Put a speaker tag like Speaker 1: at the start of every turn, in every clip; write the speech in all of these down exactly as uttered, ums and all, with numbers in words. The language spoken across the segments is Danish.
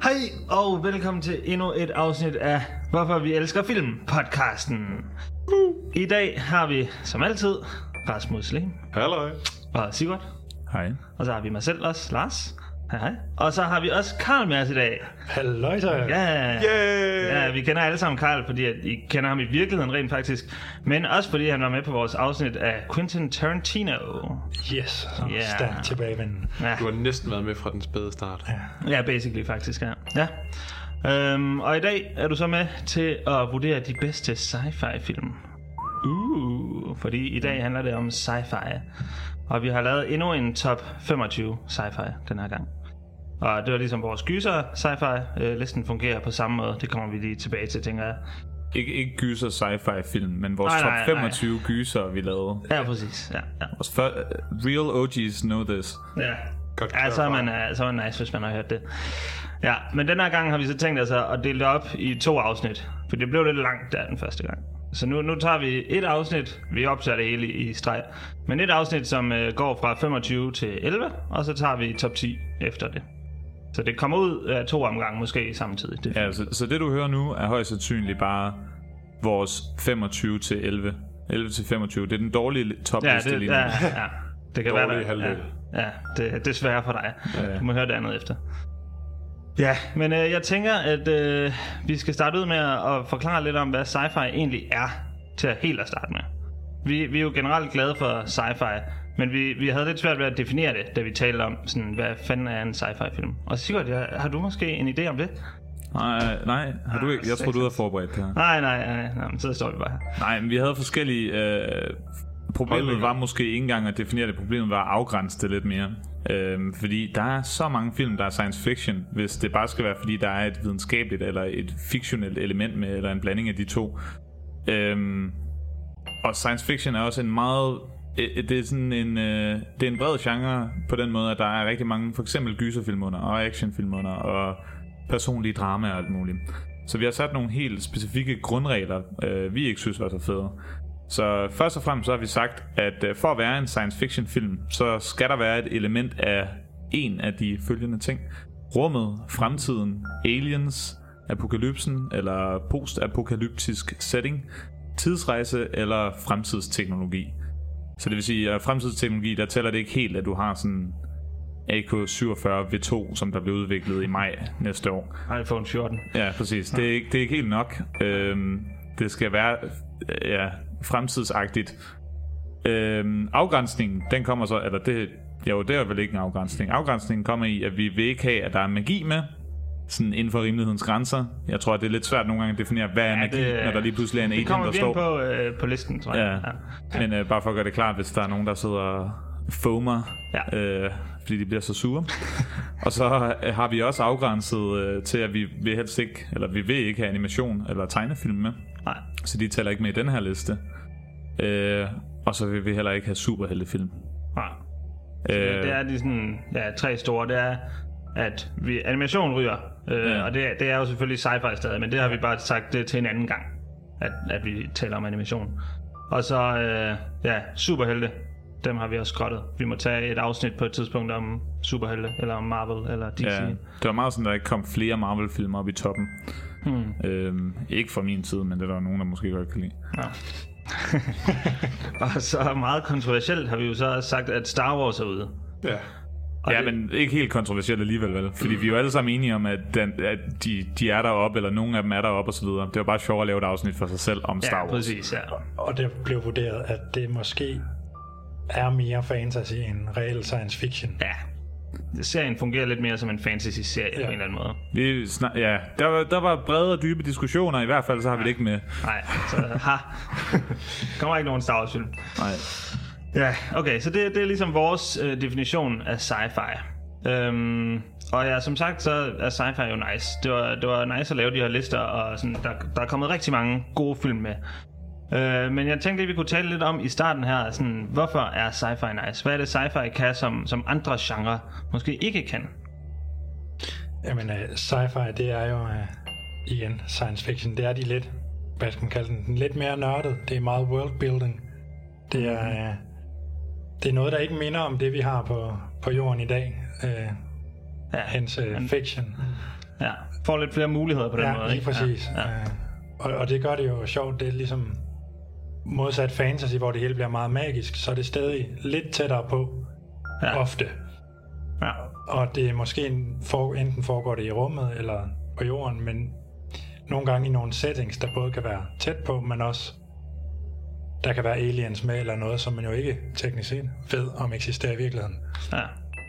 Speaker 1: Hej og velkommen til endnu et afsnit af Hvorfor vi elsker film podcasten. I dag har vi som altid Rasmus Lehn.
Speaker 2: Halløj.
Speaker 1: Og Sigurd.
Speaker 3: Hej.
Speaker 1: Og så har vi mig selv også, Lars. Hej hej. Og så har vi også Karl med os i dag.
Speaker 4: Halløj så.
Speaker 1: Ja.
Speaker 2: Yeah.
Speaker 1: Ja, vi kender alle sammen Karl, fordi at I kender ham i virkeligheden rent faktisk. Men også fordi han var med på vores afsnit af Quentin Tarantino.
Speaker 4: Yes, så
Speaker 1: Yeah.
Speaker 4: stærkt tilbagevendende.
Speaker 1: Ja.
Speaker 2: Du har næsten været med fra den spæde start.
Speaker 4: Ja.
Speaker 1: Ja, basically faktisk, ja. ja. Øhm, og i dag er du så med til at vurdere de bedste sci-fi film. Uh, fordi i dag handler det om sci-fi. Og vi har lavet endnu en top femogtyve sci-fi den her gang. Og det var ligesom vores gyser sci-fi. Øh, listen fungerer på samme måde. Det kommer vi lige tilbage til, tænker jeg.
Speaker 3: Ikke, ikke gyser sci-fi film, men vores
Speaker 1: Nej,
Speaker 3: top
Speaker 1: nej,
Speaker 3: femogtyve nej. gyser, vi lavede.
Speaker 1: Ja, præcis. Ja, ja.
Speaker 3: Vores før, uh, real O G's know this.
Speaker 1: Ja,
Speaker 2: Godt
Speaker 1: ja så, er man, så er man nice, hvis man har hørt det. Ja, men den her gang har vi så tænkt os at dele det op i to afsnit. For det blev lidt langt der den første gang. Så nu, nu tager vi et afsnit. Vi optager det hele i, i streg. Men et afsnit, som øh, går fra femogtyve til elleve. Og så tager vi top ti efter det. Så det kommer ud af to omgange måske samtidig. Det
Speaker 3: Ja, så, så det du hører nu er højst sandsynligt bare vores femogtyve til elleve. elleve til femogtyve. Det er den dårlige topliste
Speaker 1: ja, det,
Speaker 3: lige nu.
Speaker 1: ja, ja. Det kan være,
Speaker 2: Dårlige halvdel.
Speaker 1: ja, ja, det, det er svært for dig.
Speaker 3: Ja.
Speaker 1: Du må høre det andet efter. Ja, men øh, jeg tænker, at øh, vi skal starte ud med at, at forklare lidt om, hvad sci-fi egentlig er, til at helt at starte med. Vi, vi er jo generelt glade for sci-fi, men vi, vi havde lidt svært ved at definere det, da vi talte om, sådan, hvad fanden er en sci-fi film. Og Sigurd, ja, har du måske en idé om det?
Speaker 3: Nej, nej, har du ikke? Jeg tror du har forberedt det her.
Speaker 1: Nej, nej, nej, nej, men så står vi bare her.
Speaker 3: Nej, men vi havde forskellige... Øh, problemet var måske ikke engang at definere det. Problemet var at afgrænse det lidt mere. Øhm, fordi der er så mange film, der er science fiction, hvis det bare skal være, fordi der er et videnskabeligt eller et fiktionelt element med, eller en blanding af de to. Øhm, og science fiction er også en meget... Det er sådan en, øh, det er en bred genre på den måde, at der er rigtig mange, for eksempel gyserfilm under, og actionfilm under, og personlige drama og alt muligt. Så vi har sat nogle helt specifikke grundregler, øh, vi ikke synes var så fede. Så først og fremmest så har vi sagt, at øh, for at være en science fiction film, så skal der være et element af en af de følgende ting: rummet, fremtiden, aliens, apokalypsen eller post-apokalyptisk setting, tidsrejse eller fremtidsteknologi. Så det vil sige, at fremtidsteknologi, der tæller det ikke helt, at du har sådan A K syvogfyrre V to, som der bliver udviklet i maj næste år.
Speaker 1: iPhone fjorten.
Speaker 3: Ja, præcis. Det er ikke, det er ikke helt nok. Øhm, det skal være ja, fremtidsagtigt. Øhm, afgrænsningen, den kommer så, eller det, jo, det er vel ikke en afgrænsning. Afgrænsningen kommer i, at vi vil ikke have, at der er magi med, sådan inden for rimelighedens grænser. Jeg tror, at det er lidt svært nogle gange at definere, hvad er ja, magi, det, når der lige pludselig er en alien, der står.
Speaker 1: Det kommer vi ind på, øh, på listen, tror jeg.
Speaker 3: Ja. Ja. Men øh, bare for at gøre det klart, hvis der er nogen, der sidder og foamer,
Speaker 1: ja.
Speaker 3: øh, fordi de bliver så sure. Og så øh, har vi også afgrænset øh, til, at vi vil helst ikke, eller vi vil ikke have animation eller tegnefilm med.
Speaker 1: Nej.
Speaker 3: Så de tæller ikke med i den her liste. Øh, og så vil vi heller ikke have superheltefilm.
Speaker 1: Nej. Øh, det er de sådan, ja, tre store. Det er, at vi, animation ryger. Øh, ja. Og det, det er jo selvfølgelig sci-fi stadig, men det har vi bare sagt det til en anden gang, at, at vi taler om animation. Og så, øh, ja, superhelte. Dem har vi også skrottet. Vi må tage et afsnit på et tidspunkt om superhelte, eller om Marvel, eller D C.
Speaker 3: Ja, det var meget sådan, at der ikke kom flere Marvel-filmer op i toppen. Hmm. Øhm, ikke fra min side, men det er der nogen, der måske godt kan lide.
Speaker 1: Ja. Og så meget kontroversielt har vi jo så også sagt, at Star Wars er ude.
Speaker 2: Ja.
Speaker 3: Og ja, det... men ikke helt kontroversielt alligevel, vel? Fordi vi er jo alle sammen enige om, at, den, at de, de er deroppe, eller nogle af dem er deroppe og så videre. Det var bare sjovt at lave et afsnit for sig selv om Star Wars.
Speaker 1: Ja, præcis, ja.
Speaker 4: Og det blev vurderet, at det måske er mere fantasy end reel science fiction.
Speaker 1: Ja. Serien fungerer lidt mere som en fantasy-serie ja. på en eller anden måde.
Speaker 3: Vi snak- ja, der var, der var brede og dybe diskussioner, i hvert fald så har vi det ikke med.
Speaker 1: Nej, så ha. Kommer ikke nogen Star Wars film.
Speaker 3: Nej.
Speaker 1: Ja, okay, så det, det er ligesom vores øh, definition af sci-fi. Øhm, og ja, som sagt, så er sci-fi jo nice. Det var, det var nice at lave de her lister, og sådan, der, der er kommet rigtig mange gode film med. Øh, men jeg tænkte, at vi kunne tale lidt om i starten her, sådan, hvorfor er sci-fi nice? Hvad er det sci-fi kan, som, som andre genrer måske ikke kan?
Speaker 4: Jamen, uh, sci-fi, det er jo uh, igen science fiction. Det er de lidt, hvad skal man kalde den, den lidt mere nørdet. Det er meget worldbuilding. Det er, uh, det er noget, der ikke minder om det, vi har på, på jorden i dag. Uh, ja, hens uh, fiction.
Speaker 1: Ja, får lidt flere muligheder på den
Speaker 4: ja,
Speaker 1: måde.
Speaker 4: lige
Speaker 1: Ikke?
Speaker 4: præcis.
Speaker 1: Ja, ja.
Speaker 4: Øh, og, og det gør det jo sjovt. Det er ligesom modsat fantasy, hvor det hele bliver meget magisk, så er det stadig lidt tættere på,
Speaker 1: Ja.
Speaker 4: ofte.
Speaker 1: Ja.
Speaker 4: Og det er måske en for, enten foregår det i rummet eller på jorden, men nogle gange i nogle settings, der både kan være tæt på, men også der kan være aliens med, eller noget, som man jo ikke teknisk set ved, om eksisterer i virkeligheden.
Speaker 1: Ja.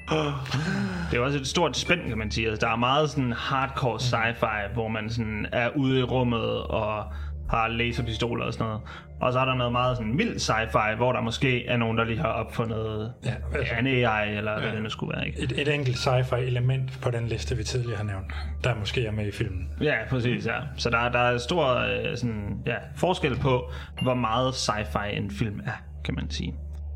Speaker 1: Det er jo også et stort spænd, kan man sige. Altså, der er meget sådan hardcore sci-fi, hvor man sådan er ude i rummet og har laserpistoler og sådan noget. Og så er der noget meget sådan vild sci-fi, hvor der måske er nogen, der lige har opfundet
Speaker 4: Ja, altså,
Speaker 1: en A I, eller ja. hvad det nu skulle være. Ikke?
Speaker 4: et, et enkelt sci-fi element på den liste, vi tidligere har nævnt, der måske er med i filmen.
Speaker 1: Ja, præcis, ja. Så der, der er stor øh, sådan, ja, forskel på, hvor meget sci-fi en film er, kan man sige.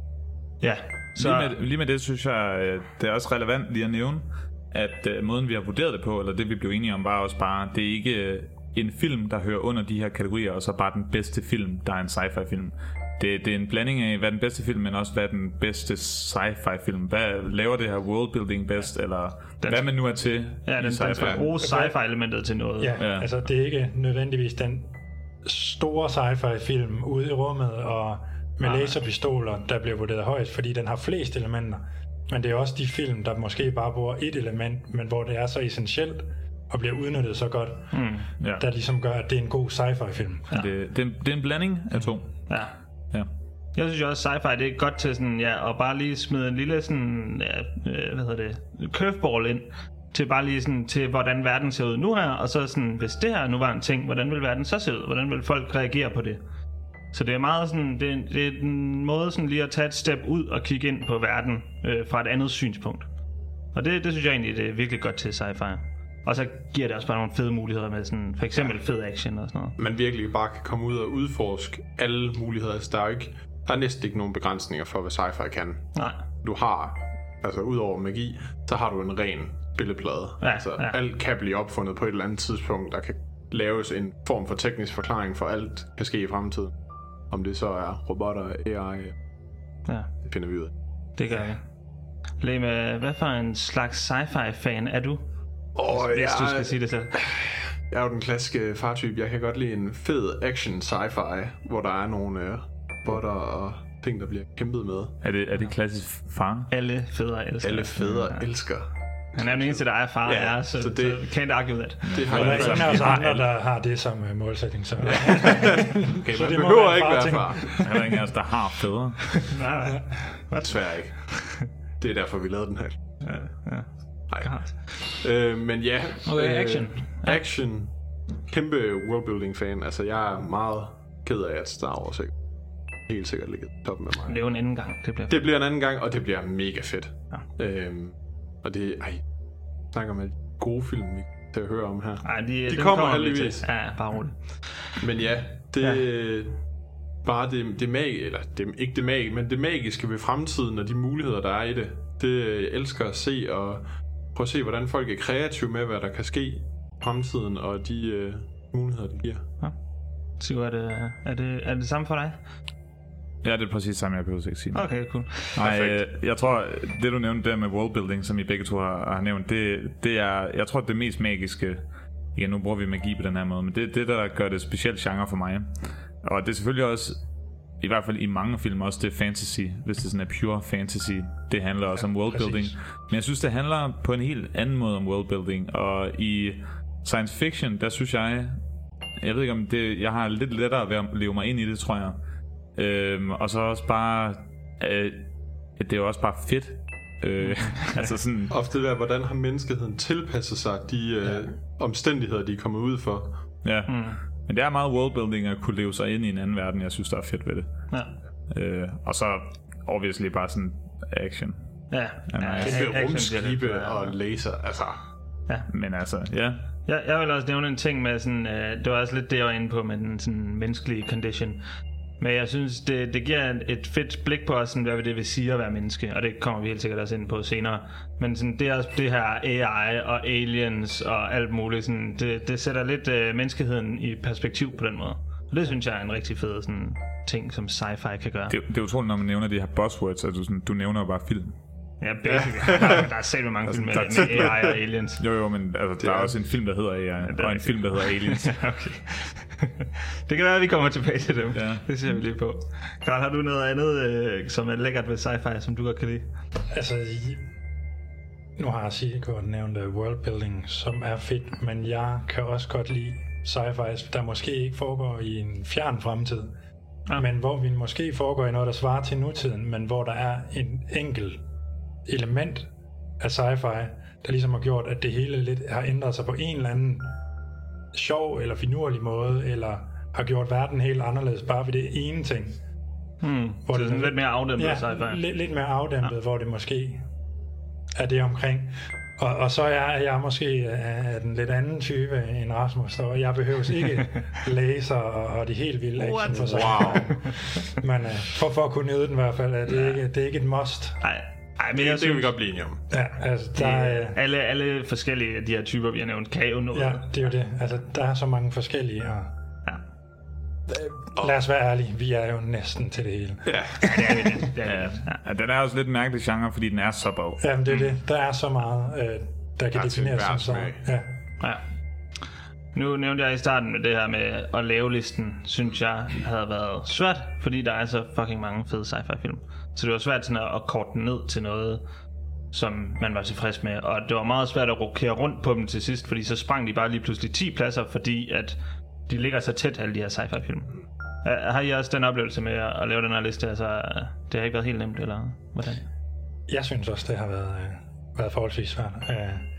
Speaker 1: Ja. Så...
Speaker 3: Lige, med, lige med det synes jeg, det er også relevant lige at nævne, at uh, måden vi har vurderet det på, eller det vi blev enige om, var også bare, det er ikke uh, en film, der hører under de her kategorier, og så bare den bedste film, der er en sci-fi film. Det, det er en blanding af, hvad er den bedste film, men også hvad er den bedste sci-fi film. Hvad laver det her worldbuilding bedst, eller den, hvad man nu er til
Speaker 1: ja,
Speaker 3: i
Speaker 1: den,
Speaker 3: sci-fi.
Speaker 1: den skal bruge sci-fi-elementet til noget.
Speaker 4: Ja,
Speaker 3: Ja.
Speaker 4: altså det er ikke nødvendigvis den store sci-fi film ude i rummet og med
Speaker 1: Nej.
Speaker 4: laserpistoler, der bliver vurderet højst, fordi den har flest elementer. Men det er også de film, der måske bare bruger et element, men hvor det er så essentielt og bliver udnyttet så godt,
Speaker 1: Mm.
Speaker 3: Ja.
Speaker 4: der ligesom gør, at det er en god sci-fi film.
Speaker 3: Ja. Det, det, er en, det er en blanding af to.
Speaker 1: Ja.
Speaker 3: Ja.
Speaker 1: Jeg synes jo også, sci-fi det er godt til sådan, ja, at bare lige smide en lille sådan, ja, øh, hvad hedder det, curveball ind, til bare lige sådan, til hvordan verden ser ud nu her, og så sådan, hvis det her nu var en ting, hvordan vil verden så se ud? Hvordan vil folk reagere på det? Så det er meget sådan, det er, det er en måde sådan lige at tage et step ud og kigge ind på verden øh, fra et andet synspunkt. Og det, det synes jeg egentlig, det er virkelig godt til sci-fi. Og så giver det også bare nogle fede muligheder med sådan, for eksempel fed action og sådan noget.
Speaker 2: Man virkelig bare kan komme ud og udforske alle muligheder. Der er, ikke, der er næsten ikke nogen begrænsninger for, hvad sci-fi kan.
Speaker 1: Nej.
Speaker 2: Du har, altså udover magi, så har du en ren billedplade.
Speaker 1: Ja,
Speaker 2: altså
Speaker 1: ja.
Speaker 2: alt kan blive opfundet på et eller andet tidspunkt. Der kan laves en form for teknisk forklaring for alt, kan ske i fremtiden. Om det så er robotter, A I,
Speaker 1: Ja,
Speaker 2: det finder vi ud af.
Speaker 1: det gør vi. Leme, hvad for en slags sci-fi-fan er du?
Speaker 2: Og
Speaker 1: Hvis
Speaker 2: jeg,
Speaker 1: du skal sige det selv.
Speaker 2: jeg er jo den klassiske fartype. Jeg kan godt lide en fed action sci-fi, hvor der er nogle øh, robotter og ting, der bliver kæmpet med.
Speaker 3: Er det, er det klassisk far?
Speaker 1: Alle fædre elsker.
Speaker 2: Alle fædre
Speaker 1: Ja.
Speaker 2: elsker.
Speaker 1: Han er den eneste, der er far,
Speaker 2: Ja,
Speaker 1: ja, så,
Speaker 2: så
Speaker 1: så,
Speaker 2: det-
Speaker 1: så can't argue that.
Speaker 2: Det har
Speaker 4: Og der er
Speaker 2: jeg
Speaker 4: ingen
Speaker 2: ikke.
Speaker 4: af os
Speaker 3: vi har
Speaker 4: andre,
Speaker 3: alle.
Speaker 4: der har det som uh, målsætning, så...
Speaker 2: Okay,
Speaker 4: Så
Speaker 2: man
Speaker 4: det må
Speaker 2: behøver
Speaker 4: være
Speaker 2: ikke være
Speaker 4: farting.
Speaker 2: far.
Speaker 3: Er der ingen af os, der har fædre?
Speaker 1: Nej, nej.
Speaker 2: Desværre ikke. Det er derfor, vi lavede den her.
Speaker 1: Ja, ja.
Speaker 2: Nej. Øh, men ja.
Speaker 1: Okay,
Speaker 2: øh,
Speaker 1: action.
Speaker 2: Action. Kæmpe worldbuilding fan. Altså, jeg er meget ked af, at Star Wars ikke helt sikkert ligger toppen af
Speaker 1: Det
Speaker 2: mig.
Speaker 1: er jo en anden gang. Det bliver
Speaker 2: Det bliver en anden gang, og det bliver mega fedt.
Speaker 1: Ja.
Speaker 2: Øhm, og det ej, snakker med gode film, vi til at høre om her.
Speaker 1: Ej, de,
Speaker 2: De
Speaker 1: dem
Speaker 2: kommer
Speaker 1: vi
Speaker 2: heldigvis.
Speaker 1: til. Ja, bare roligt.
Speaker 2: Men ja, det ja. bare det, det mag, eller det, ikke det mag, men det magiske ved fremtiden og de muligheder, der er i det. Det jeg elsker at se, og prøve at se, hvordan folk er kreative med, hvad der kan ske i fremtiden, og de øh, muligheder, det giver.
Speaker 1: Ja. Sigurd, er det, er, det, er det samme for dig?
Speaker 3: Ja, det er præcis samme, jeg behøver ikke sige.
Speaker 1: Okay, cool.
Speaker 3: Nej,
Speaker 2: Perfekt.
Speaker 3: øh, jeg tror, det du nævnte der med worldbuilding, som I begge to har, har nævnt, det, det er, jeg tror, det mest magiske, igen, nu bruger vi magi på den her måde, men det er det, der gør det specielt genre for mig. Og det er selvfølgelig også, i hvert fald i mange film, også det fantasy, hvis det sådan er pure fantasy, det handler også ja, om worldbuilding.
Speaker 4: præcis.
Speaker 3: Men jeg synes, det handler på en helt anden måde om worldbuilding, og i science fiction, der synes jeg, jeg ved ikke om det, jeg har lidt lettere ved at leve mig ind i det, tror jeg. Øhm, og så også bare øh, det er jo også bare fedt øh, altså sådan
Speaker 2: Ofte det der, hvordan har menneskeheden tilpasset sig de øh,
Speaker 4: Ja.
Speaker 2: omstændigheder, de er kommet ud for.
Speaker 3: ja.
Speaker 1: Mm.
Speaker 3: Men det er meget worldbuilding at kunne leve sig ind i en anden verden. Jeg synes der er fedt ved det.
Speaker 1: Ja.
Speaker 3: øh, Og så obviously bare sådan action.
Speaker 1: Ja.
Speaker 3: Ja,
Speaker 1: ja,
Speaker 3: nej.
Speaker 2: Kæmpe
Speaker 1: action bliver
Speaker 2: rumskibe
Speaker 1: lidt-
Speaker 2: og laser, altså.
Speaker 3: Men altså ja.
Speaker 1: Jeg, jeg vil også nævne en ting med sådan, øh, det var også lidt det, jeg var inde på med den sådan menneskelige condition. Men jeg synes, det, det giver et fedt blik på os, sådan, hvad det vil sige at være menneske, og det kommer vi helt sikkert også ind på senere. Men sådan, det, er, det her A I og aliens og alt muligt, sådan, det, det sætter lidt øh, menneskeheden i perspektiv på den måde. Og det synes jeg er en rigtig fed sådan, ting, som sci-fi kan gøre.
Speaker 3: Det, det er utroligt, når man nævner de her buzzwords, altså du, sådan, du nævner jo bare film.
Speaker 1: Ja, basically. Der, der er selv mange altså, film med, med A I og aliens.
Speaker 3: Jo, jo, men altså, der er, er også en film, der hedder A I, ja, og en film, der hedder Aliens.
Speaker 1: Okay. Det kan være, at vi kommer tilbage til dem. Ja. Det ser vi lige på. Karl, har du noget andet, øh, som er lækkert ved sci-fi, som du godt kan lide?
Speaker 4: Altså, nu har jeg Sigurd nævnt worldbuilding, som er fedt, men jeg kan også godt lide sci-fi, der måske ikke foregår i en fjern fremtid, ja. men hvor vi måske foregår i noget, der svarer til nutiden, men hvor der er en enkelt element af sci-fi, der ligesom har gjort, at det hele lidt har ændret sig på en eller anden sjov eller finurlig måde, eller har gjort verden helt anderledes, bare ved det ene ting.
Speaker 1: Hmm. Hvor det er sådan lidt mere afdæmpet
Speaker 4: ja,
Speaker 1: sci-fi.
Speaker 4: Lidt, lidt mere afdæmpet, ja. Hvor det måske er det omkring. Og, og så er jeg måske af den lidt anden type end Rasmus, og jeg behøves ikke laser og, og de helt vilde action for sig.
Speaker 2: Wow.
Speaker 4: Men uh, for, for at kunne nyde den i hvert fald, er det, ja. ikke, det er ikke et must.
Speaker 1: Nej. Ej, men
Speaker 2: det,
Speaker 1: jeg
Speaker 2: det
Speaker 1: synes,
Speaker 2: kan vi godt blive enige om.
Speaker 4: Ja, altså, der er,
Speaker 1: alle, alle forskellige af de her typer, vi har nævnt, kan jo noget.
Speaker 4: Ja, det er jo det. Altså, der er så mange forskellige. Og
Speaker 1: ja.
Speaker 4: Lad os være ærlige, vi er jo næsten til det hele.
Speaker 2: Ja,
Speaker 1: ja det er vi det. det, er
Speaker 3: ja. Ja, den er også lidt en mærkelig genre, fordi den er så bag.
Speaker 4: Jamen, det er det. Der er så meget, øh, der kan defineres som så. Ja.
Speaker 1: Ja. Nu nævnte jeg i starten med det her med at lave listen, synes jeg havde været svært, fordi der er så fucking mange fede sci-fi film. Så det var svært sådan at, at korte den ned til noget, som man var tilfreds med. Og det var meget svært at rokere rundt på dem til sidst, fordi så sprang de bare lige pludselig ti pladser, fordi at de ligger så tæt, alle de her sci-fi film. Har I også den oplevelse med at lave den her liste? Altså, det har ikke været helt nemt, eller hvordan?
Speaker 4: Jeg synes også, det har været, øh, været forholdsvis svært. Øh,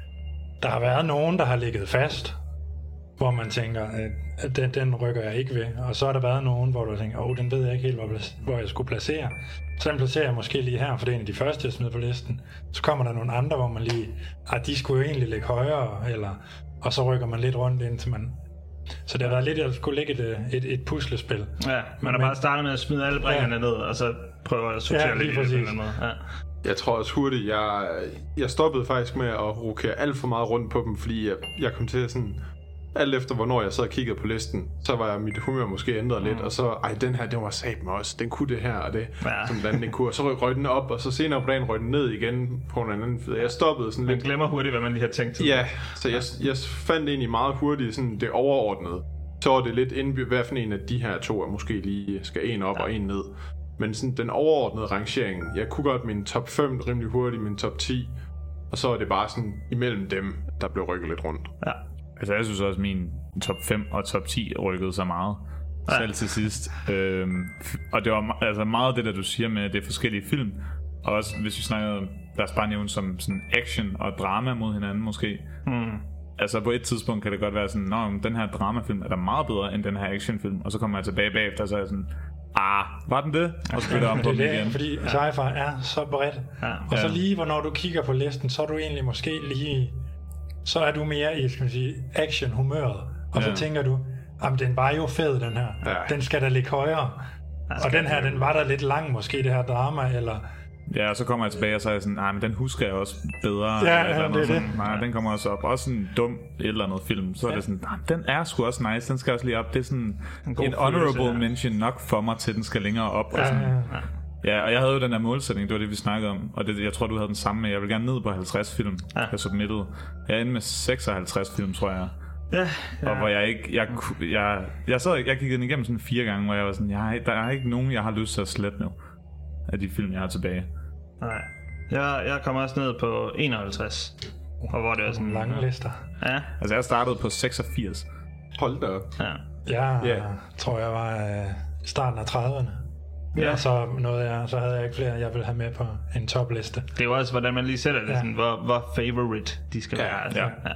Speaker 4: der har været nogen, der har ligget fast, hvor man tænker, at den, den rykker jeg ikke ved. Og så har der været nogen, hvor du tænker, åh, oh, den ved jeg ikke helt, hvor, hvor jeg skulle placere. Så den placerer jeg måske lige her, for det er en af de første, jeg smider på listen. Så kommer der nogle andre, hvor man lige, at de skulle jo egentlig ligge højere, eller, og så rykker man lidt rundt, indtil man... Så det har været lidt, at jeg skulle lægge et, et, et puslespil.
Speaker 1: Ja, man har bare startet med at smide alle brækkerne ja. ned, og så prøver at sortere ja, lidt i det på en eller anden måde. Ja.
Speaker 2: Jeg tror også hurtigt, jeg, jeg stoppede faktisk med at rokere alt for meget rundt på dem, fordi jeg, jeg kom til sådan... Alt efter hvornår jeg sad og kiggede på listen, så var mit humør måske ændret mm. lidt, og så, ej, den her, den var sat med også, den kunne det her og det, ja. Som den, den kunne, og så røg den op, og så senere på dagen røg den ned igen på en anden, jeg stoppede sådan
Speaker 1: man
Speaker 2: lidt.
Speaker 1: Man glemmer hurtigt, hvad man lige har tænkt til.
Speaker 2: Ja, så jeg, jeg fandt egentlig meget hurtigt sådan det overordnede. Så var det lidt indbygget, hvad for en af de her to er måske lige skal en op ja. Og en ned. Men sådan den overordnede rangering, jeg kunne godt min top fem rimelig hurtigt, min top ti, og så er det bare sådan imellem dem, der blev rykket lidt rundt.
Speaker 3: Ja. Altså jeg synes også, at min top fem og top ti rykkede så meget. Ja. Selv til sidst. Øhm, og det var altså meget det, der du siger med, at det er forskellige film. Og også hvis vi snakker, lad os bare nævne som sådan action og drama mod hinanden måske. Mm. Altså på et tidspunkt kan det godt være sådan, nå, den her dramafilm er da meget bedre end den her actionfilm. Og så kommer jeg tilbage bagefter, og så er jeg sådan, ah, var den det? Og så bytter jeg om på den igen.
Speaker 4: Fordi ja. Sci-fi er så bredt. Ja. Og så lige, hvornår du kigger på listen, så er du egentlig måske lige... Så er du mere i, skal man sige, action-humøret. Og ja. Så tænker du, jamen den var jo fed, den her. Ja. Den skal da ligge højere. Og den her, den var da lidt lang, måske, det her drama, eller...
Speaker 3: Ja, og så kommer jeg tilbage og så er jeg sådan, nej, men den husker jeg også bedre.
Speaker 4: Ja, eller ja det er
Speaker 3: sådan,
Speaker 4: det.
Speaker 3: Nej, den kommer også op. Også en dum et eller andet film. Så ja. Er det sådan, den er sgu også nice, den skal også lige op. Det er sådan en, en honorable ja. Mention nok for mig, til den skal længere op. Og
Speaker 4: ja,
Speaker 3: sådan.
Speaker 4: Ja, ja.
Speaker 3: Ja, og jeg havde jo den der målsætning, det var det, vi snakkede om. Og det, jeg tror, du havde den samme med. Jeg vil gerne ned på halvtreds film. Ja. Jeg submittede. Jeg endte med seksoghalvtreds film, tror jeg.
Speaker 1: Ja, ja.
Speaker 3: Og hvor jeg ikke... Jeg, jeg, jeg, sad, jeg kiggede den igennem sådan fire gange, hvor jeg var sådan, jeg, der er ikke nogen, jeg har lyst til at slette nu. Af de film, jeg har tilbage.
Speaker 1: Nej. Jeg, jeg kom også ned på enoghalvtreds. Og hvor det er sådan...
Speaker 4: Lange lister.
Speaker 1: Ja.
Speaker 3: Altså, jeg startede på seksogfirs.
Speaker 2: Hold da op.
Speaker 1: Ja.
Speaker 4: Jeg yeah. tror, jeg var i starten af trediverne. Ja, så noget jeg, så havde jeg ikke flere, jeg ville have med på en topliste.
Speaker 1: Det er jo også, hvordan man lige sætter det, ja. Sådan, hvor, hvor favorite de skal
Speaker 2: ja,
Speaker 1: være. Altså.
Speaker 3: Ja.
Speaker 1: Ja.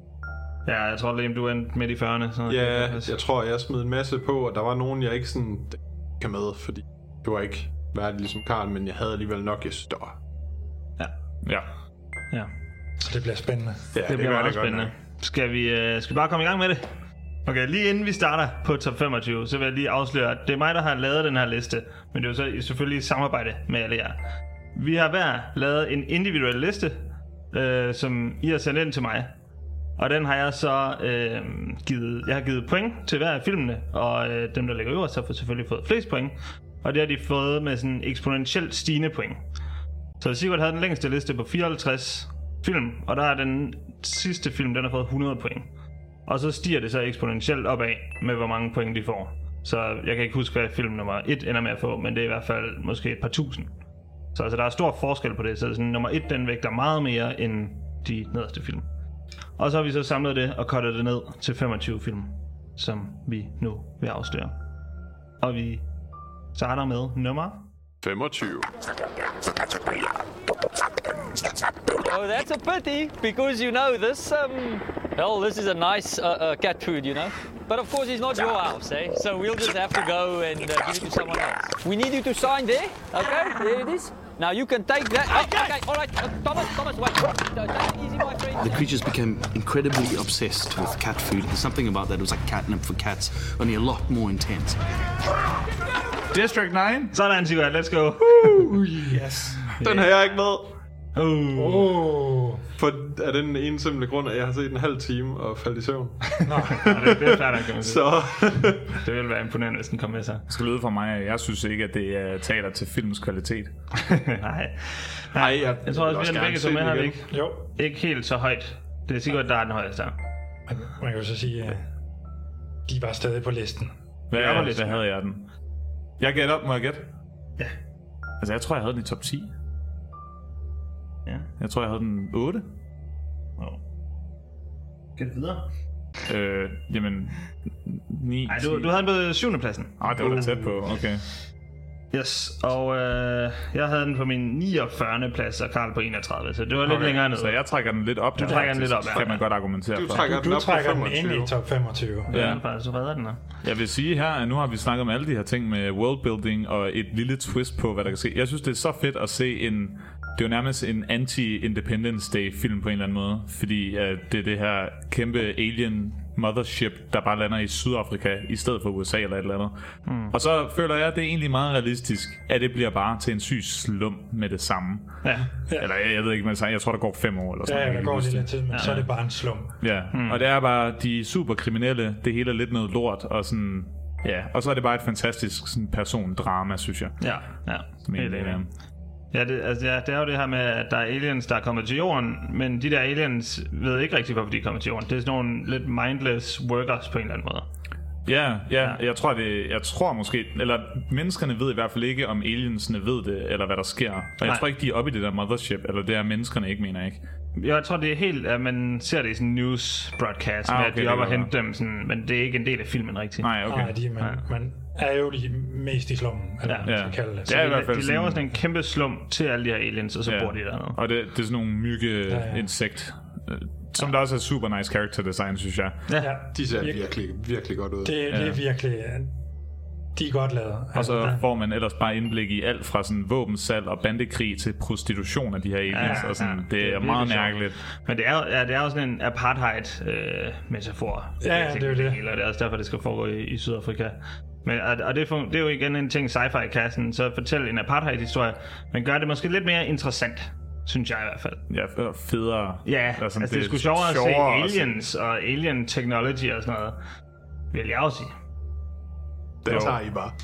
Speaker 1: Ja, jeg tror lige, du endte midt i fyrrerne. Sådan
Speaker 2: ja,
Speaker 1: noget.
Speaker 2: Jeg tror, jeg smed en masse på, og der var nogen, jeg ikke sådan kan med, fordi det var ikke værdigt ligesom Karl, men jeg havde alligevel nok, jeg synes, der var.
Speaker 1: Ja.
Speaker 3: Ja.
Speaker 1: Ja.
Speaker 4: Så det bliver spændende.
Speaker 2: Ja,
Speaker 1: det,
Speaker 2: det
Speaker 1: bliver meget
Speaker 2: det
Speaker 1: spændende. Skal vi, uh, skal vi bare komme i gang med det? Okay, lige inden vi starter på top femogtyve, så vil jeg lige afsløre, at det er mig, der har lavet den her liste, men det er jo så selvfølgelig i samarbejde med alle jer. Vi har hver lavet en individuel liste, øh, som I har sendt ind til mig, og den har jeg så øh, givet, jeg har givet point til hver af filmene, og øh, dem, der ligger øverst, har selvfølgelig fået flest point, og det har de fået med sådan eksponentielt stigende point. Så Sigurd havde den længste liste på fireoghalvtreds film, og der er den sidste film, den har fået hundrede point. Og så stiger det så eksponentielt opad med, hvor mange point de får. Så jeg kan ikke huske, hvad film nummer et ender med at få, men det er i hvert fald måske et par tusind. Så altså, der er stor forskel på det, så sådan, nummer et, den vægter meget mere end de nederste film. Og så har vi så samlet det og cuttet det ned til femogtyve film, som vi nu vil afsløre. Og vi starter med nummer
Speaker 2: femogtyve.
Speaker 5: Oh, that's a pity, because you know this, um, well, this is a nice uh, uh, cat food, you know. But of course, it's not your house, eh? So we'll just have to go and uh, give it to someone else. We need you to sign there, okay? There it is. Now you can take that. Oh, okay, all right. Uh, Thomas, Thomas, wait. Take it easy, my friend.
Speaker 6: The creatures became incredibly obsessed with cat food. There's something about that. It was like catnip for cats, only a lot more intense.
Speaker 3: District nine.
Speaker 1: Sådan, Sigurd. Let's go.
Speaker 4: Uh, yes.
Speaker 2: Den har jeg ikke med.
Speaker 1: Uh.
Speaker 4: Oh.
Speaker 2: For af den ene simple grund, at jeg har set en halv time og faldt i søvn.
Speaker 4: Nå.
Speaker 1: Ja, det er færdigt, kan man sige.
Speaker 2: Så
Speaker 1: Det ville være imponerende, hvis den kom med sig.
Speaker 3: Det skal lyde for mig, at jeg synes ikke, at det er taler til filmens kvalitet.
Speaker 1: Nej.
Speaker 2: Nej, jeg,
Speaker 1: Jeg tror også, vi har begge to med, har vi ikke?
Speaker 4: Jo.
Speaker 1: Ikke helt så højt. Det er sikkert, der er den højeste.
Speaker 4: Man, man kan jo så sige, at de var stadig på listen.
Speaker 3: Hvad,
Speaker 1: Jeg var
Speaker 3: hvad
Speaker 1: lidt-
Speaker 3: havde jeg den? Jeg gætter op, må jeg gætte?
Speaker 1: Ja.
Speaker 3: Altså, jeg tror, jeg havde den i top ti.
Speaker 1: Ja.
Speaker 3: Jeg tror, jeg havde den otte.
Speaker 1: Oh. Gæt videre.
Speaker 3: Øh, jamen, ni.
Speaker 1: Nej, du, du havde den på syvende pladsen.
Speaker 3: Ah, det var da tæt på, okay.
Speaker 1: Yes, og øh, jeg havde den på min niogfyrrende plads, og Karl på enogtredive, så det var lidt
Speaker 3: Okay,
Speaker 1: længere ned.
Speaker 3: så jeg trækker den lidt op.
Speaker 1: Du trækker den lidt op, ja.
Speaker 3: Kan man godt argumentere
Speaker 2: du
Speaker 3: for.
Speaker 2: trækker
Speaker 4: Du,
Speaker 2: den
Speaker 4: du
Speaker 2: op på
Speaker 4: trækker den ind
Speaker 2: femogtyve.
Speaker 4: i top femogtyve.
Speaker 1: Ja,
Speaker 3: Ja.
Speaker 1: faktisk, så redder den her.
Speaker 3: Jeg vil sige her, at nu har vi snakket om alle de her ting med worldbuilding og et lille twist på, hvad der kan ske. Jeg synes, det er så fedt at se en... Det er jo nærmest en anti-Independence Day-film på en eller anden måde, fordi uh, det er det her kæmpe alien mothership, der bare lander i Sydafrika, i stedet for U S A eller et eller andet. Mm. Og så føler jeg, at det er egentlig meget realistisk, at det bliver bare til en syg slum med det samme.
Speaker 1: Ja.
Speaker 3: Eller jeg, jeg ved ikke, men jeg tror, der går fem år eller sådan
Speaker 4: Ja,
Speaker 3: noget.
Speaker 4: der
Speaker 3: Jeg
Speaker 4: går
Speaker 3: kan
Speaker 4: lidt
Speaker 3: huske
Speaker 4: lidt tid, men ja. Så er det bare en slum.
Speaker 3: Ja, mm. og det er bare de super kriminelle, det hele er lidt noget lort, og sådan, ja, og så er det bare et fantastisk sådan, persondrama, synes jeg.
Speaker 1: Ja, ja.
Speaker 3: Som
Speaker 1: Helt
Speaker 3: egentlig,
Speaker 1: enig.
Speaker 3: ja.
Speaker 1: Ja, det, altså, ja, det er jo det her med, at der er aliens, der er kommet til jorden, men de der aliens ved ikke rigtig, hvorfor de er kommet til jorden. Det er sådan nogle lidt mindless workers på en eller anden måde.
Speaker 3: Ja, ja, jeg tror det, jeg tror måske, eller menneskerne ved i hvert fald ikke, om aliensene ved det, eller hvad der sker. Og jeg
Speaker 1: Nej.
Speaker 3: tror ikke, de er oppe i det der mothership, eller det er menneskerne ikke, mener jeg ikke.
Speaker 1: Jeg tror, det er helt, at man ser det i sådan en news broadcast,
Speaker 3: Ah,
Speaker 1: med
Speaker 3: okay,
Speaker 1: at de er
Speaker 3: det
Speaker 1: oppe og
Speaker 3: kan
Speaker 1: hente dem, sådan, men det er ikke en del af filmen rigtigt.
Speaker 3: Nej, okay.
Speaker 4: Nej, de, man, man er jo de mest i slummen, eller
Speaker 1: Ja.
Speaker 4: hvad man
Speaker 3: Ja.
Speaker 4: skal kalde det.
Speaker 3: Det er i
Speaker 1: de,
Speaker 3: hvert fald
Speaker 1: de
Speaker 3: sådan-
Speaker 1: laver sådan en kæmpe slum til alle de her aliens, og så
Speaker 3: Ja.
Speaker 1: bor de dernede.
Speaker 3: Og det, det er sådan nogle
Speaker 4: ja.
Speaker 3: mygge-insekt, som der også er super nice character design, synes jeg.
Speaker 4: Ja,
Speaker 2: De ser
Speaker 4: Virkelig.
Speaker 2: virkelig, virkelig godt ud.
Speaker 4: det, det er virkelig... De er godt lavet.
Speaker 3: Og så
Speaker 4: Ja.
Speaker 3: får man ellers bare indblik i alt fra sådan våbensalg og bandekrig til prostitution af de her aliens,
Speaker 1: Ja,
Speaker 3: og sådan,
Speaker 1: ja.
Speaker 3: det,
Speaker 1: Det er
Speaker 3: er
Speaker 1: virkelig
Speaker 3: meget
Speaker 1: sjovt.
Speaker 3: mærkeligt.
Speaker 1: Men det er, jo- ja, det er jo sådan en apartheid-metafor.
Speaker 4: Ja, ja, det er jo det.
Speaker 1: Og det er også derfor, det skal foregå i, i Sydafrika. Men, og, og det, fun- det er jo igen en ting, sci-fi kan sådan, så fortælle en apartheid-historie, men gør det måske lidt mere interessant, synes jeg i hvert fald.
Speaker 3: Ja, federe.
Speaker 1: Ja,
Speaker 3: Eller sådan,
Speaker 1: altså det er sgu sjovere at se
Speaker 3: sjovere at se.
Speaker 1: aliens og alien technology og sådan noget, vil jeg også sige.
Speaker 2: Den
Speaker 3: Jo.
Speaker 2: tager I bare.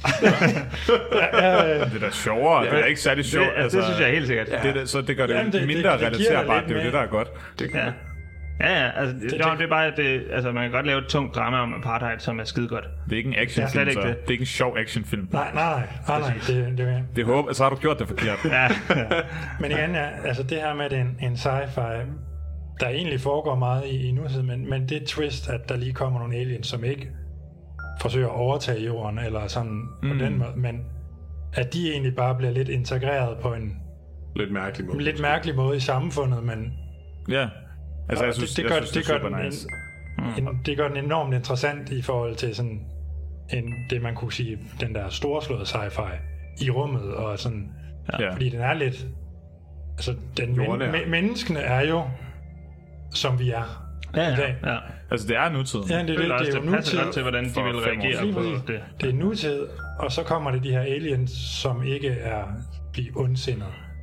Speaker 3: Det er da sjovere, det er ikke særlig
Speaker 1: Det,
Speaker 3: sjovt.
Speaker 1: altså, det synes jeg helt sikkert.
Speaker 3: Det, er da- så det gør det,
Speaker 4: Jamen, det-
Speaker 3: mindre
Speaker 4: det- det giver
Speaker 3: relaterbart,
Speaker 4: lidt
Speaker 3: det er jo det, der
Speaker 4: mere-
Speaker 3: er godt.
Speaker 2: Det,
Speaker 1: Ja. Ja, ja, altså, det, det, det er bare, at det, altså, man kan godt lave et tungt drama om apartheid, som er skide godt.
Speaker 3: Det er ikke en
Speaker 1: Ja,
Speaker 3: actionfilm,
Speaker 1: slet ikke
Speaker 3: så.
Speaker 1: det.
Speaker 3: Det er ikke en sjov actionfilm.
Speaker 4: Nej, nej, nej, nej, nej det, det er
Speaker 3: Det håber, så har du gjort det forkert.
Speaker 1: Ja,
Speaker 4: Men igen, ja, altså det her med at det er en, en sci-fi, der egentlig foregår meget i, i nutiden, men, men det twist, at der lige kommer nogle aliens, som ikke forsøger at overtage jorden, eller sådan mm. på den måde, men at de egentlig bare bliver lidt integreret på en
Speaker 2: lidt mærkelig måde.
Speaker 4: lidt mærkelig måde i samfundet, men
Speaker 3: Ja. Altså,
Speaker 4: og
Speaker 3: jeg synes,
Speaker 4: det, det,
Speaker 3: jeg
Speaker 4: gør,
Speaker 3: synes,
Speaker 4: det, gør
Speaker 3: super
Speaker 4: den
Speaker 3: nice.
Speaker 4: en, en, det gør den enormt interessant i forhold til sådan en, det man kunne sige, den der storslåede sci-fi i rummet, og sådan,
Speaker 3: Ja.
Speaker 4: fordi den er lidt, altså den men,
Speaker 2: Jordnær.
Speaker 4: me, menneskene er jo som vi er
Speaker 1: ja,
Speaker 4: i
Speaker 1: ja,
Speaker 4: dag.
Speaker 1: ja.
Speaker 3: Altså, det er nutiden.
Speaker 4: Ja, det, det,
Speaker 1: Det,
Speaker 4: det,
Speaker 1: det,
Speaker 4: det er jo
Speaker 1: det passer
Speaker 4: nutid.
Speaker 1: godt til, hvordan de
Speaker 3: for
Speaker 1: vil
Speaker 3: fem år
Speaker 1: reagere
Speaker 3: siden.
Speaker 1: på
Speaker 4: Lige præcis.
Speaker 1: det.
Speaker 4: Det er nutid, og så kommer det de her aliens, som ikke er blive ondsindet.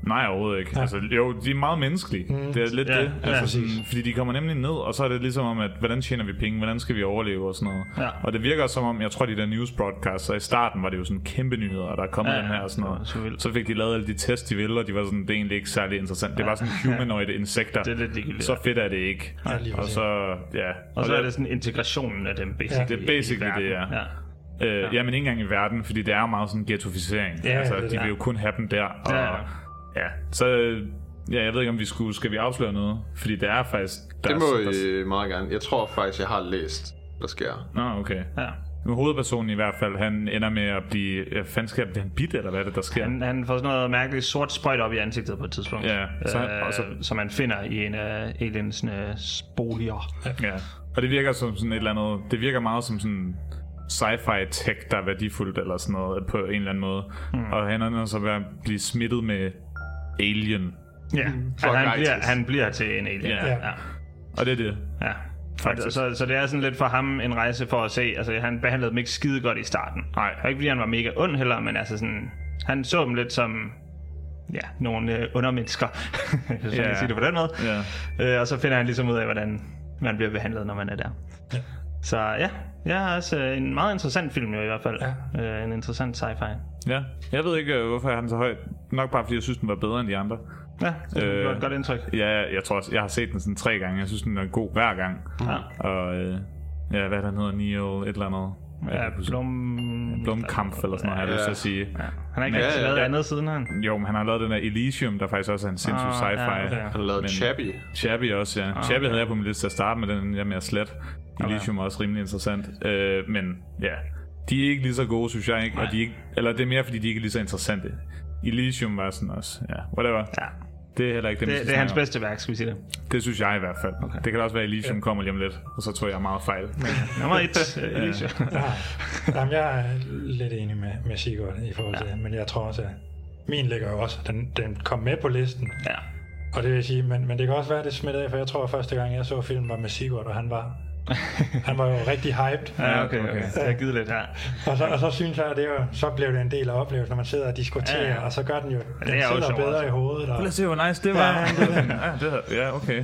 Speaker 3: Nej, overhovedet ikke. Ja. Altså, jo, de er meget menneskelige. Mm. Det er lidt ja, det. Altså, ja, sådan, fordi de kommer nemlig ned, og så er det ligesom om, at hvordan tjener vi penge? Hvordan skal vi overleve? Og sådan noget. Ja. Og det virker som om, jeg tror, de der news broadcasts, så i starten var det jo sådan kæmpe nyheder, og der er kommet ja, den her og sådan noget. Så, så fik de lavet alle de tests, de ville, og de var sådan, det er egentlig ikke særlig interessant. Det var sådan humanoide insekter.
Speaker 1: Det er lidt ligegyldigt.
Speaker 3: Så fedt er det ikke. Ja, og så, ja.
Speaker 1: Og, og så er det sådan integrationen af dem, basically.
Speaker 3: Ja. Det er basically det, ja. ja. Øh, ja. ja, men ikke engang i verden, fordi det er meget sådan ghettoficering. Ja, altså, de vil jo kun have dem der. Og, ja. ja, så ja, jeg ved ikke, om vi skulle, skal vi afsløre noget? Fordi det er faktisk... Der
Speaker 2: det må
Speaker 3: er,
Speaker 2: I der... meget gerne. Jeg tror faktisk, jeg har læst, der sker.
Speaker 3: Nå, okay. Ja. Men hovedpersonen i hvert fald, han ender med at blive... Fanden skal han bit, eller hvad er det, der sker?
Speaker 1: Han, han får sådan noget mærkeligt sort sprøjt op i ansigtet på et tidspunkt.
Speaker 3: Ja. Så han,
Speaker 1: øh,
Speaker 3: så...
Speaker 1: som man finder i en af aliensnes boliger.
Speaker 3: Ja. Og det virker som sådan et eller andet... Det virker meget som sådan... sci-fi tech, der er værdifuldt eller sådan noget på en eller anden måde. Mm. Og han er så ved at blive smittet med alien.
Speaker 1: Ja, mm. altså, han, bliver, han bliver til en alien.
Speaker 3: Ja. Ja. Ja. Og det er det.
Speaker 1: Ja. Så, så, så det er sådan lidt for ham en rejse for at se, altså han behandlede dem ikke skide godt i starten.
Speaker 3: Nej.
Speaker 1: Og ikke fordi han var mega ond heller, men altså sådan, han så dem lidt som ja, nogle øh, undermennesker, hvis yeah. man kan sige det på den måde. Yeah. Øh, og så finder han ligesom ud af, hvordan man bliver behandlet, når man er der. Ja. Så ja, jeg har også en meget interessant film jo i hvert fald. Ja. Øh, en interessant sci-fi.
Speaker 3: Ja, jeg ved ikke, hvorfor jeg har den så højt. Nok bare fordi jeg synes, den var bedre end de andre.
Speaker 1: Ja, det øh, var et godt indtryk.
Speaker 3: Ja, jeg tror også, jeg har set den sådan tre gange. Jeg synes, den er god hver gang. Ja. Og øh, ja, hvad den hedder, Neo et eller andet.
Speaker 1: Ja, Blom...
Speaker 3: Ja, Blomkamp eller sådan noget, har jeg lyst til at sige. Ja.
Speaker 1: Han har ikke rigtig ja, ja, lavet ja. andet siden han.
Speaker 3: Jo, men han har lavet den der Elysium, der faktisk også er en sindssyg ah, sci-fi. Ja, okay.
Speaker 2: Han har lavet Chappie.
Speaker 3: Chappie også, ja. Ah, Chappie okay. havde jeg på min liste til at starte med, den der med at slet. Elysium er også rimelig interessant. Øh, men ja, de er ikke lige så gode, synes jeg ikke. Og de er ikke, eller det er mere, fordi de ikke er lige så interessante. Elysium var sådan også, ja, whatever. Ja. Det er heller ikke det,
Speaker 1: det, det er hans bedste værk, skal vi sige det.
Speaker 3: Det synes jeg i hvert fald. Okay. Det kan også være, at Elysium ja. kommer lige om lidt, og så tror jeg meget fejl.
Speaker 1: Nummer et, Elysium.
Speaker 4: Ja. Jamen, jeg er lidt enig med, med Sigurd i forhold til ja. det, men jeg tror også, at min ligger jo også, den, den kom med på listen.
Speaker 1: Ja.
Speaker 4: Og det vil sige, men, men det kan også være, det smittede af, for jeg tror, at første gang jeg så filmen var med Sigurd, og han var han var jo rigtig hyped.
Speaker 1: Ja, okay, okay. Det har givet lidt her.
Speaker 4: Og så, og så synes jeg, at det jo, så blev det en del af oplevelsen, når man sidder og diskuterer, ja, ja. og så gør den jo, den ja, sidder bedre også i hovedet. Og...
Speaker 3: Lad os se, hvor nice det var. Ja, ja, det, ja okay.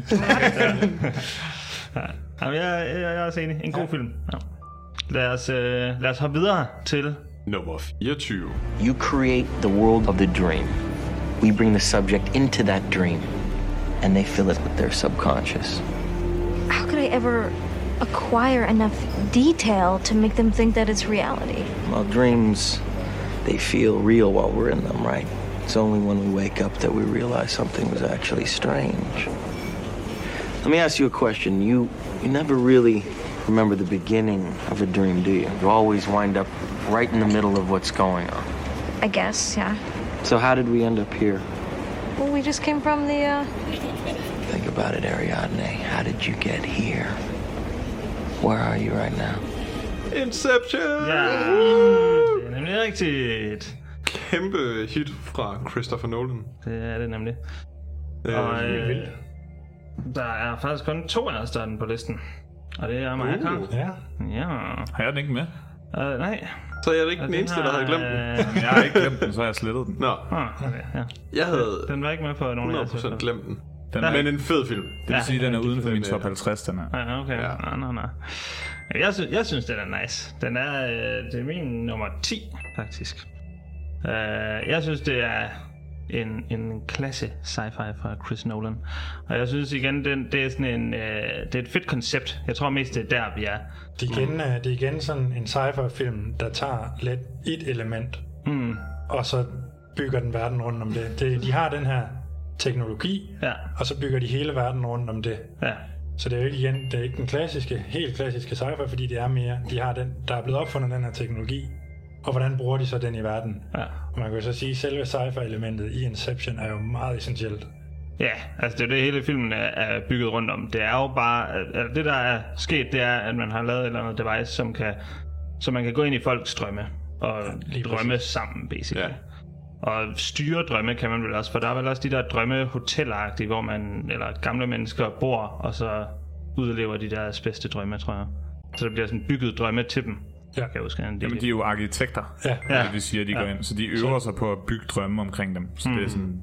Speaker 1: ja. Jamen, jeg, jeg, jeg er også enig. En god ja. film. Ja. Lad os, øh, lad os hoppe videre til
Speaker 2: nummer fireogtyve.
Speaker 7: You create the world of the dream. We bring the subject into that dream, and they fill it with their subconscious.
Speaker 8: How could I ever acquire enough detail to make them think that it's reality?
Speaker 7: Well, dreams, they feel real while we're in them, right? It's only when we wake up that we realize something was actually strange. Let me ask you a question. You, you never really remember the beginning of a dream, do you? You always wind up right in the middle of what's going on.
Speaker 8: I guess, yeah.
Speaker 7: So how did we end up here?
Speaker 8: Well, we just came from the, uh...
Speaker 7: Think about it, Ariadne. How did you get here? Where are you right now?
Speaker 2: Inception!
Speaker 1: Ja, det er nemlig rigtigt.
Speaker 2: Kæmpe hit fra Christopher Nolan.
Speaker 1: Det er det nemlig.
Speaker 2: Det er
Speaker 1: og øh, der er faktisk kun to af os, der er den på listen. Og det er mig, uh,
Speaker 4: ja.
Speaker 1: ja.
Speaker 3: Har jeg den ikke med?
Speaker 1: Uh, nej.
Speaker 2: Så er jeg ikke den, den eneste, har, der havde glemt den.
Speaker 3: Jeg har ikke glemt den, så har jeg slettet den.
Speaker 2: Nå.
Speaker 1: Ah, okay, ja.
Speaker 2: Jeg havde
Speaker 1: den var ikke med på nogen
Speaker 2: hundrede procent glemt den.
Speaker 3: Den
Speaker 2: er, men en fed film.
Speaker 3: Det vil ja, sige, den er uden for min top halvtreds, den er.
Speaker 1: Ja, okay. Ja. Nej, nej, nej. Jeg, sy- jeg synes, den er nice. Den er, øh, det er min nummer ti, faktisk. Uh, jeg synes, det er en, en klasse sci-fi fra Chris Nolan. Og jeg synes igen, det, det er sådan en, uh, det er et fedt koncept. Jeg tror mest, det er der, vi er.
Speaker 4: Det er igen, mm. det er igen sådan en sci-fi-film, der tager lidt et element, mm. og så bygger den verden rundt om det. det. De har den her teknologi, ja. og så bygger de hele verden rundt om det. Ja. Så det er jo ikke igen, det er ikke den klassiske, helt klassiske sci-fi, fordi det er mere, de har den, der er blevet opfundet den her teknologi, og hvordan bruger de så den i verden? Ja. Og man kan jo så sige, at selve sci-fi-elementet i Inception er jo meget essentielt.
Speaker 1: Ja, altså det er det hele filmen er, er bygget rundt om. Det er jo bare, at det der er sket, det er, at man har lavet et eller andet device, som kan, så man kan gå ind i folks drømme og ja, drømme præcis. Sammen, basically. Ja. Og styre drømme kan man vel også, for der er vel også de der drømmehotelagtige, hvor man, eller gamle mennesker bor, og så udlever de deres bedste drømme, tror jeg. Så der bliver sådan bygget drømme til dem. Ja. Kan jeg huske,
Speaker 3: de, Jamen, de er jo arkitekter, ja. Det vil sige, at de ja. går ind. Så de øver så. sig på at bygge drømme omkring dem. Så mm. det er sådan,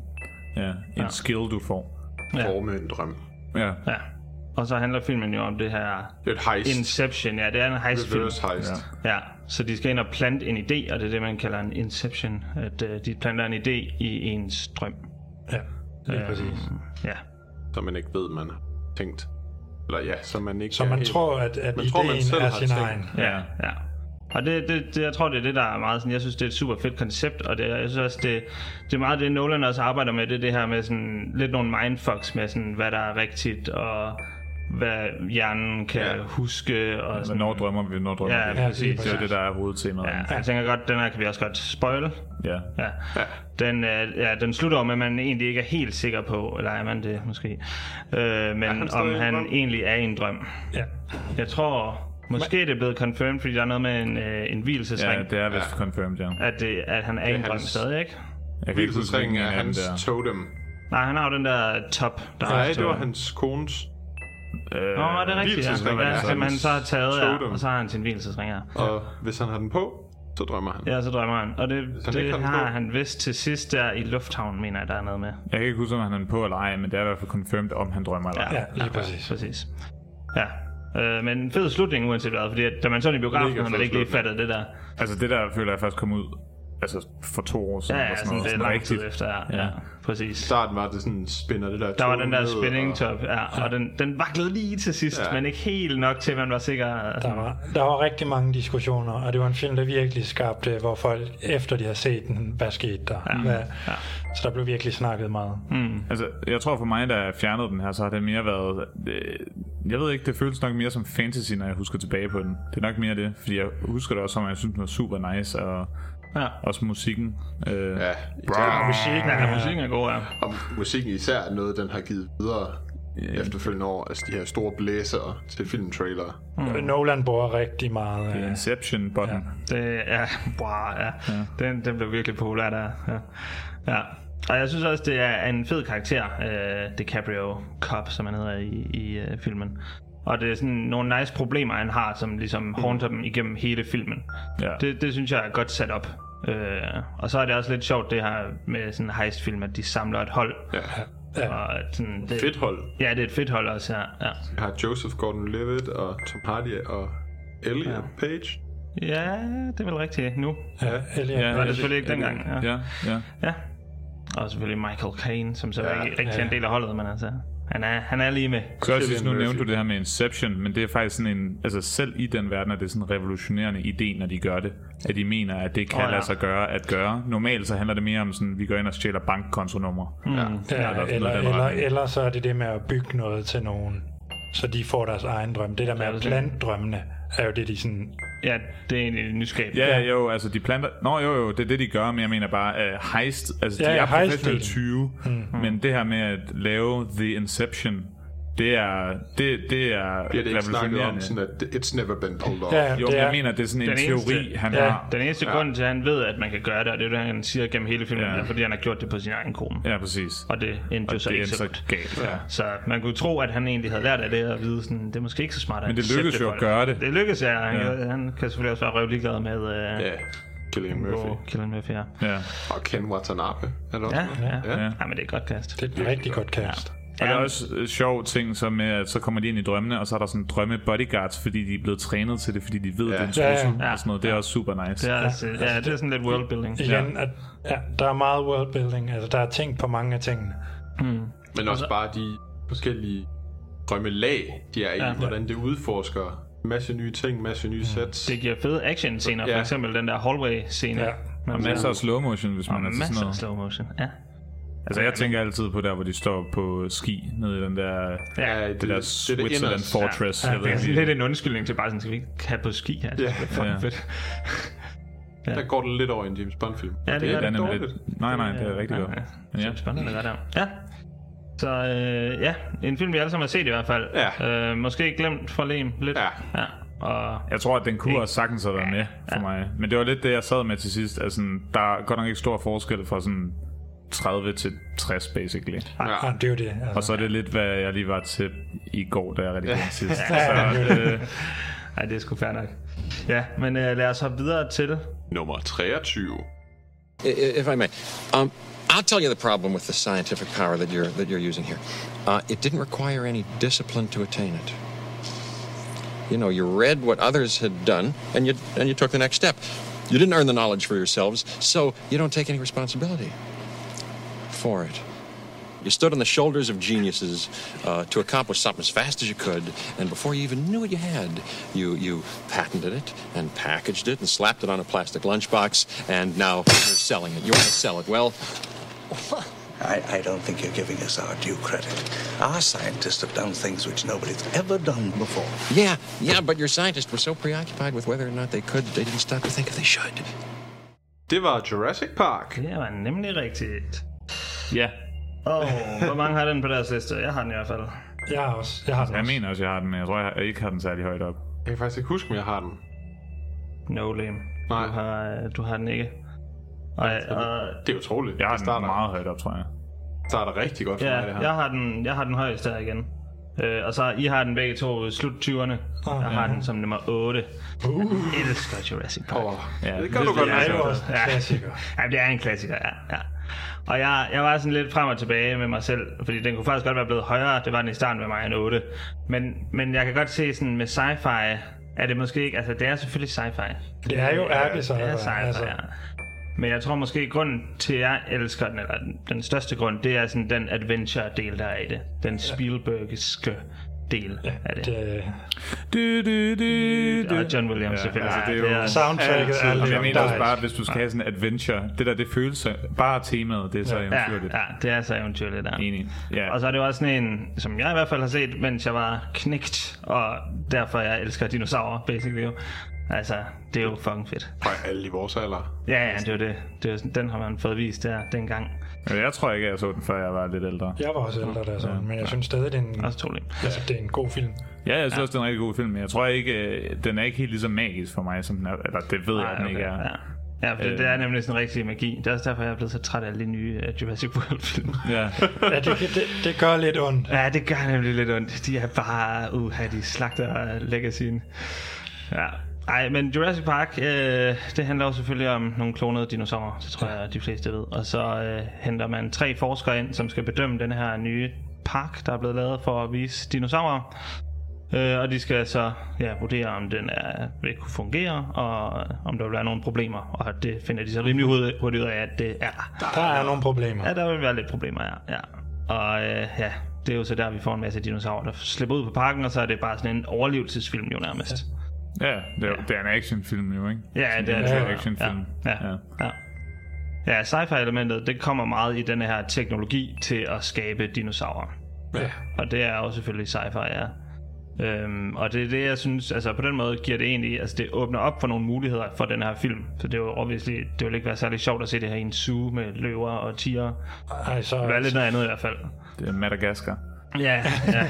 Speaker 3: Ja, en
Speaker 1: Ja.
Speaker 3: skill, du får.
Speaker 1: Ja.
Speaker 2: Forme en drøm.
Speaker 3: Ja.
Speaker 1: Ja. Og så handler filmen jo om det her
Speaker 2: Det er et heist.
Speaker 1: Inception. Ja, det er en heistfilm.
Speaker 2: Reverse heist.
Speaker 3: Ja.
Speaker 1: Ja, så de skal ind og plante en idé, og det er det, man kalder en inception. At uh, de planter en idé i ens drøm.
Speaker 4: Ja, lige
Speaker 1: Øhm,
Speaker 4: præcis.
Speaker 1: Ja.
Speaker 2: Så man ikke ved, man har tænkt. Eller ja, så man ikke
Speaker 4: Så
Speaker 2: er
Speaker 4: man
Speaker 2: helt-
Speaker 4: tror, at, at
Speaker 2: man
Speaker 4: ideen
Speaker 2: tror, man selv
Speaker 4: er
Speaker 2: har
Speaker 4: sin
Speaker 2: tænkt.
Speaker 4: egen.
Speaker 1: Ja, ja. Og det, det, det, jeg tror, det er det, der er meget sådan, jeg synes, det er et super fedt koncept, og det, jeg synes også, det, det er meget det, Nolan også arbejder med, det er det her med sådan, lidt nogle mindfucks med sådan, hvad der er rigtigt, og hvad hjernen kan
Speaker 2: Ja.
Speaker 1: huske, og sådan.
Speaker 3: Hvornår drømmer vi, hvornår drømmer
Speaker 1: Ja,
Speaker 3: vi?
Speaker 1: præcis.
Speaker 3: Det er jo det, der er hovedtemaet.
Speaker 1: Ja, jeg tænker godt, den her kan vi også godt spoil.
Speaker 3: Ja.
Speaker 1: Ja. Den, øh, ja, den slutter om, at man egentlig ikke er helt sikker på, eller er man det måske, øh, men
Speaker 2: han stadig
Speaker 1: om
Speaker 2: i en
Speaker 1: han
Speaker 2: drøm?
Speaker 1: egentlig er i en drøm.
Speaker 4: Ja.
Speaker 1: Jeg tror, måske det er blevet confirmed, fordi der er noget med en, øh, en
Speaker 3: Ja,
Speaker 1: hvilesesring,
Speaker 3: det er vist confirmed, ja.
Speaker 1: at, det, at han er i en drøm
Speaker 2: hans-
Speaker 1: stadig, ikke?
Speaker 3: Jeg kan ikke huske,
Speaker 2: Hvilesesringen
Speaker 3: hvilken
Speaker 2: er
Speaker 3: af dem
Speaker 2: hans
Speaker 3: der.
Speaker 2: totem.
Speaker 1: Nej, han har jo den der top, der
Speaker 2: Nej,
Speaker 1: har
Speaker 2: det
Speaker 1: stået.
Speaker 2: var hans kones.
Speaker 3: Øh,
Speaker 1: Nå, det er rigtigt, ja.
Speaker 2: hvilesesringen er
Speaker 1: Ja, som han
Speaker 2: hans
Speaker 1: så har taget, ja,
Speaker 2: totem.
Speaker 1: og så har han sin hvilesesring her.
Speaker 2: Og hvis han har den på, så drømmer han.
Speaker 1: Ja, så drømmer han. Og det,
Speaker 2: han
Speaker 1: det
Speaker 2: ikke har den
Speaker 1: har
Speaker 2: på?
Speaker 1: han vist til sidst der i lufthavnen, mener jeg, der er noget med.
Speaker 3: Jeg kan ikke huske, om han er på eller ej, men det er i hvert fald confirmed, om han drømmer eller ej.
Speaker 4: Ja, lige præcis.
Speaker 1: Præcis. Ja. Øh, men en fed slutning uanset hvad, fordi at, da man så i biografen,
Speaker 2: Mega
Speaker 1: havde man
Speaker 2: fed
Speaker 1: ikke lige
Speaker 2: slutning.
Speaker 1: fattet det der.
Speaker 3: Altså det der føler jeg først kom ud altså for to år siden.
Speaker 1: Ja,
Speaker 3: eller
Speaker 1: ja,
Speaker 3: sådan
Speaker 1: sådan,
Speaker 3: noget,
Speaker 1: det er
Speaker 3: sådan
Speaker 1: lang tid
Speaker 3: rigtigt.
Speaker 1: efter, ja.
Speaker 3: Ja.
Speaker 1: ja. Præcis.
Speaker 2: I starten var det sådan, spænder det der
Speaker 1: Der var
Speaker 2: tog
Speaker 1: den der
Speaker 2: ned,
Speaker 1: spinning
Speaker 2: og-
Speaker 1: top, ja, og den, den vaklede lige til sidst,
Speaker 2: Ja.
Speaker 1: men ikke helt nok til, at man var sikker.
Speaker 4: Der var, der var rigtig mange diskussioner, og det var en film, der virkelig skabte, hvor folk, efter de har set den, hvad skete der? Ja. Hvad,
Speaker 1: Ja.
Speaker 4: Så der blev virkelig snakket meget.
Speaker 1: Mm.
Speaker 3: Altså, jeg tror for mig, da jeg fjernede den her, så har det mere været... Øh, jeg ved ikke, det føles nok mere som fantasy, når jeg husker tilbage på den. Det er nok mere det, fordi jeg husker det også som, at jeg synes, den var super nice, og
Speaker 1: Ja.
Speaker 3: også musikken. Øh,
Speaker 2: Ja,
Speaker 1: Ja, musikken, ja, musikken er god, ja.
Speaker 2: og musikken især er noget, den har givet videre efterfølgende år. Altså de her store blæser til filmtrailere.
Speaker 4: Mm. Nolan bruger rigtig meget.
Speaker 3: det er
Speaker 4: Øh,
Speaker 3: Inception button.
Speaker 1: Det er, wow, ja. ja. Den, den blev virkelig populær der. Ja. ja. Og jeg synes også, det er en fed karakter, uh, DiCaprio Cop, som han hedder i, i uh, filmen. Og det er sådan nogle nice problemer, han har, som ligesom haunter dem igennem hele filmen.
Speaker 3: Ja.
Speaker 1: Det, det synes jeg er godt sat op. Uh, og så er det også lidt sjovt, det her med sådan en heistfilm, at de samler et hold.
Speaker 2: Ja.
Speaker 4: ja.
Speaker 1: Og at sådan, det,
Speaker 2: Fedt hold.
Speaker 1: Ja, det er et fedt hold også, ja. Ja,
Speaker 2: Jeg har Joseph Gordon-Levitt og Tom Hardy og Elliot
Speaker 1: Ja.
Speaker 2: Page.
Speaker 1: ja det er vel rigtigt nu.
Speaker 4: Ja, Elliot.
Speaker 3: Ja,
Speaker 1: Det var det selvfølgelig ikke dengang. Ja.
Speaker 3: Ja, ja.
Speaker 1: Ja. Og selvfølgelig Michael Caine, som så
Speaker 2: Ja,
Speaker 1: ja, ikke rigtig er
Speaker 4: ja.
Speaker 1: en del af holdet, men altså, han er, han er lige med.
Speaker 3: Så jeg synes,
Speaker 2: Cillian
Speaker 3: nu
Speaker 2: Murphy.
Speaker 3: nævnte du det her med Inception, men det er faktisk sådan en, altså selv i den verden er det sådan en revolutionerende idé, når de gør det, at de mener, at det kan
Speaker 1: Åh,
Speaker 3: oh,
Speaker 1: ja.
Speaker 3: lade sig gøre at gøre. Normalt så handler det mere om sådan, vi går ind og stjæler bankkontonummer.
Speaker 1: Mm.
Speaker 2: Ja.
Speaker 4: Ja,
Speaker 3: eller sådan
Speaker 4: eller,
Speaker 3: noget i den
Speaker 4: eller,
Speaker 3: retning.
Speaker 4: eller så er det det med at bygge noget til nogen, så de får deres egen drøm. Det der med
Speaker 1: Ja,
Speaker 4: at
Speaker 1: det er
Speaker 4: plante drømmene, er jo det, de sådan...
Speaker 1: Ja, det er egentlig nyskab.
Speaker 3: Ja, jo, altså de planter... Nå jo, jo, det er det, de gør, men jeg mener bare uh, heist. Altså,
Speaker 4: Ja,
Speaker 3: de
Speaker 4: ja,
Speaker 3: er professionelle
Speaker 4: heist-delen.
Speaker 3: tyve, mm. men det her med at lave The Inception, det er, det, det er
Speaker 2: Bliver det ikke snakket om
Speaker 3: revolutionerende.
Speaker 2: sådan, at it's never been pulled off?
Speaker 4: Ja,
Speaker 3: Jo,
Speaker 4: det
Speaker 3: men
Speaker 4: er,
Speaker 3: jeg mener, det er sådan en
Speaker 1: Den
Speaker 3: teori,
Speaker 1: eneste-
Speaker 3: han
Speaker 4: ja,
Speaker 3: har.
Speaker 1: Den eneste
Speaker 2: Ja.
Speaker 1: grund til, at han ved, at man kan gøre det, og det er det, han siger gennem hele filmen,
Speaker 3: Ja.
Speaker 1: ja. fordi han har gjort det på sin egen kone.
Speaker 3: Ja, præcis.
Speaker 1: Og det endte jo
Speaker 3: Og
Speaker 1: så
Speaker 3: det
Speaker 1: ikke
Speaker 3: endte
Speaker 1: så
Speaker 3: så
Speaker 1: godt.
Speaker 3: galt, ja.
Speaker 1: Så man kunne tro, at han egentlig havde lært af det, og vide sådan, det er måske ikke så smart at
Speaker 3: Men det
Speaker 1: accepte
Speaker 3: lykkedes jo at
Speaker 1: folk.
Speaker 3: gøre det.
Speaker 1: Det lykkedes, ja. Han,
Speaker 3: Ja.
Speaker 1: ja. han kan selvfølgelig også være røvlig glad med uh,
Speaker 2: Ja, Cillian Murphy.
Speaker 1: Cillian Murphy, ja.
Speaker 3: Ja.
Speaker 2: Og Ken Watanabe. Er det også
Speaker 1: Ja,
Speaker 2: med?
Speaker 1: ja.
Speaker 2: Ja.
Speaker 1: ja. ja men det er et godt kast.
Speaker 4: det er et rigtig godt cast.
Speaker 3: Og der er også øh, sjov ting, så med, at så kommer de ind i drømmene, og så er der sådan drømme bodyguards, fordi de er blevet trænet til det, fordi de ved,
Speaker 2: Ja.
Speaker 3: det er en
Speaker 4: Ja,
Speaker 3: trussel
Speaker 1: ja.
Speaker 3: og sådan noget. Det er også super nice.
Speaker 1: Det er, altså, ja, det er sådan lidt worldbuilding.
Speaker 4: Igen, at, ja, der er meget worldbuilding. Altså, der er ting på mange af tingene.
Speaker 1: Mm.
Speaker 2: Men også bare de forskellige drømmelag, de er i.
Speaker 1: Ja.
Speaker 2: Hvordan det udforsker masse nye ting, masse nye sets.
Speaker 1: Det giver fede action-scener,
Speaker 2: Ja.
Speaker 1: for eksempel den der hallway-scene.
Speaker 4: Ja.
Speaker 1: Man
Speaker 3: Og masser af slow motion, hvis
Speaker 1: og
Speaker 3: man er til sådan
Speaker 1: masser af
Speaker 3: noget.
Speaker 1: slow motion. Ja.
Speaker 3: Altså, jeg tænker altid på der, hvor de står på ski, nede i den der,
Speaker 1: Ja,
Speaker 3: det, det der Switzerland
Speaker 2: inderste.
Speaker 3: Fortress.
Speaker 1: Ja,
Speaker 3: Jeg
Speaker 1: det
Speaker 3: ved
Speaker 1: er sådan
Speaker 3: ikke.
Speaker 1: lidt en undskyldning til bare sådan, skal vi ikke have på ski her? Det er
Speaker 2: Ja.
Speaker 1: fucking
Speaker 3: Ja.
Speaker 1: fedt. Ja.
Speaker 2: Der går det lidt over i en James Bond-film.
Speaker 1: Ja, det
Speaker 2: det
Speaker 1: gør
Speaker 2: er
Speaker 1: det.
Speaker 3: er
Speaker 2: ikke
Speaker 3: nemlig
Speaker 2: dårligt.
Speaker 3: lidt. Nej, nej, det er rigtig
Speaker 1: ja,
Speaker 3: godt.
Speaker 1: Ja,
Speaker 3: Men
Speaker 1: det
Speaker 3: ja.
Speaker 1: er spændende, det der. Ja. Så øh, ja, en film, vi alle sammen har set i hvert fald.
Speaker 2: Ja.
Speaker 1: Øh, måske glemt for Lem lidt.
Speaker 2: Ja.
Speaker 1: ja. Og
Speaker 3: Jeg tror, at den kunne
Speaker 1: Ikke?
Speaker 3: også sagtens have været med for mig. Men det var lidt det, jeg sad med til sidst. Altså, der er godt nok ikke stor forskel fra sådan tredive til tres, basically.
Speaker 2: Ja.
Speaker 4: Ja, det er jo det. Altså.
Speaker 3: Og så er det lidt, hvad jeg lige var til i går, da jeg redigerede sidst.
Speaker 4: Ja,
Speaker 3: Så,
Speaker 4: det er jo det.
Speaker 3: øh,
Speaker 1: ej, det er sgu fair nok. Ja, men øh, lad os hoppe videre til
Speaker 2: Nummer treogtyve.
Speaker 9: I- If I may, um, I'll tell you the problem with the scientific power that you're that you're using here. Uh, it didn't require any discipline to attain it. You know, you read what others had done, and you and you took the next step. You didn't earn the knowledge for yourselves, so you don't take any responsibility for it. You stood on the shoulders of geniuses uh, to accomplish something as fast as you could, and before you even knew what you had, you you patented it and packaged it and slapped it on a plastic lunchbox, and now you're selling it. You want to sell it. Well,
Speaker 10: I, I don't think you're giving us our due credit. Our scientists have done things which nobody's ever done before.
Speaker 9: Yeah, yeah, but your scientists were so preoccupied with whether or not they could, they didn't stop to think if they should.
Speaker 2: Det var Jurassic Park.
Speaker 1: Det var nemlig rigtigt.
Speaker 3: Ja.
Speaker 1: Åh, oh, hvor mange har den på deres liste? Jeg har den i hvert fald.
Speaker 4: Jeg har også. Jeg har den
Speaker 3: Jeg
Speaker 4: også.
Speaker 3: mener også, jeg har den, men jeg tror, jeg ikke har den særlig højt op.
Speaker 2: Jeg kan faktisk ikke huske, om jeg har den.
Speaker 1: No, Liam.
Speaker 2: Nej.
Speaker 1: Du har, du har den ikke. Og, og,
Speaker 2: Det er utroligt.
Speaker 3: Jeg har
Speaker 2: Det
Speaker 3: den
Speaker 2: starter,
Speaker 3: meget højt op, tror jeg.
Speaker 2: starter rigtig godt for mig, det
Speaker 1: ja,
Speaker 2: her.
Speaker 1: jeg har den, jeg har den højeste her igen. Øh, og så I har den begge to i slut tyverne.
Speaker 4: Oh,
Speaker 1: jeg har den som nummer otte. Uh. Jeg elsker Jurassic Park.
Speaker 2: Oh,
Speaker 3: Ja,
Speaker 2: det kan du godt
Speaker 4: Det er jo
Speaker 2: lide.
Speaker 4: også en klassiker.
Speaker 1: Ja, det er en klassiker, ja. ja. Og jeg, jeg var sådan lidt frem og tilbage med mig selv, fordi den kunne faktisk godt være blevet højere. Det var den i starten med mig en otte. Men, men jeg kan godt se sådan med sci-fi, er det måske ikke, altså det er selvfølgelig sci-fi.
Speaker 4: Det er jo ærke
Speaker 1: Det er
Speaker 4: sci-fi.
Speaker 1: sci-fi,
Speaker 4: Altså.
Speaker 1: ja. Men jeg tror måske, grunden til, at jeg elsker den, eller den, den største grund, det er sådan den adventure-del, der er i det. Den Spielbergske del
Speaker 4: Ja,
Speaker 1: af det.
Speaker 4: det
Speaker 3: Du, du, du, du.
Speaker 1: Og John Williams,
Speaker 3: Ja,
Speaker 1: selvfølgelig.
Speaker 3: altså, det er
Speaker 1: Ja,
Speaker 3: jo-
Speaker 1: det er,
Speaker 4: soundtracket er
Speaker 3: Og jeg mener også bare,
Speaker 4: legendarisk.
Speaker 3: hvis du skal have sådan en adventure, det der, det føles så- bare temaet, det er så
Speaker 4: Ja.
Speaker 3: eventyrligt.
Speaker 1: ja, ja, det er så eventyrligt, der.
Speaker 3: Enig. Ja.
Speaker 1: Og så er det jo også sådan en, som jeg i hvert fald har set, mens jeg var knægt, og derfor jeg elsker dinosaurer, basically jo. Altså, det er jo fucking fedt.
Speaker 2: For alle i vores alder.
Speaker 1: Ja, ja, det er jo det. det er jo sådan, den har man fået vist der dengang.
Speaker 3: Men jeg tror ikke, jeg så den, før jeg var lidt ældre.
Speaker 4: Jeg var også ældre der, sådan, men jeg synes stadig, det er en,
Speaker 1: Også troligt.
Speaker 4: altså, det er en god film.
Speaker 3: Ja, jeg synes også, det er en rigtig god film, men jeg tror ikke, øh, den er ikke helt lige så magisk for mig, som den er. Eller det ved jeg,
Speaker 1: Nej,
Speaker 3: den ikke
Speaker 1: okay,
Speaker 3: er.
Speaker 1: Ja. Ja, for det, det er nemlig sådan en rigtig magi. Det er også derfor, jeg er blevet så træt af alle de nye uh, Jurassic World-film.
Speaker 3: Ja.
Speaker 4: Ja, det, det, det gør lidt ondt.
Speaker 1: Ja, det gør nemlig lidt ondt. De er bare, uha, de slagter legacyen. Ja. Ej, men Jurassic Park, øh, det handler jo selvfølgelig om nogle klonede dinosaurer, det tror jeg, de fleste ved. Og så øh, henter man tre forskere ind, som skal bedømme den her nye park, der er blevet lavet for at vise dinosaurer. Øh, og de skal så ja, vurdere, om den er, vil kunne fungere, og om der vil være nogle problemer. Og det finder de så rimelig hurtigt ud af, at det er.
Speaker 4: Der er nogle problemer.
Speaker 1: Ja, der vil være lidt problemer, ja. ja. Og øh, ja, det er jo så der, vi får en masse dinosaurer, der slipper ud på parken, og så er det bare sådan en overlevelsesfilm jo nærmest.
Speaker 3: Ja, det er, det er en actionfilm jo, ikke?
Speaker 1: Ja, det er
Speaker 3: en
Speaker 1: det. Ja,
Speaker 3: actionfilm.
Speaker 1: ja, ja. ja. Ja, sci-fi-elementet, det kommer meget i den her teknologi til at skabe dinosaurer.
Speaker 4: Ja.
Speaker 1: Og det er jo selvfølgelig sci-fi, ja. Øhm, og det er det, jeg synes, altså på den måde giver det egentlig, altså det åbner op for nogle muligheder for den her film. Så det er jo obviously, det vil ikke være særlig sjovt at se det her i en zoo med løver og tiger.
Speaker 4: Ej, så,
Speaker 1: Det vil være lidt noget andet i hvert fald.
Speaker 3: Det er Madagaskar.
Speaker 1: Ja, ja.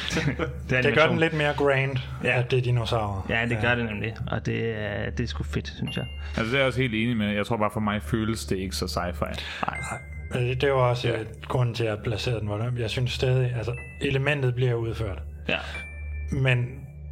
Speaker 1: det,
Speaker 4: det gør den lidt mere grand,
Speaker 1: Ja.
Speaker 4: ja. at det er dinosaurer.
Speaker 1: Ja, det gør det nemlig, og det er, det er sgu fedt, synes jeg.
Speaker 3: Altså det er jeg også helt enig med. Jeg tror bare for mig føles det ikke så sci-fi.
Speaker 1: Nej.
Speaker 4: Men Det, det var også ja. grunden til, at jeg placerede den, hvor den- jeg synes stadig, altså elementet bliver udført.
Speaker 1: Ja.
Speaker 4: Men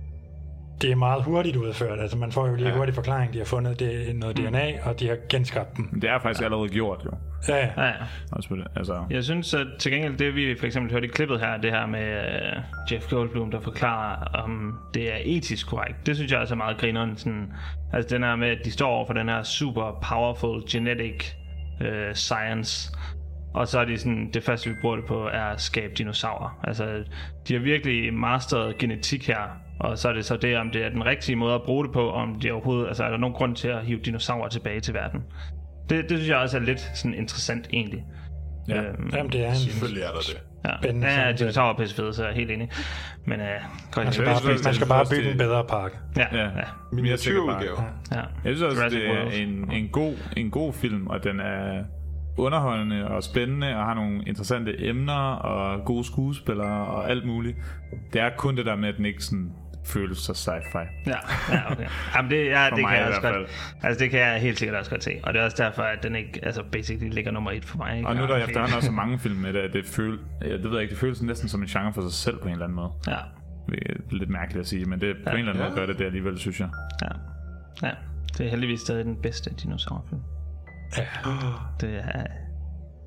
Speaker 4: det er meget hurtigt udført. Altså man får jo lige
Speaker 3: Ja.
Speaker 4: ja. hurtig forklaring. De har fundet det, noget D N A, og de har genskabt dem.
Speaker 3: Men det er faktisk ja. allerede gjort jo.
Speaker 4: Ja, ja.
Speaker 1: Ja, ja.
Speaker 3: Også på det. Altså,
Speaker 1: Jeg synes at til gengæld, det vi for eksempel hørte i klippet her, det her med uh, Jeff Goldblum, der forklarer, om det er etisk korrekt. Det synes jeg også er meget grineren. Sådan, altså den her med, at de står over for den her super powerful genetic uh, science, og så er de sådan, det første vi bruger det på, er at skabe dinosaurer. Altså, de har virkelig masteret genetik her, og så er det så det, om det er den rigtige måde at bruge det på, om det overhovedet, altså er der nogen grund til at hive dinosaurer tilbage til verden. Det, det synes jeg også er lidt sådan interessant egentlig.
Speaker 3: Ja.
Speaker 1: Øhm,
Speaker 4: Jamen, det er en
Speaker 2: Selvfølgelig er der det.
Speaker 1: Ja,
Speaker 4: spændende
Speaker 1: ja,
Speaker 4: samtale.
Speaker 1: dinosaurer er pissefede, så jeg er helt enig. Men uh,
Speaker 4: Man skal,
Speaker 3: Jeg
Speaker 4: bare,
Speaker 3: synes
Speaker 4: bygge,
Speaker 3: også,
Speaker 4: man skal
Speaker 3: det-
Speaker 4: bare
Speaker 3: det-
Speaker 4: bygge en bedre park.
Speaker 1: ja,
Speaker 3: Ja.
Speaker 1: ja, ja,
Speaker 2: Miniatyrudgave.
Speaker 1: ja.
Speaker 3: Jeg synes også,
Speaker 1: Jurassic
Speaker 3: det er
Speaker 1: World.
Speaker 3: en, en, god, en god film, og den er underholdende og spændende, og har nogle interessante emner, og gode skuespillere, og alt muligt. Det er kun det der med, at den ikke sådan føles så sci-fi.
Speaker 1: Ja, ja, okay. Jamen det, ja,
Speaker 3: For
Speaker 1: det
Speaker 3: mig
Speaker 1: kan
Speaker 3: i
Speaker 1: jeg også
Speaker 3: hvert
Speaker 1: godt. Altså det kan jeg helt sikkert også godt se. Og det er også derfor, at den ikke, altså basically ligger nummer et for mig. Ikke?
Speaker 3: Og nu er der
Speaker 1: Ja,
Speaker 3: efterhånden også så mange film med det, at det, føl, ja, det ved jeg ikke, det føles næsten som en genre for sig selv på en eller anden måde.
Speaker 1: Ja,
Speaker 3: Det er lidt mærkeligt at sige, men det, på en eller anden
Speaker 2: Ja.
Speaker 3: måde gør det det alligevel, synes jeg.
Speaker 1: ja, ja. Det er heldigvis stadig den bedste dinosaurfilm.
Speaker 4: Ja.
Speaker 1: Det er,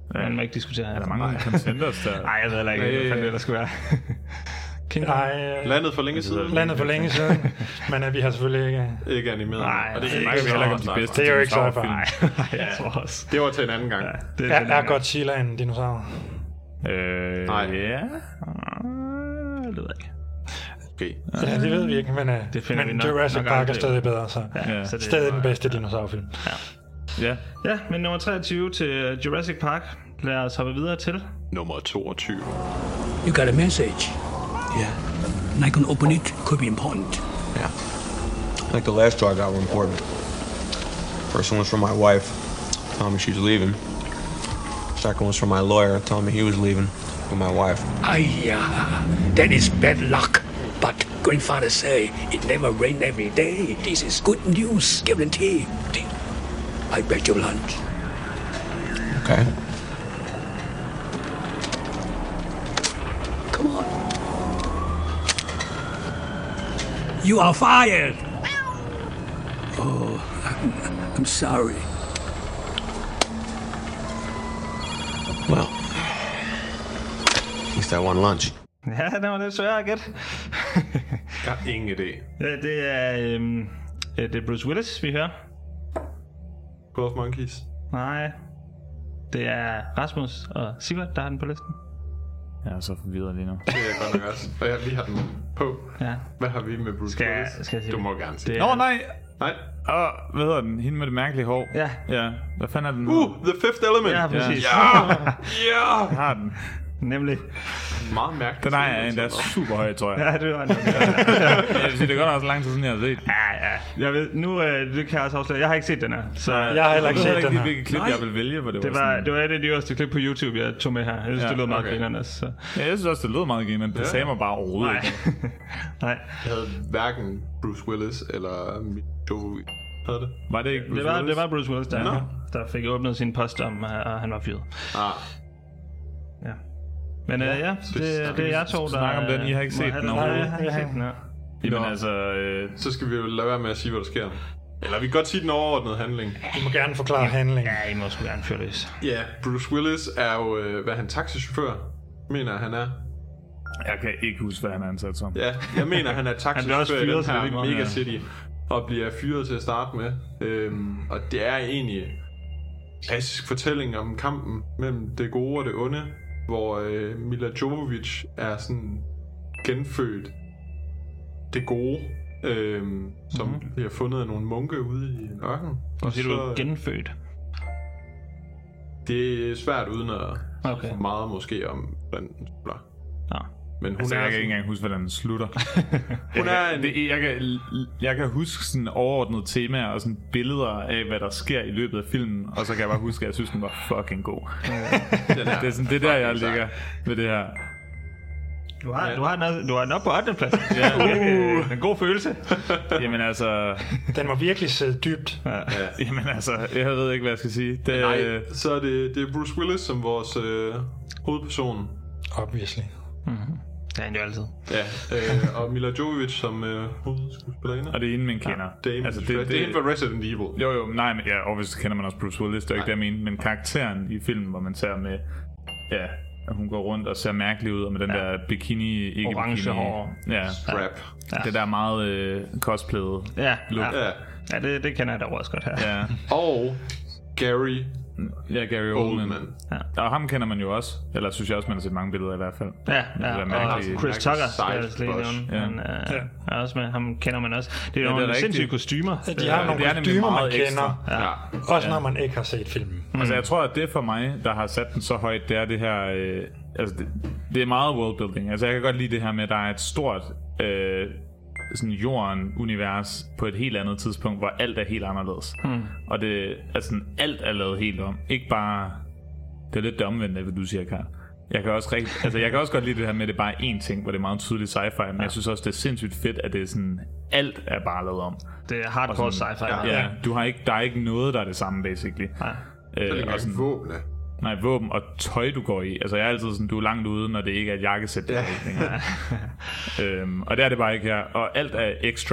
Speaker 1: man må ikke diskutere her.
Speaker 3: Er der mange contenders der?
Speaker 1: Nej, jeg ved heller ikke, hvad fanden det der skulle være.
Speaker 4: Nej,
Speaker 2: landet for længe siden.
Speaker 4: Landet for længe siden. Men uh, vi har selvfølgelig ikke...
Speaker 2: Ikke animeret.
Speaker 1: Nej,
Speaker 2: og det er
Speaker 3: ikke vi heller ikke de bedste.
Speaker 4: Det er jo ikke sci-fi.
Speaker 1: Nej, jeg tror også.
Speaker 2: Det var til en anden gang.
Speaker 1: Ja, det
Speaker 4: er, er, er Godzilla en dinosaur?
Speaker 3: Øh,
Speaker 2: Nej.
Speaker 3: Ja.
Speaker 1: Det ved jeg ikke.
Speaker 2: Okay.
Speaker 4: Ja, det ved vi ikke, men, uh,
Speaker 1: det men
Speaker 4: men Jurassic Park er stadig bedre, så,
Speaker 1: ja, så det
Speaker 4: stadig den bedste dinosaurfilm.
Speaker 1: Ja.
Speaker 3: Ja.
Speaker 1: Ja, men nummer treogtyve til Jurassic Park. Lad os hoppe videre til
Speaker 2: nummer toogtyve.
Speaker 11: You got a message.
Speaker 10: Yeah.
Speaker 11: And I can open it. Could be important.
Speaker 12: Yeah. Like the last two I got were important. First one was from my wife, telling me she's leaving. Second one was from my lawyer, telling me he was leaving with my wife.
Speaker 11: Aye, uh, that is bad luck. But grandfather say it never rain every day. This is good news, guarantee. I bet you lunch.
Speaker 12: Okay.
Speaker 11: Come on. You are fired. Oh, I'm, I'm sorry.
Speaker 12: Well, at least I won lunch.
Speaker 1: Ja, det var lidt svært at gætte.
Speaker 2: Jeg har ingen idé.
Speaker 1: Ja, det er, øhm, det er Bruce Willis, vi hører.
Speaker 2: twelve Monkeys.
Speaker 1: Nej, det er Rasmus og Sivert, der har den på listen.
Speaker 3: Jeg er så forvirret lige nu.
Speaker 2: Det er godt nok også. Og jeg lige har den på.
Speaker 1: Ja.
Speaker 2: Hvad har vi med Bruce
Speaker 1: skal,
Speaker 2: Willis?
Speaker 1: Skal jeg sige
Speaker 2: du
Speaker 1: det?
Speaker 2: må gerne sige
Speaker 3: det. Nå, nej!
Speaker 2: Nej.
Speaker 3: Åh, hvad hedder den? Hende med det mærkelige hår.
Speaker 1: Ja.
Speaker 3: Ja. Hvad fanden er den?
Speaker 2: Uh, The Fifth Element.
Speaker 1: Ja, præcis.
Speaker 2: Ja! Ja!
Speaker 3: Jeg har den.
Speaker 1: Nemlig.
Speaker 2: Meget mærkeligt.
Speaker 3: Den er endda super høj, tror jeg.
Speaker 1: Ja, det var nok.
Speaker 3: Jeg vil sige, det er godt nok så lang tid siden, jeg har set.
Speaker 1: Ja, ja. Jeg ved, nu øh, det kan jeg også afsløre. Jeg har ikke set den her. Så
Speaker 4: jeg har heller ikke set den her.
Speaker 3: Jeg ved ikke, hvilket klip jeg vil vælge, for det,
Speaker 1: det
Speaker 3: var
Speaker 1: var,
Speaker 3: sådan...
Speaker 1: det var et af de øverste klip på YouTube, jeg tog med her. Jeg synes, ja, det lød meget okay. Grinerne. Så.
Speaker 3: Ja, jeg synes også, det lød meget grinerne. Det ja. sagde mig bare overhovedet
Speaker 1: Nej.
Speaker 3: ikke.
Speaker 1: Nej.
Speaker 2: Jeg havde hverken Bruce Willis eller Joe. Havde det?
Speaker 3: Var det ikke Bruce
Speaker 1: det var,
Speaker 3: Willis?
Speaker 1: Det var Bruce Willis, der,
Speaker 2: no.
Speaker 1: der fik åbnet sin post om, at han var fyret.
Speaker 2: Ah.
Speaker 1: Ja. Men ja, øh, ja det, det, det er jeg to, der...
Speaker 3: Snakker om den, I har ikke set den
Speaker 1: overhovedet. Nej, jeg har ikke set den her.
Speaker 3: Jamen altså... Øh...
Speaker 2: Så skal vi jo lade være med at sige, hvad der sker. Eller vi kan godt sige den overordnede handling.
Speaker 4: I må gerne forklare ja, handlingen.
Speaker 1: Ja, I må sgu gerne føre løs.
Speaker 2: Ja, Bruce Willis er jo, øh, hvad han, taxichauffør, mener han er.
Speaker 3: Jeg kan ikke huske, hvad han er ansat som.
Speaker 2: Ja, jeg mener, han er taxichauffør i den her Mega City. Og bliver fyret til at starte med. Øhm, og det er egentlig en klassisk fortælling om kampen mellem det gode og det onde, hvor øh, Mila Jovovich er sådan genfødt det gode, øh, som mm-hmm. bliver fundet af nogle munke ude i en ørken.
Speaker 1: Og siger du genfødt?
Speaker 2: Det er svært uden at
Speaker 1: okay.
Speaker 2: meget måske om hvordan den slutter.
Speaker 1: Ja.
Speaker 2: Men hun
Speaker 3: altså,
Speaker 2: er
Speaker 3: jeg kan
Speaker 2: sådan...
Speaker 3: ikke engang huske, hvordan den slutter.
Speaker 2: hun
Speaker 3: jeg,
Speaker 2: er
Speaker 3: kan,
Speaker 2: en...
Speaker 3: det, jeg, kan, jeg kan huske sådan overordnede temaer og sådan billeder af, hvad der sker i løbet af filmen, og så kan jeg bare huske, at jeg synes, den var fucking god. den er, det er sådan det der, jeg ligger ved det her.
Speaker 1: Du har, ja. du har, den, du har den op på ottende plads. Ja. Uh. En god følelse.
Speaker 3: Jamen altså...
Speaker 4: Den må virkelig sidde dybt.
Speaker 3: Ja. Ja. Jamen altså, jeg ved ikke, hvad jeg skal sige. Det,
Speaker 2: nej, så er det, det er Bruce Willis som vores øh, hovedperson.
Speaker 4: Obviously.
Speaker 1: Mm-hmm. Det er han jo altid.
Speaker 2: Ja, øh, og Mila Jovovich som øh, hovedskuespillerinde.
Speaker 3: Og det er inden man kender.
Speaker 2: Ja, det er altså, det, det, det er for Resident Evil.
Speaker 3: Jo jo, nej, men ja, obviously kender man også Bruce Willis, det er ikke det, jeg mener. Men karakteren i filmen, hvor man ser med... Ja, hun går rundt og ser mærkelig ud, og med den ja. der bikini, ikke
Speaker 1: orange
Speaker 3: bikini.
Speaker 1: hår.
Speaker 2: Ja. Strap.
Speaker 3: Ja. Det der meget øh, cosplayet
Speaker 1: ja.
Speaker 3: look.
Speaker 1: Ja, ja det, det kender jeg da også godt her.
Speaker 3: Ja.
Speaker 2: Og Gary
Speaker 3: Ja, Gary Oldman. Oldman. Ja. Og ham kender man jo også. Eller synes jeg også, man har set mange billeder i hvert fald.
Speaker 1: Ja, ja. Og mærkelige, Chris Tucker skal jeg lige nævne.
Speaker 3: Ja.
Speaker 1: Men, uh, ja. er også med. Ham kender man også. Det er jo ja, nogle sindssyge kostymer.
Speaker 4: Ja, de har nogle
Speaker 3: det
Speaker 4: kostymer, man kender. Ja.
Speaker 3: Ja.
Speaker 4: Også
Speaker 3: ja.
Speaker 4: når man ikke har set filmen.
Speaker 3: Mm. Altså jeg tror, at det for mig, der har sat den så højt, det er det her... Øh, altså det, det er meget worldbuilding. Altså jeg kan godt lide det her med, at der er et stort... Øh, sådan jorden-univers på et helt andet tidspunkt, hvor alt er helt anderledes. Hmm. Og det, altså alt er lavet helt om. Ikke bare... Det er lidt det omvendte, hvad du siger, Karl. Jeg kan også rigt, altså jeg kan også godt lide det her med, at det er bare én ting, hvor det er meget tydeligt sci-fi, men ja. jeg synes også, det er sindssygt fedt, at det er sådan... Alt er bare lavet om.
Speaker 1: Det er hardcore sådan, sci-fi.
Speaker 3: Ja, ja, du har ikke, der er ikke noget, der er det samme, basically.
Speaker 1: Nej.
Speaker 2: Øh, det er ikke sådan våben.
Speaker 3: Nej, våben og tøj, du går i. Altså, jeg er altid sådan, du er langt ude, når det ikke er et jakkesæt.
Speaker 2: Ja.
Speaker 3: øhm, og det er det bare ikke her. Og alt er ekstra.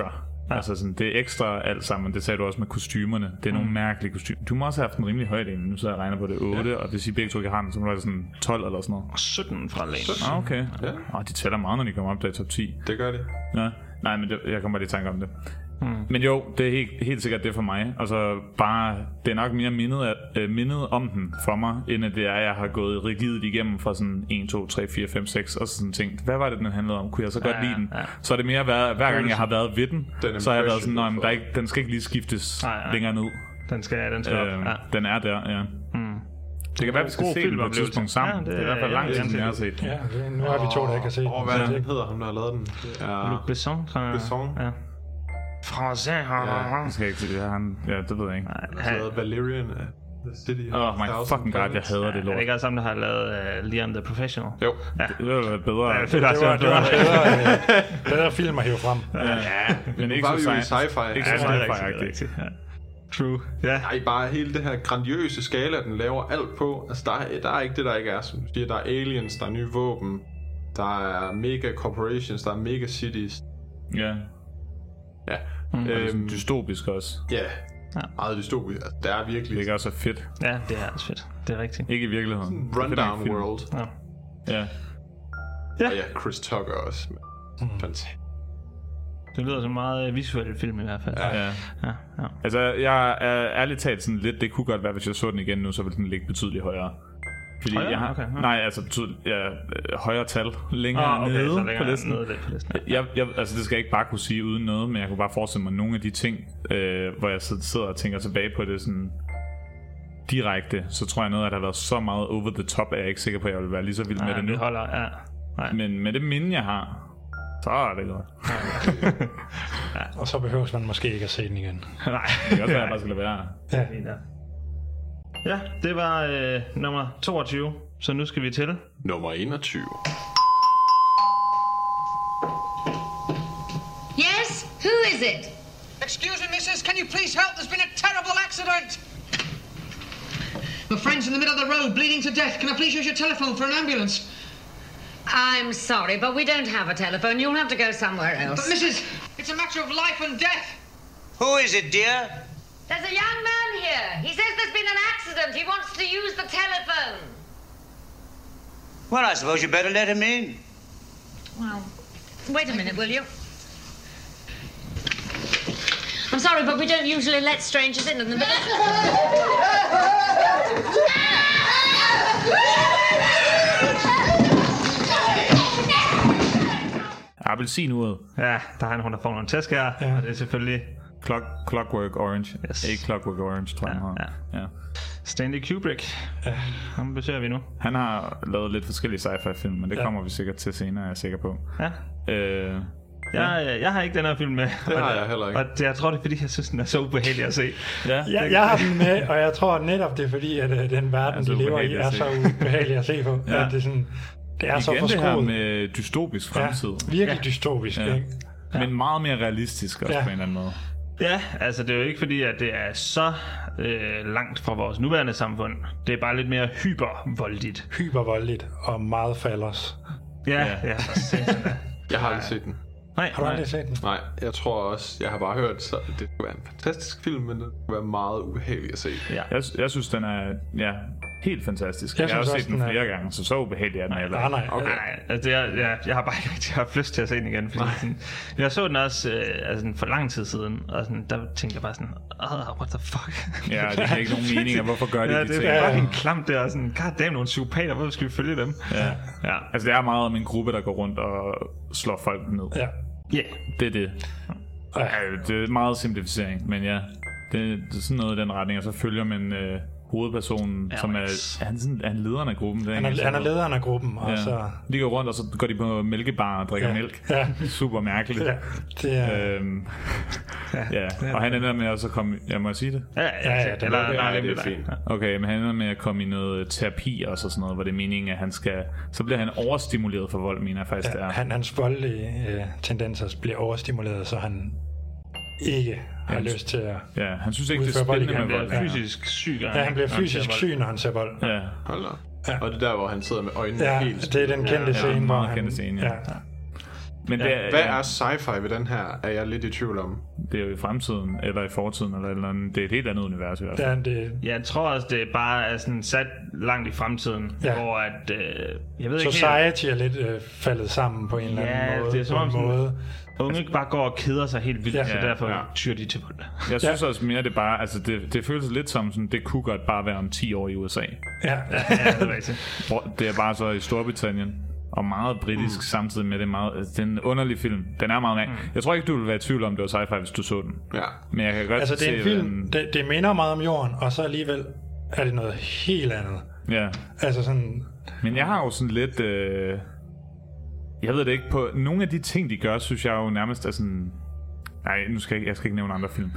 Speaker 3: Ja. Altså sådan, det er ekstra alt sammen. Det sagde du også med kostymerne. Det er mm. nogle mærkelige kostymer. Du må også have haft en rimelig højt en. Nu så jeg regner på det otte, ja. Og hvis I begge to ikke har den, så må det være sådan tolv eller sådan noget.
Speaker 1: sytten fra lægen.
Speaker 3: Ah, okay. Ja. Oh, de tæller meget, når de kommer op der i top ti.
Speaker 2: Det gør de.
Speaker 3: Ja. Nej, men det, jeg kommer bare lige i tanke om det. Hmm. Men jo, det er helt, helt sikkert det for mig. Og så bare, det er nok mere mindet, af, øh, mindet om den for mig, end at det er, at jeg har gået rigidt igennem fra sådan en, to, tre, fire, fem, seks, og så sådan tænkt, hvad var det, den handlede om? Kunne jeg så godt ja, lide den? Ja. Så er det mere, hver, hver gang jeg har været ved den, den så har jeg været sådan, nej, men der er ikke, den skal ikke lige skiftes nej, nej. længere ned.
Speaker 1: Den skal, den skal
Speaker 3: øh,
Speaker 1: op. Ja.
Speaker 3: Den er der, ja. Hmm. Det kan være, at vi skal se den på et tidspunkt sammen. Ja, det, det er i hvert fald langt siden, jeg har set den.
Speaker 4: Ja, nu har vi to, der ikke har set den.
Speaker 2: Åh, hvad er det, den hedder, ham der har lavet den?
Speaker 1: Det er Luc Besson.
Speaker 2: Besson.
Speaker 1: Ja. Français,
Speaker 3: ja, jeg skal ikke sige det. Han, ja, det ved jeg ikke.
Speaker 2: Han har lavet Valerian af The City.
Speaker 3: Oh my fucking god, jeg hader det lort.
Speaker 1: Er det ikke også sammen, der har lavet uh, Liam the Professional?
Speaker 2: Jo.
Speaker 3: Ja. Det ville være bedre.
Speaker 1: Ja,
Speaker 3: det,
Speaker 1: det,
Speaker 4: det var bedre, bedre film at hive frem.
Speaker 3: Ja, ja. Men ikke så
Speaker 2: sci-fi.
Speaker 3: Ikke så sci-fi-agtigt.
Speaker 1: True. Ja.
Speaker 2: Nej, bare hele det her grandiøse skala, den laver alt på. Altså, der er, der er ikke det, der ikke er. Som du siger, der er aliens, der er nye våben, der er mega corporations, der er mega cities.
Speaker 3: Ja.
Speaker 2: Ja.
Speaker 3: Mm. Øhm, dystopisk også.
Speaker 2: Ja. Ja. Meget dystopisk. Altså, det er virkelig...
Speaker 3: Det er også fedt.
Speaker 1: Ja, det er også fedt. Det er rigtigt.
Speaker 3: Ikke i virkeligheden.
Speaker 2: Rundown world.
Speaker 1: Ja.
Speaker 3: Ja.
Speaker 2: Ja. Og ja, Chris Tucker også. Mm. Fantastisk.
Speaker 1: Det lyder som en meget visuel film i hvert fald.
Speaker 3: Ja. Ja. Ja, ja. Altså, jeg er ærligt talt sådan lidt... Det kunne godt være, hvis jeg så den igen nu, så ville den ligge betydeligt højere. Fordi
Speaker 1: højere?
Speaker 3: Jeg har,
Speaker 1: okay, ja.
Speaker 3: Nej, altså betydeligt... Ja, højere tal længere
Speaker 1: oh, okay,
Speaker 3: nede,
Speaker 1: længere
Speaker 3: på listen.
Speaker 1: Nede på listen. Ja.
Speaker 3: Jeg, jeg, altså, det skal jeg ikke bare kunne sige uden noget, men jeg kunne bare forestille mig nogle af de ting, øh, hvor jeg sidder og tænker tilbage på det sådan... direkte, så tror jeg noget, at der har været så meget over the top, at jeg er ikke sikker på, at jeg vil være lige så vild
Speaker 1: nej,
Speaker 3: med det nu.
Speaker 1: Det holder, ja. Nej.
Speaker 3: Men med det minde, jeg har, så er det godt.
Speaker 4: Ja. Og så behøves man måske ikke at se den igen.
Speaker 1: Nej.
Speaker 3: Det kan også være, at jeg bare skal lade være.
Speaker 4: Ja.
Speaker 1: Ja, det var øh, nummer toogtyve, så nu skal vi til
Speaker 2: nummer enogtyve.
Speaker 13: Yes? Who is it?
Speaker 14: Excuse me, missus, can you please help? There's been a terrible accident. My friend's in the middle of the road, bleeding to death. Can I please use your telephone for an ambulance?
Speaker 13: I'm sorry, but we don't have a telephone. You'll have to go somewhere else.
Speaker 14: But, missus, it's a matter of life and death.
Speaker 15: Who is it, dear?
Speaker 13: There's a young man here. He says there's been an accident. He wants to use the telephone.
Speaker 15: Well, I suppose you better let him in.
Speaker 13: Well, wait a minute, will you? I'm sorry, but we don't usually let strangers in in the middle.
Speaker 3: Appelsinuret.
Speaker 1: Ja, der er en, hun får nogle tæsk her, ja. Og det er selvfølgelig...
Speaker 3: Clock, Clockwork Orange.
Speaker 1: Yes.
Speaker 3: Ikke Clockwork Orange, tror jeg.
Speaker 1: Ja, ja. Ja. Stanley Kubrick. Ja. Ham besøger vi nu.
Speaker 3: Han har lavet lidt forskellige sci-fi-film, men det ja. kommer vi sikkert til senere, er jeg sikker på.
Speaker 1: Ja.
Speaker 3: Øh,
Speaker 1: Jeg, ja. jeg har ikke den her film med.
Speaker 2: Det har jeg heller ikke.
Speaker 1: Og det, jeg tror, det er fordi, jeg synes, den er så ubehagelig at se.
Speaker 4: Ja. Jeg, jeg har den med, og jeg tror netop, det er fordi, at uh, den verden, de lever i, er så ubehagelig at se på. Ja. At det er sådan, det er
Speaker 3: igen
Speaker 4: så forskruet.
Speaker 3: Det her med dystopisk fremtid.
Speaker 4: Ja, virkelig ja. dystopisk,
Speaker 3: ja.
Speaker 4: Ikke?
Speaker 3: Ja. Men meget mere realistisk også ja. på en eller anden måde.
Speaker 1: Ja, altså det er jo ikke fordi, at det er så øh, langt fra vores nuværende samfund. Det er bare lidt mere hypervoldigt.
Speaker 4: Hypervoldigt og meget falders.
Speaker 1: Ja, ja. ja
Speaker 2: jeg har aldrig set den.
Speaker 1: Nej,
Speaker 4: har du aldrig set den?
Speaker 2: Nej, jeg tror også, jeg har bare hørt, så det skulle være en fantastisk film, men det skulle være meget ubehagelig at se.
Speaker 3: Ja. Jeg, jeg synes, den er ja, helt fantastisk. Jeg, jeg har også set den flere er... gange, så så ubehagelig er den heller.
Speaker 1: Nej, nej, okay. nej. Altså, det er, jeg, jeg har bare ikke rigtig haft lyst til at se den igen. Fordi sådan, jeg så den også øh, altså, for lang tid siden, og sådan, der tænkte jeg bare sådan, oh, what the fuck?
Speaker 3: Ja, det er ikke nogen mening, hvorfor gør de
Speaker 1: ja,
Speaker 3: de ting?
Speaker 1: Det er fucking klamt der, og sådan, god damn, nogle psykopater, hvorfor skal vi følge dem?
Speaker 3: Ja. Ja. Altså, det er meget om en gruppe, der går rundt og slår folk ned.
Speaker 4: Ja.
Speaker 1: Ja, yeah.
Speaker 3: Det er det. Ja, det er meget simplificering, men ja, det, det er sådan noget i den retning, og så følger man øh, hovedpersonen, ja, som er, er han, sådan, er han lederen af gruppen?
Speaker 4: Det han, er, han er lederen af gruppen, og
Speaker 3: ja.
Speaker 4: så...
Speaker 3: De går rundt, og så går de på mælkebar og drikker
Speaker 4: ja.
Speaker 3: mælk.
Speaker 4: Ja.
Speaker 3: Super mærkeligt.
Speaker 4: Ja, det er... Øhm,
Speaker 3: ja. ja, og han ender med at så komme... Jeg må jeg sige det?
Speaker 1: Ja, ja, ja, ja, det, Eller,
Speaker 2: det, nej, det er fint.
Speaker 3: Okay, men han ender med at komme i noget terapi og så sådan noget, hvor det er meningen, at han skal... Så bliver han overstimuleret for vold, mener jeg faktisk,
Speaker 4: ja,
Speaker 3: det er.
Speaker 4: Han, hans voldelige øh, tendenser bliver overstimuleret, så han ikke har han, lyst til at...
Speaker 3: Ja, han synes ikke, det er spændende med vold.
Speaker 1: Han bliver fysisk syg.
Speaker 4: Ja, han bliver fysisk syg, når han ser vold.
Speaker 3: Ja.
Speaker 2: Hold da. Ja. Og det der, hvor han sidder med øjnene
Speaker 4: ja,
Speaker 2: helt...
Speaker 4: det er den kendte
Speaker 3: ja,
Speaker 4: scene,
Speaker 3: ja,
Speaker 4: hvor
Speaker 3: han...
Speaker 4: han...
Speaker 3: Kendte scene, ja. Ja. Men
Speaker 2: ja.
Speaker 3: det er,
Speaker 2: Hvad er sci-fi ved den her, er jeg lidt i tvivl om.
Speaker 3: Det er jo i fremtiden, eller i fortiden, eller, eller andet. Det er et helt andet univers i hvert fald.
Speaker 4: Det er, det...
Speaker 1: Jeg tror også, det bare er sådan sat langt i fremtiden, ja. hvor at, øh, jeg ved ikke
Speaker 4: Society helt... er lidt øh, faldet sammen på en eller anden
Speaker 1: ja,
Speaker 4: måde.
Speaker 1: det er som om sådan,
Speaker 4: måde.
Speaker 1: Unge bare går og keder sig helt vildt, ja. så derfor ja. tyrer de til vold.
Speaker 3: Jeg synes ja. også mere, det bare, altså det, det føles lidt som sådan, det kunne godt bare være om ti år i U S A.
Speaker 4: Ja,
Speaker 1: ja, det er rigtigt.
Speaker 3: Det er bare så i Storbritannien. Og meget britisk mm. samtidig med det meget. Det er en underlig film. Den er meget mærkelig. Mm. Jeg tror ikke, du ville være i tvivl om, det var sci-fi, hvis du så den.
Speaker 2: Ja.
Speaker 3: Men jeg kan godt
Speaker 4: altså, det er en
Speaker 3: se,
Speaker 4: film,
Speaker 3: den...
Speaker 4: det, det minder meget om jorden, og så alligevel er det noget helt andet.
Speaker 3: Ja.
Speaker 4: Altså sådan...
Speaker 3: Men jeg har jo sådan lidt... Øh... Jeg ved det ikke. På nogle af de ting, de gør, synes jeg jo nærmest er sådan... Nej, nu skal jeg, jeg skal ikke nævne andre film.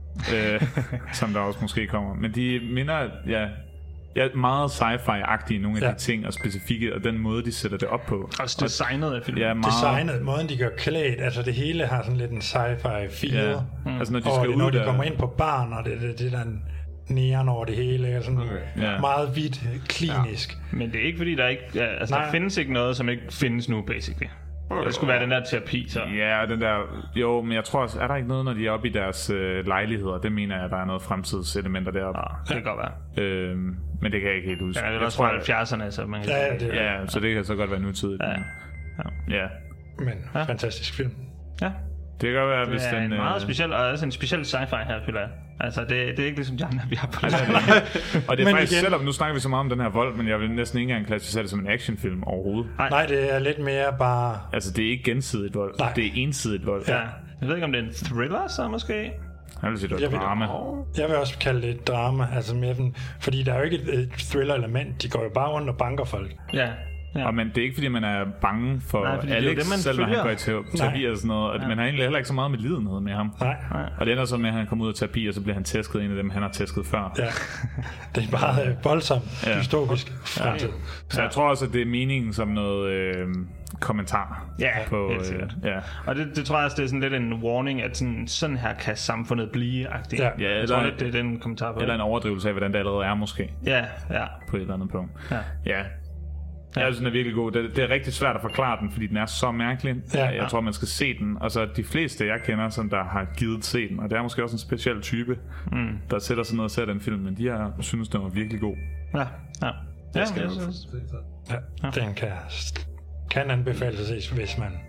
Speaker 3: øh, som der også måske kommer. Men de minder... Ja, jeg er meget sci-fi-agtige nogle af ja. de ting og specifikke, og den måde de sætter det op på.
Speaker 1: Også designet af filmen.
Speaker 4: Ja, meget... Designet, måden de gør klædt, altså det hele har sådan lidt en sci-fi feel. Ja.
Speaker 3: Mm. Altså når de
Speaker 4: og
Speaker 3: skal
Speaker 4: det,
Speaker 3: ud
Speaker 4: når de
Speaker 3: der...
Speaker 4: kommer ind på barn, og det, det, det der neon over det hele, og sådan okay. ja. meget hvidt, klinisk.
Speaker 1: Ja. Men det er ikke fordi, der ikke... Altså Nej. der findes ikke noget, som ikke findes nu, basically. Okay. Det skulle være den der terapi, så...
Speaker 3: Ja, den der... Jo, men jeg tror også... Er der ikke noget, når de er oppe i deres øh, lejligheder? Det mener jeg, der er noget fremtidselementer deroppe.
Speaker 1: Ja, det kan godt være.
Speaker 3: Øhm, men det kan jeg ikke helt huske.
Speaker 1: Ja, det er også fra halvfjerdserne, så man kan...
Speaker 3: Ja, det, ja, så det kan så godt være nutidigt.
Speaker 1: Ja.
Speaker 3: Ja. ja.
Speaker 4: Men ja. fantastisk film.
Speaker 1: Ja.
Speaker 3: Det kan godt være, hvis
Speaker 1: den... Det er
Speaker 3: den,
Speaker 1: en meget
Speaker 3: øh...
Speaker 1: speciel, og også en speciel sci-fi her, føler jeg. Altså, det, det er ikke ligesom de andre, vi har på det.
Speaker 3: Og det er men faktisk, igen... selvom nu snakker vi så meget om den her vold, men jeg vil næsten ikke engang klassificere det som en actionfilm overhovedet.
Speaker 4: Nej. Nej, det er lidt mere bare...
Speaker 3: Altså, det er ikke gensidigt vold. Nej. Det er ensidigt vold.
Speaker 1: Ja. Jeg ved ikke, om det er en thriller, så måske...
Speaker 3: Jeg vil sige, det er
Speaker 4: et
Speaker 3: drama.
Speaker 4: Jeg vil også kalde det et drama, altså mere den, fordi der er jo ikke et, et thriller-element. De går jo bare rundt og banker folk.
Speaker 1: Ja. Ja.
Speaker 3: Og men det er ikke fordi man er bange for Nej, Alex, det det, selvom han går i terapi og sådan noget, og ja. man har egentlig heller ikke så meget med lidenhed med ham.
Speaker 4: Nej.
Speaker 3: Og det ender så med, at han kommer ud af terapi, og så bliver han tæsket en af dem, han har tæsket før.
Speaker 4: Ja. Det er bare voldsomt ja. dystopisk fremtid.
Speaker 3: Ja. Så jeg tror også, at det er meningen som noget øh, kommentar.
Speaker 1: Ja,
Speaker 3: på,
Speaker 1: helt sikkert.
Speaker 3: Øh, ja.
Speaker 1: Og det, det tror jeg også, det er sådan lidt en warning, at sådan, sådan her kan samfundet blive-agtigt.
Speaker 3: Ja, ja,
Speaker 1: jeg tror lidt, det er den kommentar på.
Speaker 3: Eller en overdrivelse af, hvordan det allerede er måske.
Speaker 1: Ja, ja.
Speaker 3: På et eller andet punkt.
Speaker 1: Ja.
Speaker 3: Ja. Ja. Jeg synes, den er virkelig god. Det, det er rigtig svært at forklare den, fordi den er så mærkelig. Ja, jeg ja. tror, man skal se den. Og så de fleste, jeg kender, som der har givet se den, og det er måske også en speciel type, mm. der sætter sig ned og ser den film, men de har synes, den var virkelig god.
Speaker 1: Ja, ja.
Speaker 4: Ja, skal jeg ja, ja. Den kan, kan anbefales at ses, hvis man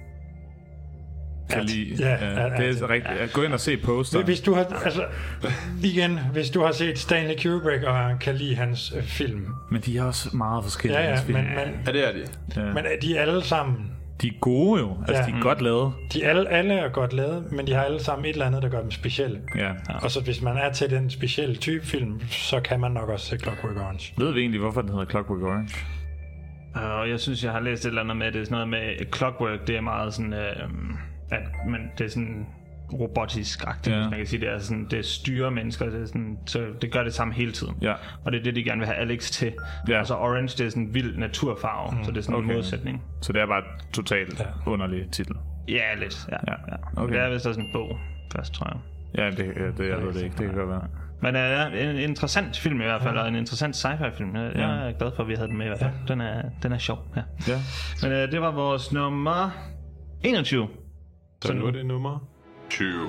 Speaker 3: kan lide. Ja, ja, ja, det er rigtigt. Ja. Gå ind og se posteren.
Speaker 4: Hvis du har, altså, igen, hvis du har set Stanley Kubrick og kan lide hans øh, film.
Speaker 3: Men de er også meget forskellige.
Speaker 4: Ja, ja,
Speaker 3: film.
Speaker 4: men, men,
Speaker 2: ja, det er de.
Speaker 4: Ja. Men er de alle sammen...
Speaker 3: De er gode jo. Altså, ja. de er godt lavet.
Speaker 4: De alle, alle er godt lavet, men de har alle sammen et eller andet, der gør dem specielle.
Speaker 3: Ja. Ja.
Speaker 4: Og så hvis man er til den specielle type film, så kan man nok også se Clockwork Orange.
Speaker 3: Ved vi egentlig, hvorfor den hedder Clockwork Orange?
Speaker 1: Og uh, jeg synes, jeg har læst et eller andet med, det er sådan noget med Clockwork, det er meget sådan... Uh, at men det er sådan robotisk-agtigt, ja. hvis man kan sige det. Er sådan, det styrer mennesker, det er sådan, så det gør det samme hele tiden.
Speaker 3: Ja.
Speaker 1: Og det er det, de gerne vil have Alex til. Ja. Og så Orange, det er sådan en vild naturfarve, mm. så det er sådan okay. en modsætning.
Speaker 3: Så det er bare totalt ja. underlig titel?
Speaker 1: Ja, lidt. Ja. Ja. Ja. Okay. Det er vist også en bog først, tror jeg.
Speaker 3: Ja, det, ja, det jeg ved det ikke. Det kan godt være.
Speaker 1: Men det er en interessant film i hvert fald, ja. og en interessant sci-fi film. Jeg ja. er glad for, at vi havde den med i hvert fald. Ja. Den er, den er sjov. Ja.
Speaker 3: Ja.
Speaker 1: Men uh, det var vores nummer enogtyve.
Speaker 2: Så nu er det nummer tyve.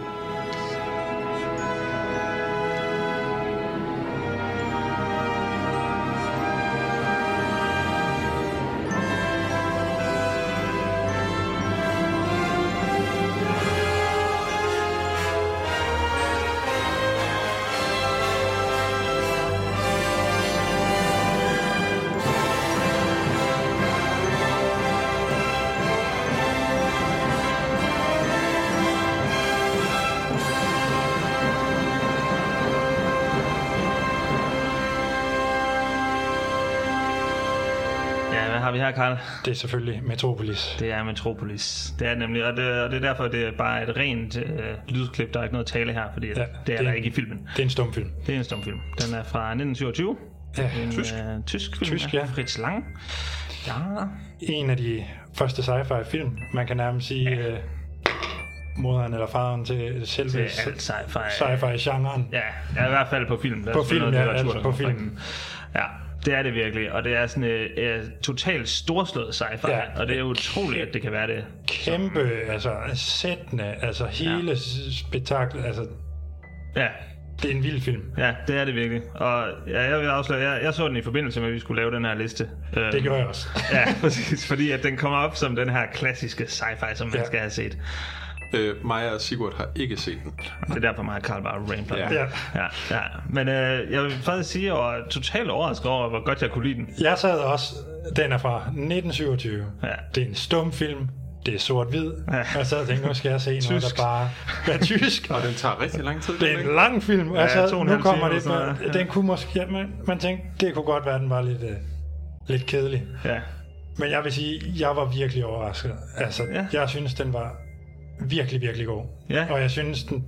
Speaker 1: Har vi her, Karl?
Speaker 4: Det er selvfølgelig Metropolis.
Speaker 1: Det er Metropolis. Det er nemlig, og det, og det er derfor, det er bare et rent øh, lydklip. Der er ikke noget tale her, fordi ja, det er det der er, ikke i filmen.
Speaker 4: Det er en stumfilm.
Speaker 1: Det er en stumfilm. Den er fra nitten syvogtyve.
Speaker 4: Ja,
Speaker 1: en
Speaker 4: tysk.
Speaker 1: Øh, tysk film.
Speaker 4: Tysk, ja.
Speaker 1: Fritz Lang. Ja.
Speaker 4: En af de første sci-fi film. Man kan nærmest sige... Ja. Øh, moderen eller faderen til selve
Speaker 1: til alt sci-fi.
Speaker 4: sci-fi-genren.
Speaker 1: Ja, ja, i hvert fald på film. Der
Speaker 4: på film, ja, altså på film.
Speaker 1: Ja, det er det virkelig, og det er sådan et uh, totalt storslået sci-fi, ja, og det er utroligt, at det kan være det.
Speaker 4: kæmpe, altså sættende, altså hele ja. spektaklet, altså...
Speaker 1: Ja.
Speaker 4: Det er en vild film.
Speaker 1: Ja, det er det virkelig. Og ja, jeg vil afsløre, jeg, jeg så den i forbindelse med, at vi skulle lave den her liste.
Speaker 4: Det gjorde jeg også.
Speaker 1: Ja, præcis. Fordi at den kommer op som den her klassiske sci-fi, som man ja. skal have set.
Speaker 2: Øh, Maja og Sigurd har ikke set den.
Speaker 1: Det er derfor mig og Carl bare rambler.
Speaker 2: Ja.
Speaker 1: Ja. Ja, ja. Men øh, jeg vil faktisk sige, at jeg var totalt overrasket over, hvor godt jeg kunne lide den.
Speaker 4: Jeg sad også, den er fra nitten syvogtyve.
Speaker 1: Ja.
Speaker 4: Det er en stumfilm. Det er sort-hvid.
Speaker 1: Ja.
Speaker 4: Og så tænkte jeg, nu skal jeg se noget, tysk. Der bare er tysk.
Speaker 2: Og den tager rigtig lang tid.
Speaker 4: Det er en lang film. Og
Speaker 1: ja,
Speaker 4: så, nu kommer det.
Speaker 1: Ja.
Speaker 4: Den kunne måske... Ja, man, man tænkte, det kunne godt være, den var lidt, uh, lidt kedelig.
Speaker 1: Ja.
Speaker 4: Men jeg vil sige, jeg var virkelig overrasket. Altså, ja. Jeg synes, den var virkelig, virkelig god.
Speaker 1: Ja.
Speaker 4: Og jeg synes, den,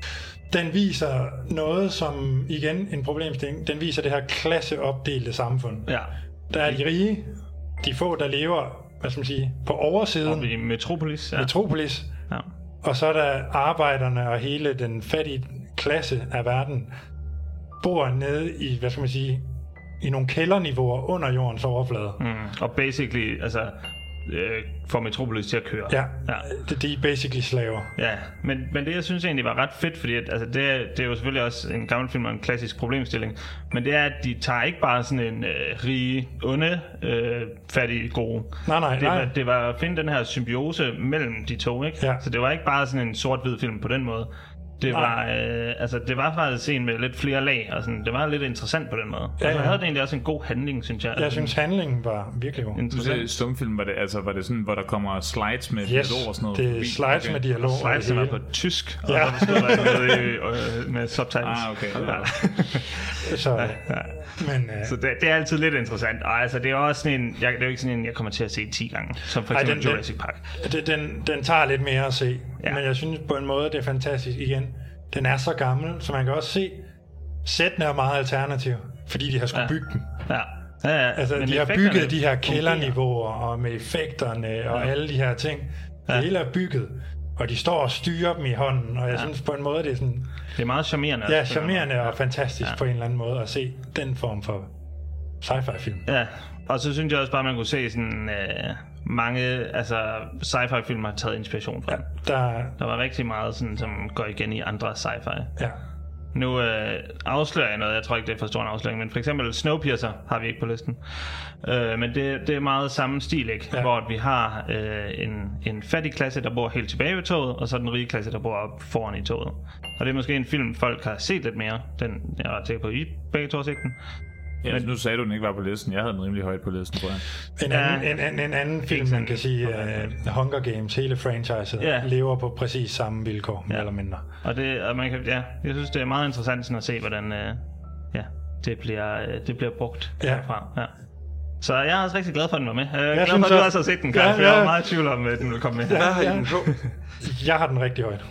Speaker 4: den viser noget, som igen en problemstilling. Den viser det her klasseopdelte samfund.
Speaker 1: Ja.
Speaker 4: Der er de rige, de få, der lever... hvad skal man sige, på oversiden.
Speaker 1: Og i Metropolis. Ja.
Speaker 4: Metropolis.
Speaker 1: Ja.
Speaker 4: Og så er der arbejderne og hele den fattige klasse af verden bor nede i, hvad skal man sige, i nogle kælderniveauer under jordens overflade.
Speaker 1: Mm. Og basically, altså, øh, får Metropolis til at køre.
Speaker 4: Ja, ja. Det, de er basically slaver.
Speaker 1: Ja, men, men det jeg synes egentlig var ret fedt, fordi at, altså, det, er, det er jo selvfølgelig også en gammel film og en klassisk problemstilling, men det er, at de tager ikke bare sådan en øh, rige, onde, øh, fattige, gode.
Speaker 4: Nej, nej,
Speaker 1: det,
Speaker 4: nej.
Speaker 1: Var, det var at finde den her symbiose mellem de to, ikke?
Speaker 4: Ja.
Speaker 1: Så det var ikke bare sådan en sort-hvid film på den måde. Det var, øh, altså, det var faktisk en med lidt flere lag, og sådan, det var lidt interessant på den måde.
Speaker 4: Ja, ja.
Speaker 1: Og så havde det egentlig også en god handling, synes jeg.
Speaker 4: Jeg synes, handlingen var virkelig god.
Speaker 3: Du sagde, stumfilm, var det, altså, var det sådan, hvor der kommer slides med
Speaker 4: yes,
Speaker 3: dialog og sådan noget?
Speaker 4: det er
Speaker 3: forbi?
Speaker 4: slides okay. med dialog.
Speaker 1: Slides, som er på tysk, og
Speaker 4: ja.
Speaker 1: så stod der med, øh, med subtitles.
Speaker 3: Ah, okay.
Speaker 1: Ja.
Speaker 4: så, ja. Men, øh,
Speaker 1: så det, det er altid lidt interessant. Og altså, det er også sådan en, jeg, det er jo ikke sådan en, jeg kommer til at se ti gange, som for eksempel ej, den, Jurassic Park.
Speaker 4: Den, den, den tager lidt mere at se,
Speaker 1: ja.
Speaker 4: men jeg synes på en måde, det er fantastisk igen. Den er så gammel, så man kan også se, sættene er meget alternativ, fordi de har skulle ja. bygge dem.
Speaker 1: Ja. Ja, ja.
Speaker 4: Altså,
Speaker 1: men
Speaker 4: de har bygget de her kælderniveauer, og med effekterne, og ja. alle de her ting. Det ja. hele er bygget, og de står og styrer dem i hånden, og jeg ja. synes på en måde, det er sådan...
Speaker 1: Det er meget charmerende.
Speaker 4: Ja, charmerende og fantastisk ja. på en eller anden måde, at se den form for sci-fi-film.
Speaker 1: Ja, og så synes jeg også bare, at man kunne se sådan... Øh, mange altså sci-fi-film har taget inspiration fra
Speaker 4: ja, der...
Speaker 1: der var rigtig meget, sådan, som går igen i andre sci-fi.
Speaker 4: Ja.
Speaker 1: Nu øh, afslører jeg noget, jeg tror ikke, det er for stor en afsløring, men for eksempel Snowpiercer har vi ikke på listen. Øh, men det, det er meget samme stil, ikke? Ja. Hvor vi har øh, en, en fattig klasse, der bor helt tilbage ved toget, og så den rige klasse, der bor op foran i toget. Og det er måske en film, folk har set lidt mere. Den, jeg har tænkt på, I begge to har set den.
Speaker 3: Ja, men nu sagde du, den ikke var på listen. Jeg havde den rimelig højt på listen, tror jeg.
Speaker 4: En anden, ja, en, en, en anden film, man kan sige, uh, Hunger Games, hele franchiset, ja. lever på præcis samme vilkår, mere ja. eller mindre.
Speaker 1: Og, det, og man kan, ja, jeg synes, det er meget interessant sådan at se, hvordan uh, ja, det, bliver, uh, det bliver brugt
Speaker 4: ja.
Speaker 1: herfra. Ja. Så jeg er også rigtig glad for, at den var med. Jeg er
Speaker 4: jeg
Speaker 1: glad for, at du også har set den, Carl, ja, ja. for jeg var meget i tvivl om, at den ville komme med.
Speaker 4: Ja, Hvad har I den på? Jeg har den rigtig højt.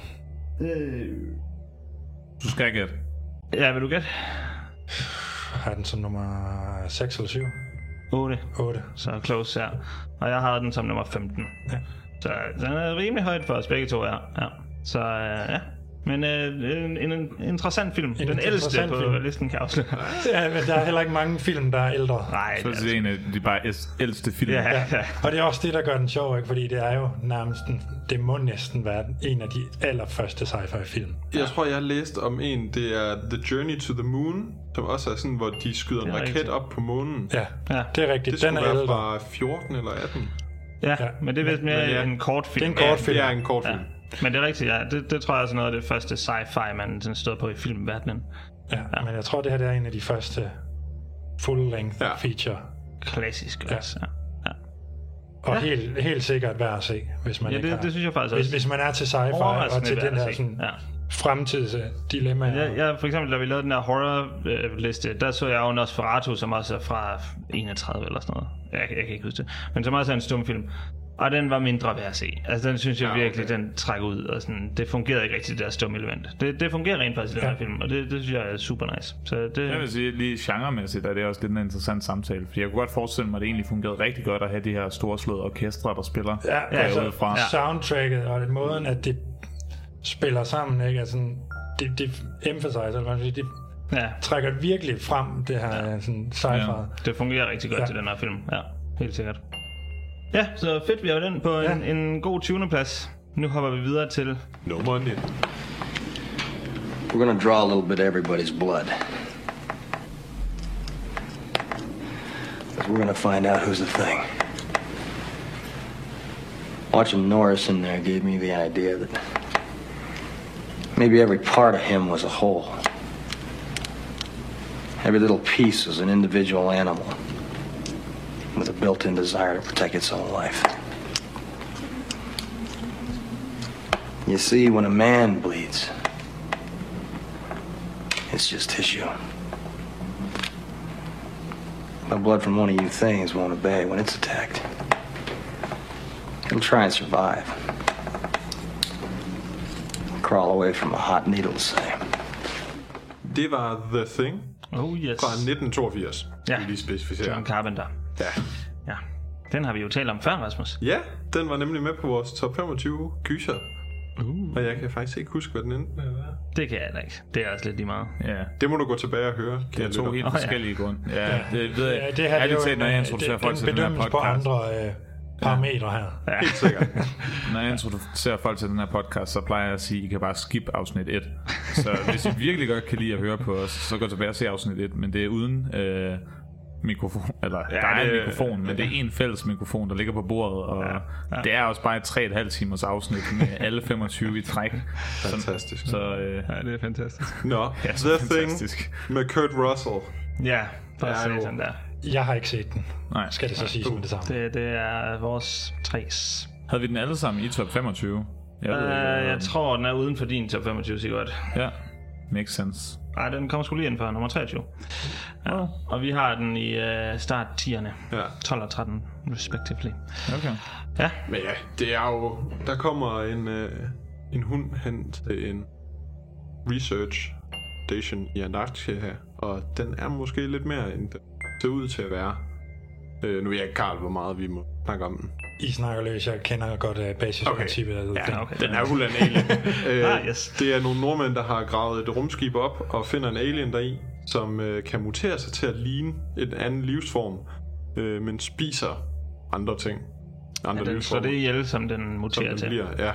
Speaker 3: Du skal gætte.
Speaker 1: Ja, vil du gætte?
Speaker 4: Har den som nummer seks eller syv?
Speaker 1: otte.
Speaker 4: otte.
Speaker 1: Så close, ja. Og jeg har den som nummer femten.
Speaker 4: Ja.
Speaker 1: Så den er rimelig højt for os begge to, ja. ja. Så ja. Men øh, en, en, en interessant film. En den ældste på film. Listen, kan jeg afsløre.
Speaker 4: Ja, men der er heller ikke mange film, der er ældre.
Speaker 1: Nej,
Speaker 3: så det er en af de bare ældste film.
Speaker 1: Ja, ja.
Speaker 4: Og det er også det, der gør den sjov, ikke? Fordi det er jo nærmest, det må næsten være en af de allerførste sci-fi film.
Speaker 2: Jeg tror, jeg har læst om en, det er The Journey to the Moon, som også er sådan, hvor de skyder en raket op på månen.
Speaker 4: Ja, ja, det er rigtigt.
Speaker 2: Det skulle
Speaker 4: den er
Speaker 2: være
Speaker 4: ældre.
Speaker 2: fra fjorten eller atten.
Speaker 1: Ja, ja, men det er vist mere ja. en kort film.
Speaker 4: Det er en kort film.
Speaker 2: Ja, det er en kort film. Ja.
Speaker 1: Men det er rigtigt, ja. Det, det tror jeg også er noget af det første sci-fi, man sådan stod på i filmverdenen.
Speaker 4: Ja, ja, men jeg tror, det her det er en af de første full-length ja. feature.
Speaker 1: Klassisk
Speaker 4: ja.
Speaker 1: også, ja. ja.
Speaker 4: Og
Speaker 1: ja.
Speaker 4: helt, helt sikkert værd at se, hvis man
Speaker 1: ja,
Speaker 4: ikke
Speaker 1: det,
Speaker 4: har...
Speaker 1: det synes jeg faktisk
Speaker 4: hvis,
Speaker 1: også.
Speaker 4: Hvis man er til sci-fi og til den her sådan... Ja. Fremtidsdilemma.
Speaker 1: Ja, ja, for eksempel, da vi lavede den her horror-liste, der så jeg jo Nosferatu, som også er fra enogtredive eller sådan noget. Jeg, jeg kan ikke huske det. Men som også er en stumfilm. Og den var mindre værd at se. Altså, den synes jeg ja, okay. virkelig, den trækker ud. Og sådan, det fungerede ikke rigtig, det der stumme element. Det, det fungerer rent faktisk i den ja. her film, og det, det synes jeg er super nice. Så det...
Speaker 3: Jeg vil sige, lige genremæssigt er det også lidt en interessant samtale. Fordi jeg kunne godt forestille mig, at det egentlig fungerede rigtig godt at have de her storslåede orkestre, der spiller.
Speaker 4: Ja,
Speaker 3: ja
Speaker 4: altså
Speaker 3: fra.
Speaker 4: soundtracket og den måden, at det spiller sammen, ikke? Altså, det, det emphasizer, det, det
Speaker 1: ja.
Speaker 4: trækker virkelig frem, det her ja. sådan, sci-fi. Ja.
Speaker 1: Det fungerer rigtig godt ja. til den her film, ja, helt sikkert. Ja, så fedt, vi har den på ja. en, en god tyvende plads. Nu hopper vi videre til...
Speaker 2: Nummer nitten.
Speaker 7: We're gonna draw a little bit of everybody's blood. We're gonna find out who's the thing. Watching Norris in there gave me the idea that maybe every part of him was a whole. Every little piece was an individual animal with a built-in desire to protect its own life. You see, when a man bleeds, it's just tissue. The blood from one of you things won't obey when it's attacked. It'll try and survive. Crawl away from a hot needle, say.
Speaker 2: Det var The Thing.
Speaker 1: Oh yes.
Speaker 2: Fra nitten toogfirs.
Speaker 1: Ja,
Speaker 2: lige specificere.
Speaker 1: John Carpenter.
Speaker 2: Ja.
Speaker 1: Ja. Den har vi jo talt om før, Rasmus.
Speaker 2: Ja, den var nemlig med på vores top femogtyve gyser. Uh. Og jeg kan faktisk ikke huske, hvad den endte med at være.
Speaker 1: Det kan jeg heller ikke. Det er også lidt lige meget.
Speaker 3: Ja.
Speaker 2: Det må du gå tilbage og høre.
Speaker 3: Det er to helt oh, forskellige ja. grunde. Ja, ja. Det ved jeg.
Speaker 4: Ja, det her er jo
Speaker 3: talt, når jeg introducerer
Speaker 4: det,
Speaker 3: folk til den her podcast.
Speaker 4: på andre øh, parametre her.
Speaker 3: Ja. Helt sikkert. Når jeg introducerer folk til den her podcast, så plejer jeg at sige, at I kan bare skippe afsnit et. Så hvis I virkelig godt kan lide at høre på os, så gå tilbage og se afsnit et. Men det er uden... Øh, mikrofon, eller ja, der er det, en mikrofon, men det er en fælles mikrofon, der ligger på bordet, og ja, ja. det er også bare et tre og et halvt timers afsnit med alle femogtyve i træk.
Speaker 2: Fantastisk.
Speaker 3: Så, øh,
Speaker 1: ja, det er fantastisk.
Speaker 2: Nå,
Speaker 1: ja,
Speaker 2: The fantastisk. Thing med Kurt Russell.
Speaker 1: Ja, bare se sådan der.
Speaker 4: Jeg har ikke set den.
Speaker 3: Nej.
Speaker 4: Skal det så sige som det samme?
Speaker 1: Det, det er vores tres.
Speaker 3: Havde vi den alle sammen i top femogtyve?
Speaker 1: Jeg, ved, uh, jeg, jeg tror, den er uden for din top femogtyve, sikkert.
Speaker 3: Ja, makes sense.
Speaker 1: Nej, den kommer sgu lige ind for nummer treogtyve. Ja. Oh. Og vi har den i uh, start tierne.
Speaker 2: Ja.
Speaker 1: tolv og tretten respectively.
Speaker 3: Okay.
Speaker 1: Ja.
Speaker 2: Men ja, det er jo... Der kommer en, uh, en hund hen til en research station i Antarktika her. Og den er måske lidt mere, end den ser ud til at være. Uh, nu ved jeg ikke, Carl, hvor meget vi må snakke om den.
Speaker 4: I snakker løs, jeg kender godt uh, basisprincippet.
Speaker 2: Okay. Ja, okay. Den er jo en alien. uh, ah, yes. Det er nogle nordmænd, der har gravet et rumskib op og finder en alien deri, som uh, kan mutere sig til at ligne en anden livsform, uh, men spiser andre ting. Andre
Speaker 1: ja, den slår det ihjel, som den muterer som den til.
Speaker 2: Bliver, ja.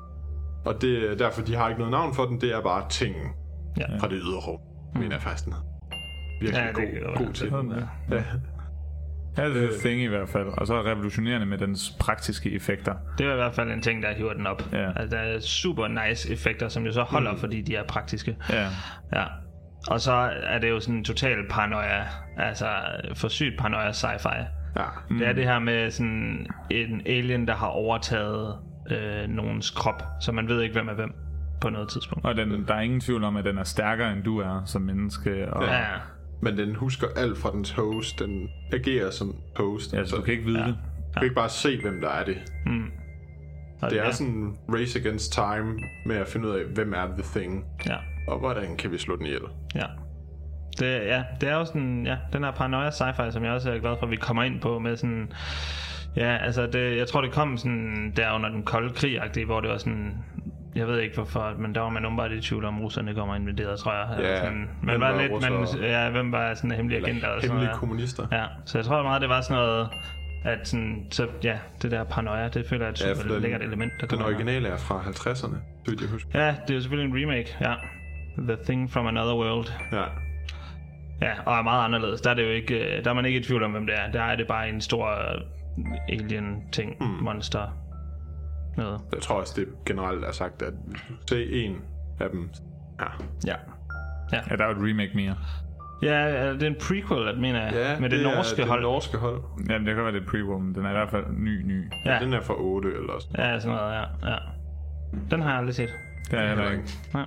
Speaker 2: Og det er derfor, de har ikke noget navn for den. Det er bare tingen ja. fra det ydre rum. Mm. Men er faktisk den virkelig ja, god, god, god til. Ja. Ja.
Speaker 3: Ja, det er øh, thing i hvert fald. Og så er revolutionerende med dens praktiske effekter.
Speaker 1: Det er i hvert fald en ting, der hiver den op. Ja. Altså, der er super nice effekter, som jo så holder, mm. fordi de er praktiske.
Speaker 3: Ja.
Speaker 1: Ja. Og så er det jo sådan en total paranoia, altså for sygt paranoia sci-fi.
Speaker 2: Ja.
Speaker 1: Mm. Det er det her med sådan en alien, der har overtaget øh, nogens krop, så man ved ikke, hvem er hvem på noget tidspunkt.
Speaker 3: Og den, der er ingen tvivl om, at den er stærkere, end du er som menneske. Og...
Speaker 2: Ja. Men den husker alt fra dens host. Den agerer som host.
Speaker 3: Ja, så du kan ikke vide ja. det.
Speaker 2: Du kan ikke bare se, hvem der er det.
Speaker 1: Mm.
Speaker 2: Det, det er ja. sådan en race against time med at finde ud af, hvem er the thing.
Speaker 1: Ja.
Speaker 2: Og hvordan kan vi slå den ihjel.
Speaker 1: Ja. Det, ja, det er jo sådan, ja, den her paranoia sci-fi, som jeg også er glad for, at vi kommer ind på med sådan... Ja, altså, det, jeg tror, det kom sådan der under den kolde krig-agtige, hvor det var sådan... Jeg ved ikke hvorfor, men der var man umiddelbart i tvivl om, russerne kommer invaderet, tror jeg.
Speaker 2: Ja,
Speaker 1: sådan, man var, var lidt, man, ja, hvem var sådan en hemmelig agent?
Speaker 2: Eller hemmelige kommunister.
Speaker 1: Ja, så jeg tror meget, det var sådan noget, at sådan, så, ja, det der paranoia, det føler jeg er et super ja, lækkert element. Der
Speaker 2: den originale er fra halvtredserne, så vidt jeg husker.
Speaker 1: Ja, det er jo selvfølgelig en remake, ja. The Thing from Another World.
Speaker 2: Ja.
Speaker 1: Ja, og er meget anderledes. Der er, det jo ikke, der er man ikke i tvivl om, hvem det er. Der er det bare en stor alien-ting, mm. monster. Noget.
Speaker 2: Jeg tror også, det generelt er sagt, at se en af dem. Ja.
Speaker 1: Ja. Ja,
Speaker 3: ja der er jo et remake mere.
Speaker 1: Ja, det er en prequel, at mener jeg.
Speaker 2: Ja,
Speaker 1: med det,
Speaker 2: det
Speaker 1: norske
Speaker 2: er
Speaker 1: hold.
Speaker 2: det norske hold.
Speaker 3: Jamen, det kan være det prequel, men den er i hvert fald ny, ny.
Speaker 2: Ja, ja den er fra otte eller sådan.
Speaker 1: Ja, sådan noget, ja. ja. Den har jeg aldrig set.
Speaker 3: Det er jeg heller ikke.
Speaker 1: Nej.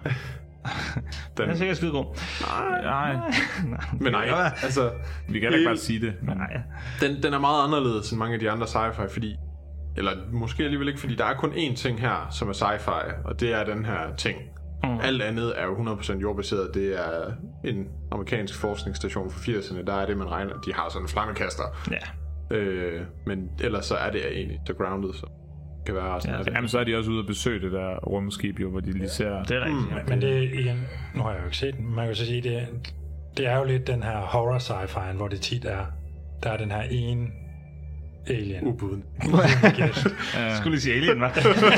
Speaker 1: Den er sikkert skide god.
Speaker 3: Nej, nej.
Speaker 2: Men nej, altså...
Speaker 3: Vi kan da ikke bare sige det.
Speaker 1: Men... Nej.
Speaker 2: Den, den er meget anderledes end mange af de andre sci-fi, fordi... Eller måske alligevel ikke, fordi der er kun én ting her, som er sci-fi, og det er den her ting. Mm. Alt andet er jo hundrede procent jordbaseret. Det er en amerikansk forskningsstation fra firserne. Der er det, man regner. De har sådan en flammekaster.
Speaker 1: Ja.
Speaker 2: Øh, men ellers så er det egentlig så grounded, så kan være sådan.
Speaker 3: Ja, jamen, så er de også ude at besøge det der rumskib, jo, hvor de lige ser...
Speaker 1: Det er rigtigt.
Speaker 4: Mm. Men det igen... Nu har jeg jo ikke set den. Man kan så sige, det, det er jo lidt den her horror sci-fi, hvor det tit er... Der er den her ene alien.
Speaker 2: Ubuden.
Speaker 1: Ja. Skulle lige sige alien, hva'?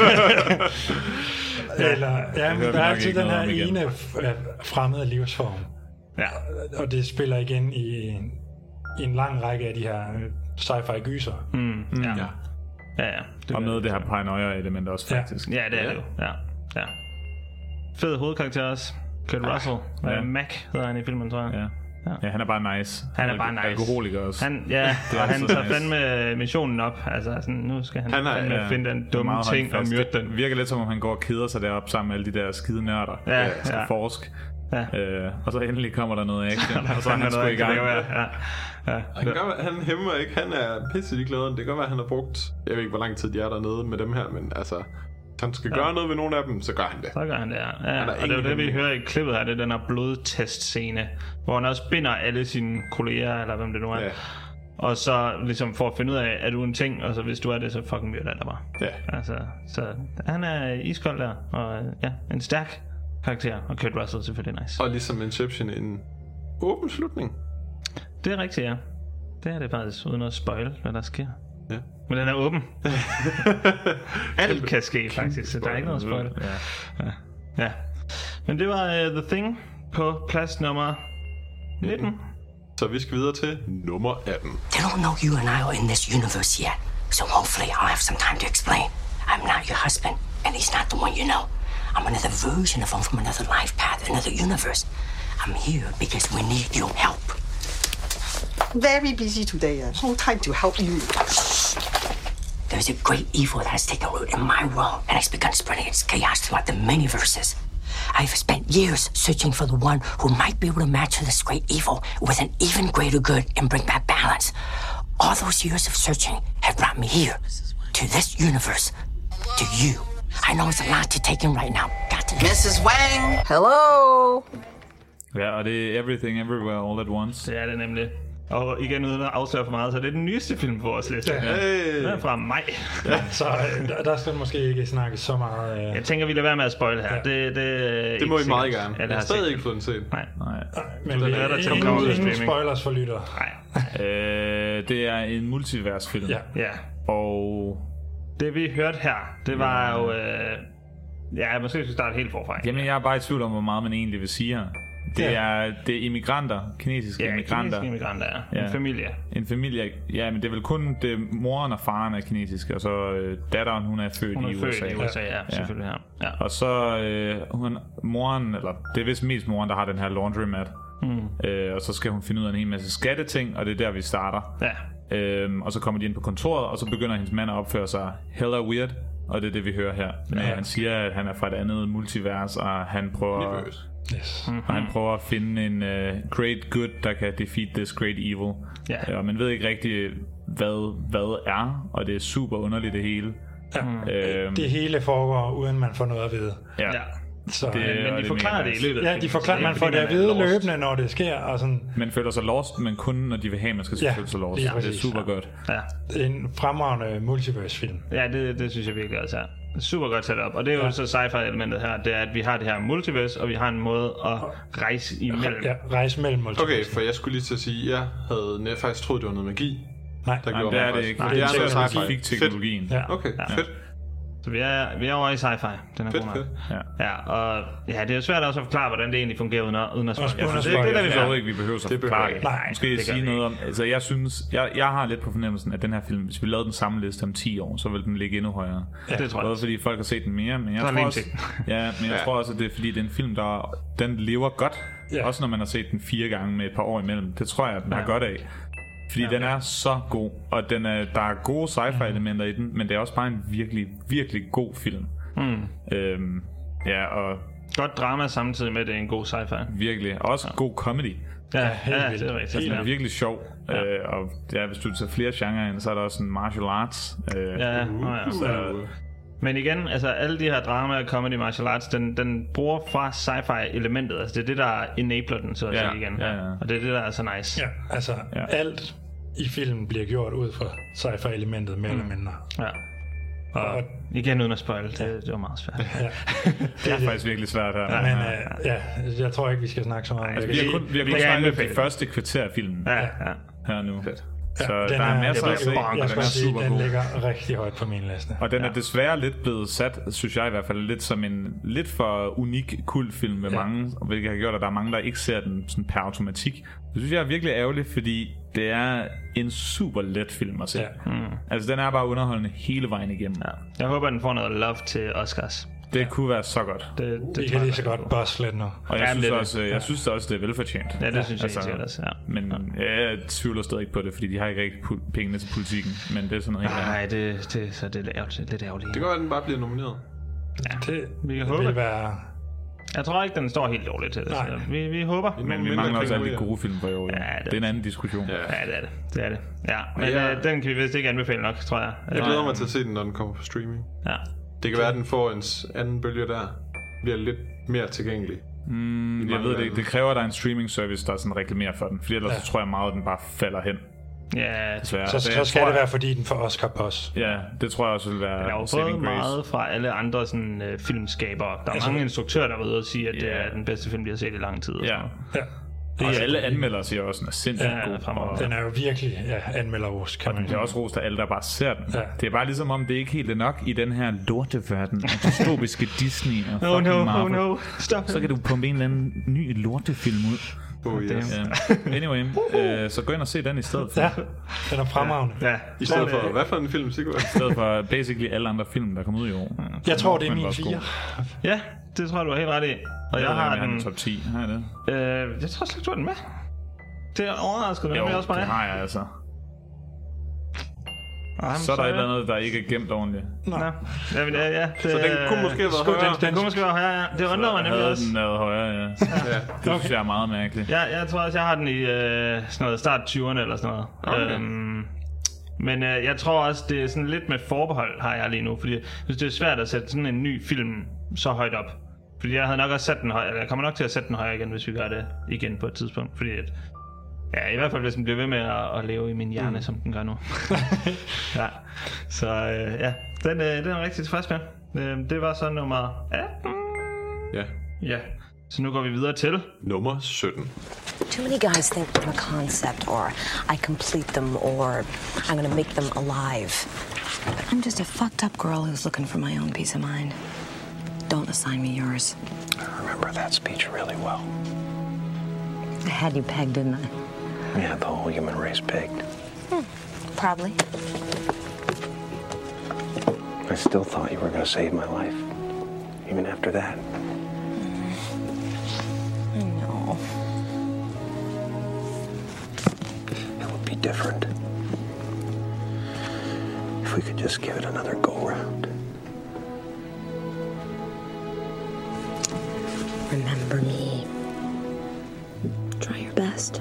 Speaker 4: Eller, ja, men der er altid den her ene fremmede livsform.
Speaker 1: Ja.
Speaker 4: Og det spiller igen i en, i en lang række af de her sci-fi gyser.
Speaker 1: Mm. Mm. Ja. Ja. Ja, ja.
Speaker 3: Det og med det her paranoia-element også, faktisk.
Speaker 1: Ja, det er ja. det jo. Ja. Ja. Fed hovedkarakter også. Kurt ja. Russell. Ja. Mac hedder han i filmen, tror jeg.
Speaker 3: Ja. Ja. ja, han er bare nice.
Speaker 1: Han er bare nice.
Speaker 3: Alkoholiker også.
Speaker 1: Han, ja, og han tager nice. fandme missionen op. Altså, sådan, nu skal han, han er, fandme ja, finde den dumme ting og myrde den.
Speaker 3: Det virker lidt som om, han går og keder sig deroppe sammen med alle de der skide nørder,
Speaker 1: ja,
Speaker 3: der skal
Speaker 1: ja.
Speaker 3: forske.
Speaker 1: Ja.
Speaker 3: Øh, og så endelig kommer der noget action, og så er han sgu i gang.
Speaker 1: Ja. Ja.
Speaker 2: Han, gør, han hæmmer ikke. Han er pisse i glæden. Det kan godt være, at han har brugt... Jeg ved ikke, hvor lang tid de er dernede med dem her, men altså... han skal ja. gøre noget ved nogle af dem, så gør han det.
Speaker 1: Så gør han det, ja. ja. Og det er jo det, vi hører i klippet her. Det er den her blodtest-scene, hvor han også binder alle sine kolleger, eller hvem det nu er. Ja. Og så ligesom for at finde ud af, er du en ting, og så hvis du er det, så fucking myrder jeg dig bare.
Speaker 2: Ja.
Speaker 1: Altså, så han er iskold der, og ja, en stærk karakter, og Kurt Russell selvfølgelig nice.
Speaker 2: Og ligesom Inception, en åben slutning.
Speaker 1: Det er rigtigt, ja. Det er det faktisk, uden at spoil, hvad der sker.
Speaker 2: Ja.
Speaker 1: Men den er åben. Alt kan ske faktisk, så der er ikke noget spoil. Ja. Ja. Ja. Men det var uh, The Thing på plads nummer nitten. Mm.
Speaker 2: Så vi skal videre til nummer atten.
Speaker 16: They don't know you and I are in this universe yet, so hopefully I'll have some time to explain. I'm not your husband, and he's not the one you know. I'm another version of him from another life path, another universe. I'm here because we need your help.
Speaker 17: Very busy today. Uh, no time to help you.
Speaker 16: There's a great evil that has taken root in my world and has begun spreading its chaos throughout the many verses. I've spent years searching for the one who might be able to match this great evil with an even greater good and bring back balance. All those years of searching have brought me here, to this universe, to you. I know it's a lot to take in right now. Got to
Speaker 17: Missus Wang, hello!
Speaker 3: Ja, og det er Everything Everywhere All at Once.
Speaker 1: Det er det nemlig. Og igen uden at afsløre for meget, så det er den nyeste film på vores liste.
Speaker 2: Hey.
Speaker 1: Den er fra maj.
Speaker 4: Ja, så der, der skal måske ikke snakke så meget. Øh...
Speaker 1: Jeg tænker, vi lader være med at spoil her. Ja. Det, det,
Speaker 2: det må I meget gerne.
Speaker 1: Ja,
Speaker 2: jeg har stadig ikke fået den set.
Speaker 1: Nej.
Speaker 3: Nej.
Speaker 4: Men det er der til ingen, ingen spoilers for lytter.
Speaker 1: Nej.
Speaker 3: øh, det er en multiversfilm.
Speaker 1: Ja. Ja.
Speaker 3: Og
Speaker 1: det vi hørte her, det var ja. jo... Øh... Ja, måske skal vi starte helt forfra.
Speaker 3: Jamen, jeg er bare i tvivl om, hvor meget man egentlig vil sige her. Det
Speaker 1: ja.
Speaker 3: er, det er immigranter, kinesiske
Speaker 1: ja,
Speaker 3: immigranter.
Speaker 1: kinesiske immigranter, ja. En
Speaker 3: ja.
Speaker 1: familie.
Speaker 3: En familie, ja, men det er vel kun det, moren og faren er kinesiske, og så øh, datteren, hun er født
Speaker 1: hun er
Speaker 3: i
Speaker 1: født
Speaker 3: U S A.
Speaker 1: i U S A, ja, ja. Selvfølgelig, ja. Ja.
Speaker 3: Og så øh, hun, moren, eller det er vist mest moren, der har den her laundromat. Mm. Øh, og så skal hun finde ud af en hel masse skatteting, og det er der, vi starter.
Speaker 1: Ja.
Speaker 3: Øhm, og så kommer de ind på kontoret, og så begynder hendes mand at opføre sig hella weird. Og det er det, vi hører her. Ja. Han siger, at han er fra et andet multivers, og han prøver...
Speaker 4: Yes.
Speaker 3: Mm-hmm. Og han prøver at finde en uh, great good, der kan defeat this great evil.
Speaker 1: Yeah.
Speaker 3: Og man ved ikke rigtig, hvad hvad er, og det er super underligt det hele.
Speaker 4: Ja. Øhm, det hele foregår, uden man får noget at vide.
Speaker 3: Ja.
Speaker 1: Ja.
Speaker 4: Så,
Speaker 1: det, men de det forklarer det i løbet.
Speaker 4: Ja, de forklarer, man får det at vide løbende, når det sker. Og sådan.
Speaker 3: Man føler sig lost, men kun når de vil have, man skal ja, føle sig lost. Ja, det er super ja. godt.
Speaker 1: Ja.
Speaker 4: Det er en fremragende multiverse-film.
Speaker 1: Ja, det, det synes jeg virkelig også er. Super godt sat op. Og det er jo ja. så sci-fi-elementet her, det er, at vi har det her multiverse, og vi har en måde at rejse imellem.
Speaker 4: Ja, rejse mellem multiverse.
Speaker 2: Okay, for jeg skulle lige til at sige, jeg havde faktisk troet, det var noget magi.
Speaker 4: Nej,
Speaker 3: der Nej det er det ikke. Nej, det er noget specifik teknologien.
Speaker 2: Ja. Okay, ja. fedt.
Speaker 1: Så vi er, vi er over i sci-fi. Den er
Speaker 2: fedt,
Speaker 1: god
Speaker 2: fedt.
Speaker 1: Ja. ja, og ja, det er jo svært også at forklare, hvordan det egentlig fungerer uden at, uden at spørge.
Speaker 3: Ja, det, det, det, det, vi ja. ikke, vi behøver at forklare det.
Speaker 4: Nej,
Speaker 3: måske jeg sige noget om, altså jeg synes, jeg, jeg har lidt på fornemmelsen, at den her film, hvis vi lavede den samme liste om ti år, så vil den ligge endnu højere.
Speaker 1: Ja, det tror jeg.
Speaker 3: Både fordi folk har set den mere, men jeg tror også, ja, men jeg ja. tror også, at det er fordi, det er en film, der den lever godt. Ja. Også når man har set den fire gange med et par år imellem. Det tror jeg, at den ja. har godt af. Fordi ja, den er så god, og den er, der er gode sci-fi elementer mm. i den, men det er også bare en virkelig, virkelig god film.
Speaker 1: Mm.
Speaker 3: Øhm, ja, og
Speaker 1: godt drama samtidig med, at det er en god sci-fi.
Speaker 3: Virkelig, og også ja. god comedy.
Speaker 1: Ja, ja, ja det er rigtigt.
Speaker 3: Den er virkelig sjov. Ja. Øh, og ja, hvis du tager flere genrer ind, så er der også en martial arts. Øh,
Speaker 1: ja, uh, uh, ja. Så, men igen, altså alle de her drama, comedy, martial arts, den, den bruger fra sci-fi elementet. Altså det er det, der enabler den, så at
Speaker 3: ja,
Speaker 1: sige igen.
Speaker 3: Ja, ja.
Speaker 1: Og det er det, der er så nice.
Speaker 4: Ja, altså ja. alt i filmen bliver gjort ud fra sci-fi elementet mere mm. eller mindre.
Speaker 1: Ja. Og, og igen uden at spoil, det, det var meget svært.
Speaker 3: Ja. Det er faktisk virkelig svært her.
Speaker 4: Ja, men uh, ja, jeg tror ikke, vi skal snakke så meget.
Speaker 3: Altså, vi har kun, vi har kun snakket det første kvarter af filmen
Speaker 1: ja, ja.
Speaker 3: her nu.
Speaker 2: Fedt.
Speaker 3: Så
Speaker 4: ja,
Speaker 3: der er, er masser at se.
Speaker 4: Jeg skal sige, den god. ligger rigtig højt på min liste.
Speaker 3: Og den ja. er desværre lidt blevet sat, synes jeg i hvert fald, lidt som en lidt for unik kultfilm med ja. mange, hvilket har gjort, at der er mange, der ikke ser den sådan per automatik. Det synes jeg er virkelig ærgerligt, fordi det er en super let film at se. Ja. Mm. Altså, den er bare underholdende hele vejen igennem. Ja.
Speaker 1: Jeg håber, den får noget love til Oscars.
Speaker 3: Det ja. kunne være så godt.
Speaker 4: Det, det vi kan lige så godt boss lidt nu.
Speaker 3: Og jeg, synes, også, jeg ja. synes også, det er velfortjent.
Speaker 1: Ja, det synes jeg altså, helt også, ja.
Speaker 3: Men ja. jeg tvivler stadig ikke på det, fordi de har ikke rigtig pu- pengene til politikken. Men det er sådan noget helt
Speaker 1: Nej, det, det, så det er lidt ærgerligt.
Speaker 2: Det går, at den bare bliver nomineret.
Speaker 1: Ja, det, vi kan det håbe. Være... Jeg tror ikke, den står helt dårligt til det. Vi, vi håber.
Speaker 3: Men vi mangler også alle de gode film for i år. Ja, det, det er en anden diskussion.
Speaker 1: Ja, ja det er det. Det er det. Ja, men ja. Øh, den kan vi vist ikke anbefale nok, tror jeg.
Speaker 2: Jeg glæder mig til at se den, når den kommer på streaming.
Speaker 1: Ja.
Speaker 2: Det kan være, at den får en anden bølge der. Bliver lidt mere tilgængelig.
Speaker 3: Mm, jeg ved det ikke. Det kræver, at der er en streaming service, der sådan reklamerer for den. Fordi ellers ja. så tror jeg meget, at den bare falder hen.
Speaker 1: Ja,
Speaker 4: så, så, så skal det være, fordi den får Oscar Buzz.
Speaker 3: Ja, det tror jeg også vil være.
Speaker 1: Der er jo fået meget fra alle andre sådan, uh, filmskabere. Der er altså, mange instruktører, der har været ude og sige, at yeah. det er den bedste film, de har set i lang tid.
Speaker 3: Ja. ja. Det er alle anmeldere siger også, den er sindssygt
Speaker 4: ja,
Speaker 3: god.
Speaker 4: Fremover. Den er jo virkelig ja, anmelderos, kan
Speaker 3: og
Speaker 4: man
Speaker 3: sige. Det er også rost af alle, der bare ser den. Ja. Det er bare ligesom om, det ikke helt er nok i den her lorteverden af dystopiske Disney og fucking
Speaker 1: oh no,
Speaker 3: Marvel.
Speaker 1: Oh no, stop.
Speaker 3: Så kan du pumpe en eller anden ny lortefilm ud.
Speaker 2: Oh, yes.
Speaker 3: uh, anyway, uh, så gå ind og se den i stedet for.
Speaker 4: Ja, den er fremragende.
Speaker 2: Ja. Ja. I stedet for, hvad for en film, Sigurd?
Speaker 3: I stedet for basically alle andre film, der kommer ud i år.
Speaker 4: Jeg tror, det er min fire.
Speaker 1: Ja, det tror jeg, du har helt ret i. Og jeg, jeg har den...
Speaker 3: top ti, har jeg det?
Speaker 1: Øh, jeg tror slet ikke, du har den med. Det er overrasket, det
Speaker 3: jo,
Speaker 1: også mig.
Speaker 3: det har jeg altså. Ej, så er der et eller andet, der ikke er gemt ordentligt.
Speaker 1: Nå. Nå. Jamen, ja, ja. Det,
Speaker 2: så den kunne måske være højere.
Speaker 1: Den, den kunne måske være højere, ja. Det undrer mig nemlig også.
Speaker 3: Den er højere, ja. ja. Det okay. synes jeg er meget mærkeligt.
Speaker 1: Ja, jeg tror også, jeg har den i øh, sådan noget start tyverne eller sådan noget. Okay. Øhm, men øh, jeg tror også, det er sådan lidt med forbehold, har jeg lige nu. Fordi jeg synes, det er svært at sætte sådan en ny film så højt op. Fordi jeg havde nok også sat den højere, eller jeg kommer nok til at sætte den højere igen, hvis vi gør det igen på et tidspunkt. Fordi at, ja, i hvert fald hvis den bliver ved med at, at leve i min hjerne, mm. som den gør nu. Ja, så øh, ja, den, øh, den er rigtig tilfreds med. Øh, det var så nummer atten.
Speaker 2: Ja.
Speaker 1: Ja, så nu går vi videre til
Speaker 2: nummer sytten.
Speaker 18: Too many guys think I'm a concept, or I complete them, or I'm gonna make them alive. I'm just a fucked up girl who's looking for my own peace of mind. Don't assign me yours.
Speaker 10: I remember that speech really well.
Speaker 18: I had you pegged, didn't I?
Speaker 10: Yeah, the whole human race pegged.
Speaker 18: Hmm, probably.
Speaker 10: I still thought you were going to save my life, even after that.
Speaker 18: I know.
Speaker 10: It would be different if we could just give it another go-round.
Speaker 18: Remember me. Try your best.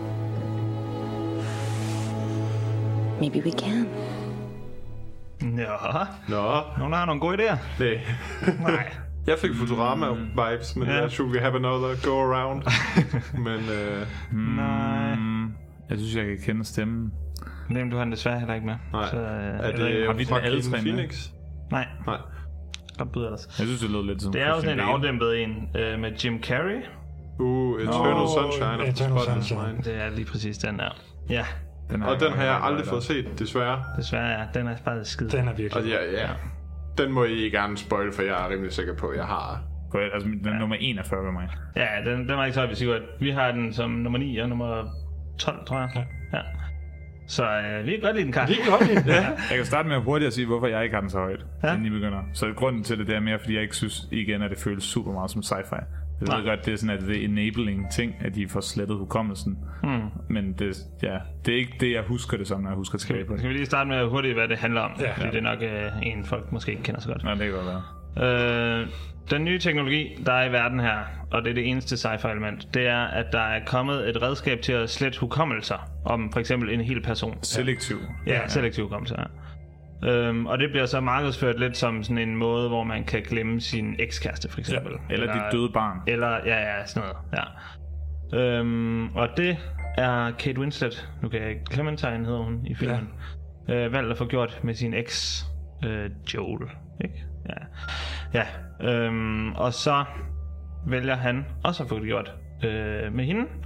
Speaker 18: Maybe we can.
Speaker 1: Nå.
Speaker 2: Nå.
Speaker 1: Nogen har nogle gode idéer?
Speaker 2: Nej.
Speaker 1: Nej.
Speaker 2: Jeg fik Futurama-vibes, men yeah. jeg should we have another go-around. men, øh...
Speaker 1: Mm, Nej.
Speaker 3: Jeg synes, jeg kan kende stemmen.
Speaker 1: Men du har den desværre heller ikke med.
Speaker 2: Nej.
Speaker 1: Så, øh,
Speaker 2: er det
Speaker 3: har vi den alle tre
Speaker 2: Phoenix?
Speaker 1: Nej.
Speaker 2: Nej.
Speaker 1: Godt bud ellers.
Speaker 3: Jeg synes, det lød lidt som
Speaker 1: det er jo sådan en afdæmpet en øh, med Jim Carrey.
Speaker 2: Uh, Eternal oh, Sunshine.
Speaker 4: Eternal Sunshine.
Speaker 1: Det er lige præcis den der. Ja.
Speaker 2: Den og den har jeg aldrig fået set, desværre.
Speaker 1: Desværre, ja. Den er bare skide.
Speaker 4: Den er virkelig.
Speaker 2: Og ja, ja. Den må I gerne spoil, for jeg er rimelig sikker på, at jeg har.
Speaker 3: Godt, altså den er nummer enogfyrre ved mig.
Speaker 1: Ja, den, den var ikke så højt, vi siger, at vi har den som nummer ni og nummer tolv, tror jeg. Ja. Ja. Så øh, vi kan godt lide den, Karl.
Speaker 4: Vi kan godt lide den.
Speaker 3: Ja. Jeg kan starte med hurtigt at sige, hvorfor jeg ikke har den så højt, ja. inden I begynder. Så grunden til det, det er mere, fordi jeg ikke synes igen, at det føles super meget som sci-fi. Jeg ved godt, det er sådan, at det er enabling ting, at de får slettet hukommelsen. Hmm. Men det, ja, det er ikke det, jeg husker det som, når jeg husker tilbage på det.
Speaker 1: Skal vi lige starte med hurtigt, hvad det handler om? Ja. Fordi det er nok øh, en, folk måske ikke kender så godt.
Speaker 3: Ja, det kan godt være.
Speaker 1: Øh, den nye teknologi, der er i verden her, og det er det eneste sci-fi element, det er, at der er kommet et redskab til at slette hukommelser om for eksempel en hel person.
Speaker 3: Selektiv.
Speaker 1: Ja, ja, selektiv hukommelse, ja. Øhm, og det bliver så markedsført lidt som sådan en måde, hvor man kan glemme sin ekskæreste for eksempel.
Speaker 3: Ja. Eller, eller dit døde barn.
Speaker 1: Eller, ja, ja, sådan noget, ja. Øhm, og det er Kate Winslet, nu kan jeg Clementine hedder hun i filmen, ja. øh, valgt at få gjort med sin eks, øh, Joel, ikke? Ja, ja. Øhm, og så vælger han også at få det gjort øh, med hende.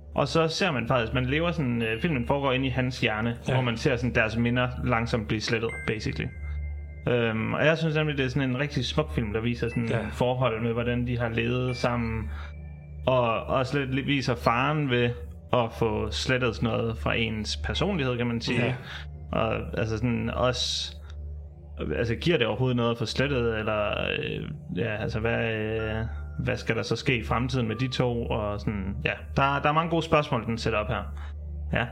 Speaker 1: Og så ser man faktisk, man lever sådan, øh, filmen foregår inde i hans hjerne, ja. hvor man ser sådan deres minder langsomt blive slettet, basically. Øhm, og jeg synes nemlig, det er sådan en rigtig smuk film, der viser sådan ja. forhold med, hvordan de har levet sammen. Og også lidt viser faren ved at få slettet sådan noget fra ens personlighed, kan man sige. Ja. Og altså sådan også... Altså giver det overhovedet noget at få slettet, eller... Øh, ja, altså hvad... Øh, hvad skal der så ske i fremtiden med de to? Og sådan... Ja, der, der er mange gode spørgsmål, den sætter op her. Ja.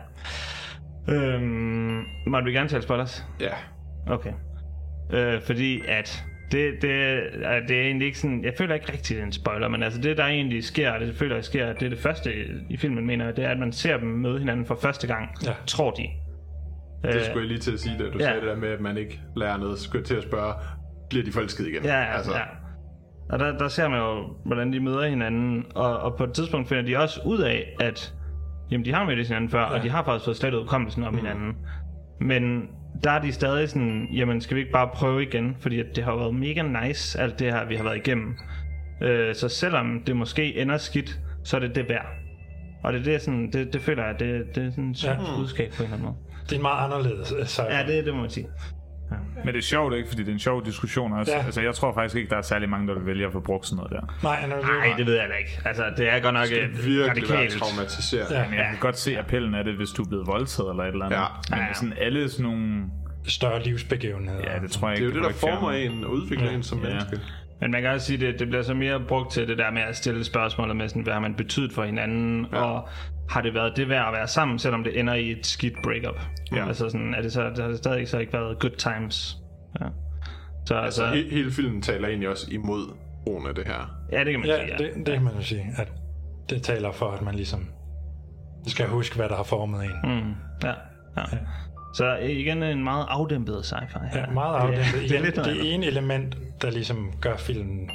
Speaker 1: Øhm, må vi gerne tale spoilers?
Speaker 2: Ja.
Speaker 1: Okay. Øh, fordi at... Det, det, det er egentlig ikke sådan... Jeg føler ikke rigtig, det er en spoiler, men altså det, der egentlig sker, og det føler jeg sker, det er det første i filmen, mener jeg, det er, at man ser dem møde hinanden for første gang, ja. tror de.
Speaker 2: Det øh, skulle jeg lige til at sige, da du ja. sagde det der med, at man ikke lærer noget, skulle til at spørge, bliver de forelsket igen?
Speaker 1: Ja, altså. ja. Og der, der ser man jo, hvordan de møder hinanden, og, og på et tidspunkt finder de også ud af, at jamen, de har mødt hinanden før, ja. og de har faktisk fået slettet udkommelsen om mm. hinanden. Men der er de stadig sådan, jamen skal vi ikke bare prøve igen, fordi det har været mega nice, alt det her, vi har været igennem. Øh, så selvom det måske ender skidt, så er det det værd. Og det er det, sådan, det, det føler jeg, det, det er sådan et ja. budskab på en eller anden måde.
Speaker 4: Det er meget anderledes. Så...
Speaker 1: Ja, det, det må man sige.
Speaker 3: Ja. Men det er sjovt, ikke? Fordi det er en sjov diskussion også. Ja. Altså, jeg tror faktisk ikke, der er særlig mange, der vil vælge at få brugt sådan noget der.
Speaker 4: Nej, no, det,
Speaker 1: Nej, det ved jeg da ikke. Altså, det er godt nok
Speaker 2: det er virkelig være traumatiseret.
Speaker 3: Ja. Men jeg kan godt se appellen af det, hvis du er blevet voldtaget eller et eller andet. Ja. Men ja. sådan alle sådan nogle...
Speaker 4: større livsbegivenheder.
Speaker 3: Ja, det tror jeg
Speaker 2: ikke.
Speaker 3: Det er
Speaker 2: jo det, der former en og udvikler ja. en som ja. menneske.
Speaker 1: Men man kan også sige, at det bliver så mere brugt til det der med at stille spørgsmålet med, sådan, hvad har man betydet for hinanden, ja. og har det været det værd at være sammen, selvom det ender i et skidt breakup? Ja. Altså sådan, er det så, det har det stadig så ikke været good times? Ja. Så
Speaker 2: altså, altså he- hele filmen taler egentlig også imod brugen af det her.
Speaker 1: Ja, det kan man
Speaker 4: ja,
Speaker 1: sige. Ja,
Speaker 4: det, det kan man jo sige, at det taler for, at man ligesom skal huske, hvad der har formet en.
Speaker 1: Mm. Ja, ja. ja. Så igen en meget afdæmpet sci-fi.
Speaker 4: Ja, meget afdæmpet. Det, igen, det, er det ene element, der ligesom gør filmen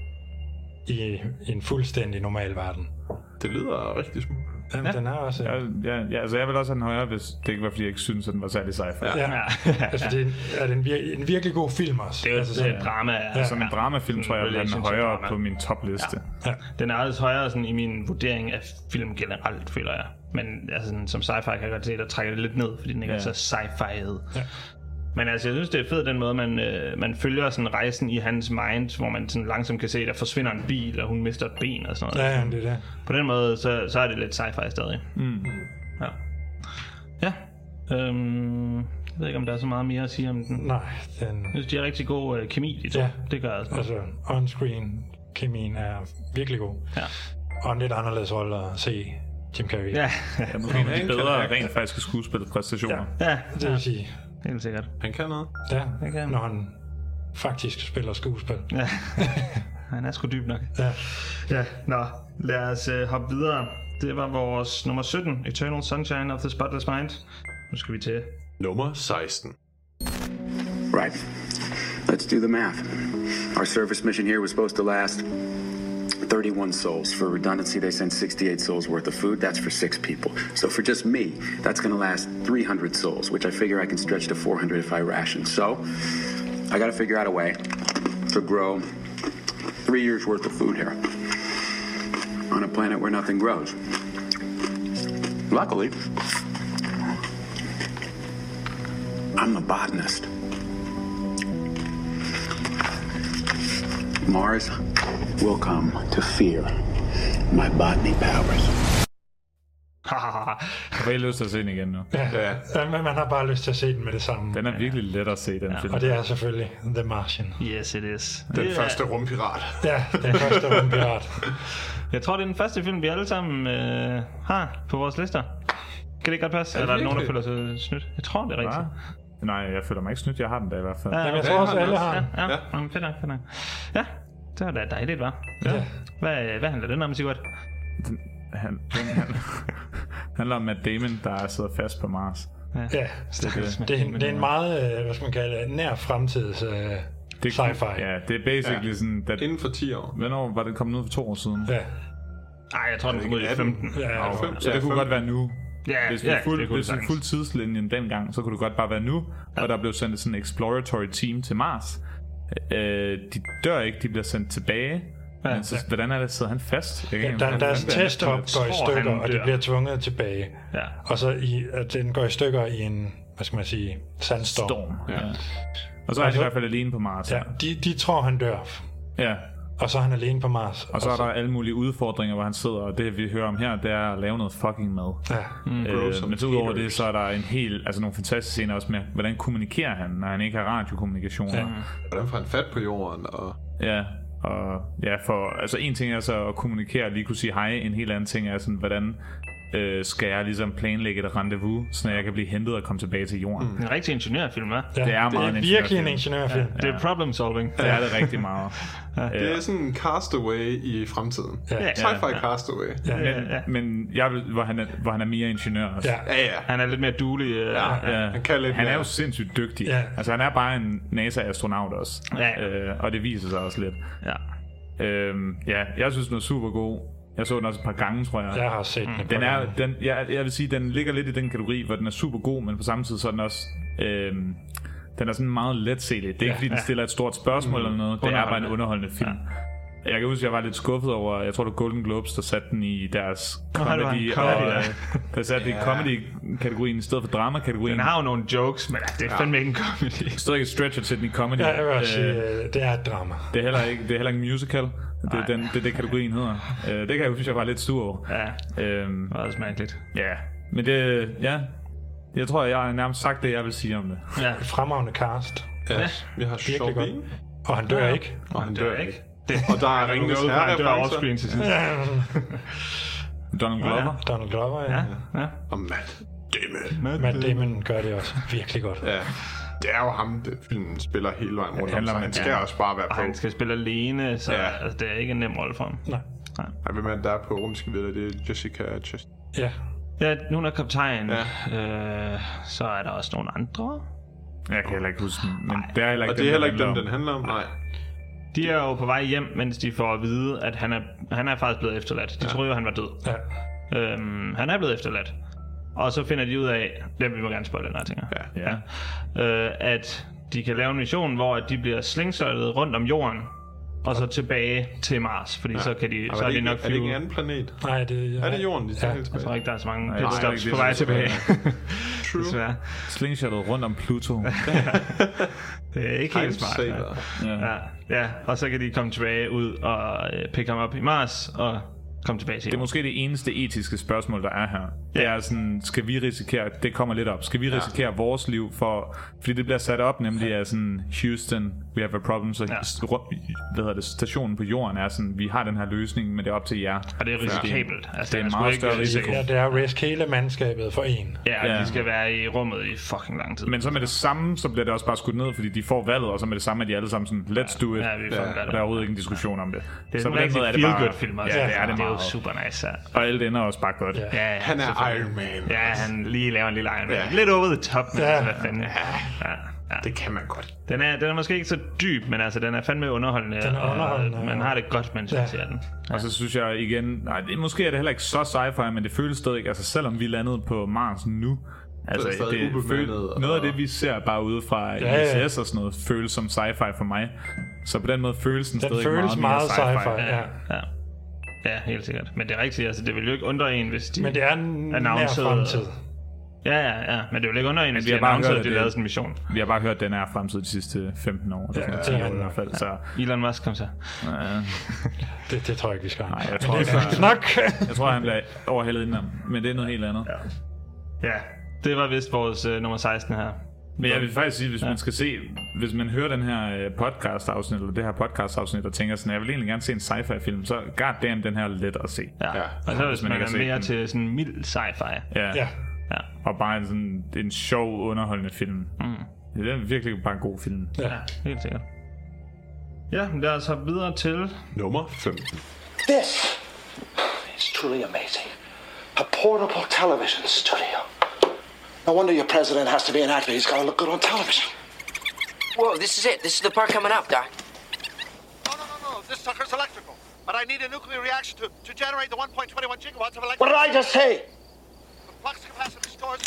Speaker 4: i en fuldstændig normal verden.
Speaker 2: Det lyder rigtig smukt.
Speaker 4: Jamen, ja. den er også...
Speaker 3: Ja, ja, ja, altså jeg vil også have den højere, hvis det ikke var, fordi jeg ikke synes, at den var særlig sci-fi.
Speaker 4: Ja, ja. altså det er, er det en, vir- en virkelig god film også.
Speaker 1: Det er jo
Speaker 4: altså,
Speaker 1: sådan en drama.
Speaker 3: Ja. Som en dramafilm, tror jeg, vil have den højere på min topliste.
Speaker 1: Ja. Ja. Den er også højere sådan, i min vurdering af film generelt, føler jeg. Men altså, sådan, som sci-fi kan jeg godt se, der trækker det lidt ned, fordi den ikke ja. er så sci-fi'et. Ja. Men altså, jeg synes, det er fedt den måde, man, øh, man følger sådan rejsen i hans mind, hvor man sådan langsomt kan se, at der forsvinder en bil, og hun mister et ben og sådan noget.
Speaker 4: Ja, det er det.
Speaker 1: På den måde, så, så er det lidt sci-fi stadig.
Speaker 3: Mm.
Speaker 1: Ja. Ja. Øhm, jeg ved ikke, om der er så meget mere at sige om den.
Speaker 4: Nej, den...
Speaker 1: Jeg synes, de har rigtig god øh, kemi, de to.
Speaker 4: Ja.
Speaker 1: Det gør jeg.
Speaker 4: Altså, on-screen kemien er virkelig god.
Speaker 1: Ja.
Speaker 4: Og en lidt anderledes rolle at se Jim Carrey.
Speaker 1: Ja.
Speaker 3: ja måske en bedre rent faktisk skuespilpræstationer.
Speaker 4: Ja, ja, det vil sige.
Speaker 1: Helt sikkert.
Speaker 2: Han kan noget.
Speaker 4: Ja,
Speaker 1: han kan.
Speaker 4: Når han faktisk spiller skuespil.
Speaker 1: Ja. Han er sgu dyb nok.
Speaker 4: Ja.
Speaker 1: Ja, nå. Lad os uh, hoppe videre. Det var vores nummer sytten, Eternal Sunshine of the Spotless Mind. Nu skal vi til
Speaker 2: nummer seksten.
Speaker 19: Right. Let's do the math. Our service mission here was supposed to last thirty-one souls. For redundancy, they sent sixty-eight souls worth of food. That's for six people. So for just me, that's going to last three hundred souls, which I figure I can stretch to four hundred if I ration. So I got to figure out a way to grow three years worth of food here on a planet where nothing grows. Luckily, I'm a botanist. Mars will come to fear my botany powers.
Speaker 3: Jeg har ikke lyst til at se den igen nu.
Speaker 4: Ja, ja. Men man har bare lyst til at se den med det samme.
Speaker 3: Den er virkelig let at se, den ja. film.
Speaker 4: Og det er selvfølgelig The Martian.
Speaker 1: Yes, it is.
Speaker 2: Den
Speaker 1: det
Speaker 2: første er... rumpirat.
Speaker 4: Ja, den første rumpirat.
Speaker 1: Jeg tror, det er den første film, vi alle sammen øh, har på vores lister. Kan det ikke godt passe? Er Eller er der nogen, der føler sig snydt? Jeg tror, det er rigtigt.
Speaker 3: Ja. Nej, jeg føler mig ikke snydt. Jeg har den da i hvert fald.
Speaker 1: Ja,
Speaker 4: Jamen, jeg tror også, alle har den.
Speaker 1: Ja, ja. ja. Jamen, fedt nok, fedt nok. Ja, det var da dejligt, hva'? Ja. Hvad, hvad handler den om, Sigurd?
Speaker 3: Den, han, den han, handler om Matt Damon, der sidder fast på Mars.
Speaker 4: Ja, ja det, det, det, er, det er en meget, hvad skal man kalde det, nær fremtids uh,
Speaker 3: det,
Speaker 4: sci-fi.
Speaker 3: Ja, det er basically ja. sådan...
Speaker 2: That, inden for ti år.
Speaker 3: Hvornår var det kommet ud for to år siden?
Speaker 4: Ja.
Speaker 1: Ej, jeg tror, det kom ud i femten.
Speaker 4: Ja, ja,
Speaker 3: okay. Så det kunne godt være nu.
Speaker 1: Ja,
Speaker 3: hvis vi
Speaker 1: ja,
Speaker 3: fuld, hvis vi fuld tidslinjen dengang, så kunne det godt bare være nu. Ja. Og der blev sendt sådan en exploratory team til Mars. Øh, de dør ikke, de bliver sendt tilbage. Ja, men så, hvordan er det, sidder han fast? Jeg
Speaker 4: ja,
Speaker 3: kan
Speaker 4: der,
Speaker 3: ikke,
Speaker 4: deres test op går i stykker, og de
Speaker 1: dør.
Speaker 4: bliver tvunget tilbage.
Speaker 1: Ja.
Speaker 4: Og så i, at den går i stykker i en, hvad skal man sige, sandstorm.
Speaker 3: Storm, ja. Og så er han i hvert fald alene på Mars.
Speaker 4: Ja, de, de tror, han dør.
Speaker 3: Ja.
Speaker 4: Og så er han alene på Mars.
Speaker 3: Og så er der alle mulige udfordringer, hvor han sidder, og det vi hører om her, det er at lave noget fucking mad.
Speaker 4: Ja.
Speaker 3: Mm, øh, men så udover det, så er der en hel, altså nogle fantastiske scener også med, hvordan kommunikerer han, når han ikke har radiokommunikation.
Speaker 2: Ja. Hvordan får han fat på jorden? Og...
Speaker 3: Ja, og ja, for, altså en ting er så at kommunikere, lige kunne sige hej, en helt anden ting er sådan, hvordan øh, skal jeg ligesom planlægge et rendezvous, så jeg kan blive hentet og komme tilbage til jorden.
Speaker 1: Mm. En rigtig ingeniørfilm, hva'?
Speaker 4: Ja,
Speaker 3: det er, meget
Speaker 4: det er virkelig en ingeniørfilm.
Speaker 1: Ja, det er problem solving.
Speaker 3: Det er det rigtig meget.
Speaker 2: Ja. Det er sådan en Castaway i fremtiden.
Speaker 1: Ja.
Speaker 2: Sci-fi
Speaker 1: Ja.
Speaker 2: Castaway.
Speaker 3: Ja, ja, ja. Men, men jeg vil, hvor, han er, hvor han er mere ingeniør også.
Speaker 2: Ja, ja, ja.
Speaker 1: Han er lidt mere duelig. Uh,
Speaker 3: ja. Ja.
Speaker 2: Han, kan lidt
Speaker 3: han er
Speaker 2: mere.
Speaker 3: jo sindssygt dygtig.
Speaker 1: Ja.
Speaker 3: Altså han er bare en NASA-astronaut også.
Speaker 1: Ja.
Speaker 3: Øh, og det viser sig også lidt.
Speaker 1: Ja.
Speaker 3: Øhm, ja, jeg synes den er super god. Jeg så den også et par gange, tror jeg.
Speaker 4: Jeg har set den.
Speaker 3: Den er, den, jeg, jeg vil sige, den ligger lidt i den kategori, hvor den er super god, men på samme tid så er den også... Øhm, den er sådan meget letselig. Det er ikke, fordi den stiller et stort spørgsmål mm. eller noget. Det er bare en underholdende film. Ja. Jeg kan huske, at jeg var lidt skuffet over, jeg tror det var Golden Globes, der satte den i deres comedy,
Speaker 1: comedy
Speaker 3: og
Speaker 1: ja.
Speaker 3: der satte det i comedy-kategorien i stedet for drama-kategorien.
Speaker 1: Den har jo nogle jokes, men det er
Speaker 3: Ja.
Speaker 1: fandme ikke en comedy.
Speaker 3: Det stod ikke et stretcher til den i comedy.
Speaker 4: Ja, jeg vil også sige,
Speaker 3: Øh,
Speaker 4: det er et drama.
Speaker 3: Det er heller ikke, det er heller ikke en musical. Det er den, det, er det kategorien hedder. Øh, det kan jeg huske, jeg var lidt sur over.
Speaker 1: Ja,
Speaker 3: øhm,
Speaker 1: det var også mærkeligt.
Speaker 3: Ja, men det, ja, jeg tror, jeg har nærmest sagt det, jeg vil sige om det.
Speaker 1: Ja.
Speaker 4: Fremragende cast.
Speaker 2: Ja, ja. Vi har
Speaker 4: Virkelig
Speaker 2: Sean
Speaker 4: godt.
Speaker 2: Bean.
Speaker 4: Og han dør
Speaker 2: Ja.
Speaker 4: ikke.
Speaker 2: Og han dør ikke.
Speaker 1: Det,
Speaker 2: og der er Ringenes Herre-referencer.
Speaker 1: til sidst.
Speaker 3: Donald Glover.
Speaker 4: Ja, Donald Glover, ja.
Speaker 1: ja. ja.
Speaker 2: Og Matt Damon.
Speaker 4: Matt Damon gør det også virkelig godt.
Speaker 2: Ja. Det er jo ham, det filmen spiller hele vejen rundt om, så han skal
Speaker 1: ja.
Speaker 2: også bare være
Speaker 1: og
Speaker 2: på.
Speaker 1: han skal spille alene, så
Speaker 2: Ja.
Speaker 1: altså, det er ikke en nem rolle for ham.
Speaker 4: Nej.
Speaker 1: Nej.
Speaker 2: Ej, hvem er det, der er på rumske videre? Det er Jessica Chastain.
Speaker 4: Ja.
Speaker 1: Ja, nu er kaptajn.
Speaker 2: Ja.
Speaker 1: Øh, så er der også nogle andre.
Speaker 3: Jeg kan heller ikke huske den, men det er heller ikke
Speaker 2: Og det er heller ikke dem,
Speaker 3: den
Speaker 2: den handler om? Nej.
Speaker 1: De er jo på vej hjem, mens de får at vide, at han er, han er faktisk blevet efterladt. De ja. troede jo, han var død.
Speaker 4: Ja.
Speaker 1: Øhm, han er blevet efterladt. Og så finder de ud af, det vi må gerne spoile den her ting,
Speaker 3: ja.
Speaker 1: Ja. Øh, at de kan lave en mission, hvor de bliver slingshøjtet rundt om jorden, og så tilbage til Mars, fordi ja. så kan de,
Speaker 2: Og
Speaker 1: så
Speaker 2: er
Speaker 1: er
Speaker 2: det
Speaker 1: de
Speaker 2: ikke-
Speaker 1: nok
Speaker 2: er det
Speaker 1: flyve.
Speaker 2: ikke en anden planet?
Speaker 4: Nej, det
Speaker 2: Er det jorden, de tager
Speaker 4: Ja.
Speaker 2: helt
Speaker 1: Jeg
Speaker 2: tilbage?
Speaker 1: tror ikke, der er så mange
Speaker 3: Nej,
Speaker 1: pitstops
Speaker 3: det er ikke
Speaker 1: på
Speaker 3: det,
Speaker 1: vej
Speaker 3: så
Speaker 1: tilbage.
Speaker 2: True.
Speaker 1: Desværre.
Speaker 3: Slingshottet rundt om Pluto.
Speaker 1: Det er ikke helt
Speaker 2: Time
Speaker 1: smart.
Speaker 2: saver.
Speaker 1: Ja. Ja. ja, og så kan de komme tilbage ud og øh, pick ham op i Mars og komme tilbage til
Speaker 3: Det er
Speaker 1: jorden.
Speaker 3: måske det eneste etiske spørgsmål, der er her. Det er sådan, skal vi risikere, det kommer lidt op, skal vi risikere ja. vores liv for, fordi det bliver sat op nemlig af sådan, Houston, we have a problem, så ja. hvad hedder det, stationen på jorden er sådan, vi har den her løsning, men det er op til jer.
Speaker 1: Og det er risikabelt.
Speaker 3: Ja.
Speaker 1: Altså,
Speaker 3: det er en
Speaker 1: sgu
Speaker 3: meget
Speaker 1: ikke
Speaker 3: større risiko.
Speaker 4: Ja, det er risk hele mandskabet for en.
Speaker 1: Ja,
Speaker 3: Ja.
Speaker 1: de skal være i rummet i fucking lang tid.
Speaker 3: Men så med det samme, så bliver det også bare skudt ned, fordi de får valget, og så med det samme er de alle sammen sådan, let's do it.
Speaker 1: Ja, vi får
Speaker 3: ja.
Speaker 1: det.
Speaker 3: Og der er overhovedet ikke en diskussion om det.
Speaker 1: Det er
Speaker 3: så
Speaker 1: en
Speaker 3: på den
Speaker 1: rigtig
Speaker 3: måde er det bare-
Speaker 1: feel-good-film også.
Speaker 3: Ja, det er det
Speaker 1: det er jo
Speaker 3: meget.
Speaker 1: super nice. Ja.
Speaker 3: Og alt ender også bare godt.
Speaker 1: Ja, ja,
Speaker 2: Han er
Speaker 1: selvfølgelig.
Speaker 2: Iron Man.
Speaker 1: Ja, han lige laver en lille Iron Man.
Speaker 2: Ja.
Speaker 1: Lidt over the top, men
Speaker 4: Ja.
Speaker 1: altså, hvad fanden. Ja, ja.
Speaker 2: Det kan man godt.
Speaker 1: Den er, den er måske ikke så dyb, men altså, den er fandme underholdende.
Speaker 4: Den er underholdende,
Speaker 1: og man
Speaker 4: ja.
Speaker 1: har det godt, mens man
Speaker 4: Ja.
Speaker 1: ser den.
Speaker 3: Og så synes jeg igen, nej, det, måske er det heller ikke så sci-fi, men det føles stadig, altså selvom vi landede på Mars nu, altså
Speaker 2: stadig
Speaker 3: det,
Speaker 2: ubemandet,
Speaker 3: føl,
Speaker 2: og-
Speaker 3: noget af det vi ser bare ude fra
Speaker 4: Ja, ja.
Speaker 3: I S S og sådan noget, føles som sci-fi for mig. Så på den måde føles den,
Speaker 4: Den
Speaker 3: stadig
Speaker 4: føles
Speaker 3: meget,
Speaker 4: meget
Speaker 3: mere
Speaker 4: sci-fi, ja.
Speaker 1: Ja. Ja, helt sikkert. Men det er rigtigt, altså, det vil jo ikke undre en, hvis de
Speaker 4: Men det er en nær
Speaker 1: annoncerede-
Speaker 4: fremtid.
Speaker 1: Ja, ja, ja. Men det vil ikke undre en, hvis
Speaker 3: vi
Speaker 1: de
Speaker 3: har bare
Speaker 1: annoncerede,
Speaker 3: hørt,
Speaker 1: at de
Speaker 3: at
Speaker 1: lavede
Speaker 3: det-
Speaker 1: sådan en mission.
Speaker 3: Vi har bare hørt, at den er fremtid de sidste femten år.
Speaker 4: Ja,
Speaker 3: Ja,
Speaker 4: det
Speaker 3: ti
Speaker 4: er
Speaker 3: år i
Speaker 4: den.
Speaker 3: hvert fald. Så,
Speaker 1: Elon Musk kom så.
Speaker 3: ja.
Speaker 4: Det, det tror jeg ikke, vi skal.
Speaker 3: Nej, jeg
Speaker 4: Men
Speaker 3: tror,
Speaker 4: det er
Speaker 3: også,
Speaker 4: fint nok.
Speaker 3: jeg tror, han bliver overhældet indenom. Men det er noget helt andet.
Speaker 1: Ja, det var vist vores uh, nummer seksten her.
Speaker 3: Men jeg vil faktisk sige, hvis
Speaker 1: Ja.
Speaker 3: man skal se, hvis man hører den her podcast-afsnit, eller det her podcast-afsnit, og tænker sådan, jeg vil egentlig gerne se en sci-fi-film, så goddamn, den her er let at se.
Speaker 1: Ja.
Speaker 2: Ja.
Speaker 1: Og så hvis man
Speaker 3: ikke
Speaker 1: er
Speaker 3: har set
Speaker 1: mere
Speaker 3: den.
Speaker 1: til sådan mild sci-fi.
Speaker 3: Ja.
Speaker 4: Ja.
Speaker 1: Ja.
Speaker 3: Og bare en, sådan, en sjov, underholdende film.
Speaker 1: Mm.
Speaker 3: Det er virkelig bare en god film.
Speaker 1: Ja, helt sikkert. Ja, men lad os hoppe videre til
Speaker 2: Nummer femten.
Speaker 10: This is truly amazing. A portable television studio. No wonder your president has to be an actor. He's got to look good on television.
Speaker 20: Whoa, this is it. This is the part coming up, Doc.
Speaker 14: No, no, no, no. This sucker's electrical. But I need a nuclear reaction to, to generate the one point two one gigawatts of electric.
Speaker 10: What did I just say?
Speaker 14: The flux capacitor stores.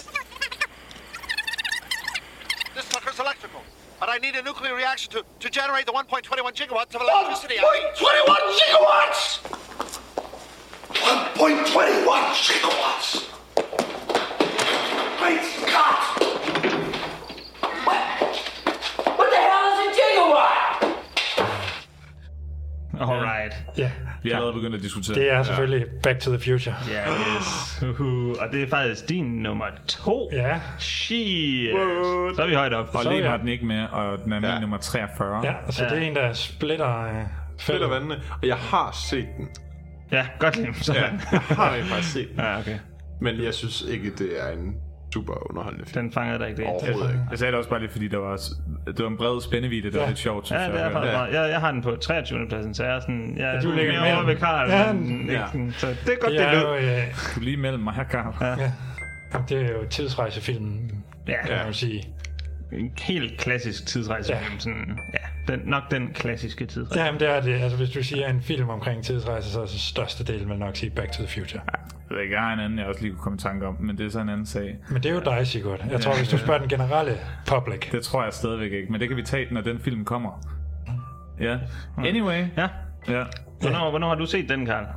Speaker 14: This sucker's electrical. But I need a nuclear reaction to, to generate the one point two one gigawatts of electricity.
Speaker 10: one point two one gigawatts!
Speaker 1: Alright.
Speaker 4: Ja.
Speaker 3: Vi er allerede begyndt at diskutere.
Speaker 4: Det er selvfølgelig ja. Back to the Future.
Speaker 1: Ja, yes. Uh-huh. Og det er faktisk din nummer to.
Speaker 4: Ja.
Speaker 1: Shit. What? Så er vi højt op.
Speaker 3: Og lige har den ikke med, og den er min ja. nummer treogfyrre.
Speaker 4: Ja, så ja. det er en, der splitter... Uh,
Speaker 2: splitter vandene. Og jeg har set den.
Speaker 1: Ja, godt lige.
Speaker 2: Ja, jeg har jo faktisk set den.
Speaker 1: Ja, okay.
Speaker 2: Men jeg synes ikke, det er en super underholdende film.
Speaker 1: Den fangede dig ikke det.
Speaker 2: Overhovedet ikke.
Speaker 3: Jeg sagde det også bare lige, fordi der var, det var en bred spændevidde, der ja. var lidt sjovt.
Speaker 1: Ja, det er faktisk ja. jeg, jeg har den på treogtyvende pladsen, så jeg er sådan... Jeg er
Speaker 4: du ligger
Speaker 1: mere over ved Karl,
Speaker 4: ja,
Speaker 1: men
Speaker 4: ja.
Speaker 1: ikke, så det er godt, det, det er
Speaker 4: jo, ja.
Speaker 3: Du er lige mellem mig her, Karl.
Speaker 4: Ja. ja. Det er jo tidsrejsefilmen,
Speaker 1: ja.
Speaker 4: kan man jo sige.
Speaker 1: En helt klassisk tidsrejsefilm. Ja. Sådan, ja, den, nok den klassiske tidsrejse.
Speaker 4: Ja, men det er det. Altså, hvis du siger en film omkring tidsrejse, så er det største del, vil nok sige Back to the Future.
Speaker 3: Ja. Jeg ved ikke, jeg har en anden, jeg også lige kunne komme i tanke om, men det er så en anden sag.
Speaker 4: Men det er jo dig, Sigurd. Jeg tror, ja. hvis du spørger den generelle public.
Speaker 3: Det tror jeg stadigvæk ikke, men det kan vi tage, når den film kommer. Ja. Anyway.
Speaker 1: Ja.
Speaker 3: ja.
Speaker 1: Hvornår, hvornår har du set den, Karl?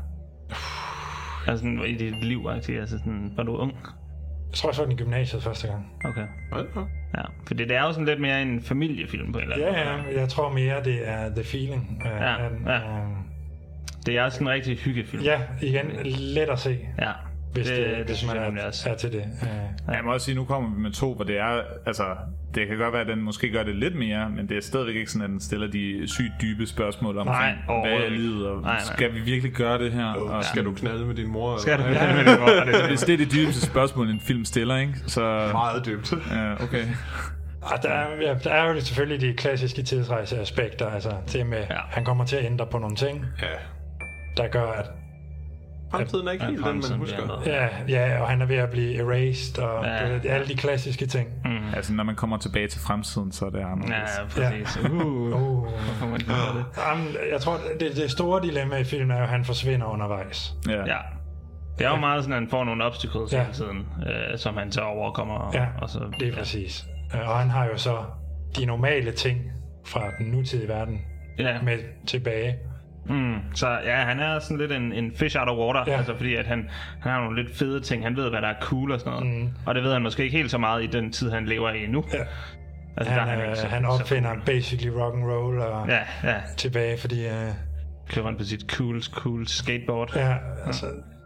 Speaker 1: Altså i dit liv, altså sådan, var du ung?
Speaker 4: Jeg tror, jeg så den i gymnasiet første gang.
Speaker 1: Okay. Ja, for det er jo sådan lidt mere en familiefilm på en eller anden
Speaker 4: ja, måde. Ja, jeg tror mere, det er The Feeling. Uh,
Speaker 1: ja,
Speaker 4: and,
Speaker 1: ja.
Speaker 4: Uh,
Speaker 1: det er også en rigtig hyggefilm.
Speaker 4: Ja, igen, let at se.
Speaker 1: Ja.
Speaker 4: Hvis det,
Speaker 1: det,
Speaker 4: det,
Speaker 1: det synes
Speaker 4: man
Speaker 1: jeg
Speaker 4: er,
Speaker 1: også.
Speaker 4: er til det. Uh,
Speaker 3: ja. Jeg må også sige, nu kommer vi med to, hvor det er, altså, det kan godt være, at den måske gør det lidt mere, men det er stadigvæk ikke sådan, at den stiller de sygt dybe spørgsmål om,
Speaker 1: nej,
Speaker 3: hvad er livet, og nej, nej. skal vi virkelig gøre det her?
Speaker 2: Oh,
Speaker 3: og,
Speaker 2: skal du knalde med din mor?
Speaker 1: Skal du knalde med din mor?
Speaker 3: Hvis det er det dybeste spørgsmål, en film stiller, ikke? Så,
Speaker 2: meget dybt.
Speaker 3: Ja, okay.
Speaker 4: Og der, er, ja, der er jo selvfølgelig de klassiske tidsrejseaspekter, altså det med, ja. han kommer til at ændre på nogle ting,
Speaker 2: ja.
Speaker 4: der gør, at
Speaker 2: fremtiden er ikke helt den, man husker.
Speaker 4: Ja, ja, og han er ved at blive erased, og ja, det, alle de klassiske ting.
Speaker 3: Mm. Altså, når man kommer tilbage til fremtiden, så er det anderledes.
Speaker 1: Ja, præcis. Ja. Uh.
Speaker 4: uh. Jamen, jeg tror, det, det store dilemma i filmen er jo, at han forsvinder undervejs.
Speaker 1: Ja. ja. Det er jo meget sådan, at han får nogle obstacles ja. hele tiden, øh, som han så overkommer. Og,
Speaker 4: ja,
Speaker 1: og så,
Speaker 4: det er ja. præcis. Og han har jo så de normale ting fra den nutidige verden ja. med tilbage.
Speaker 1: Mm, så ja, han er sådan lidt en, en fish out of water, ja. altså fordi at han, han har nogle lidt fede ting, han ved hvad der er cool og sådan noget, mm. og det ved han måske ikke helt så meget i den tid han lever i nu.
Speaker 4: Ja. Altså, han, der, han, så, han opfinder så, basically rock and roll og
Speaker 1: ja, ja.
Speaker 4: tilbage, fordi uh,
Speaker 1: kører han på sit cool, cool skateboard.
Speaker 4: Ja, altså.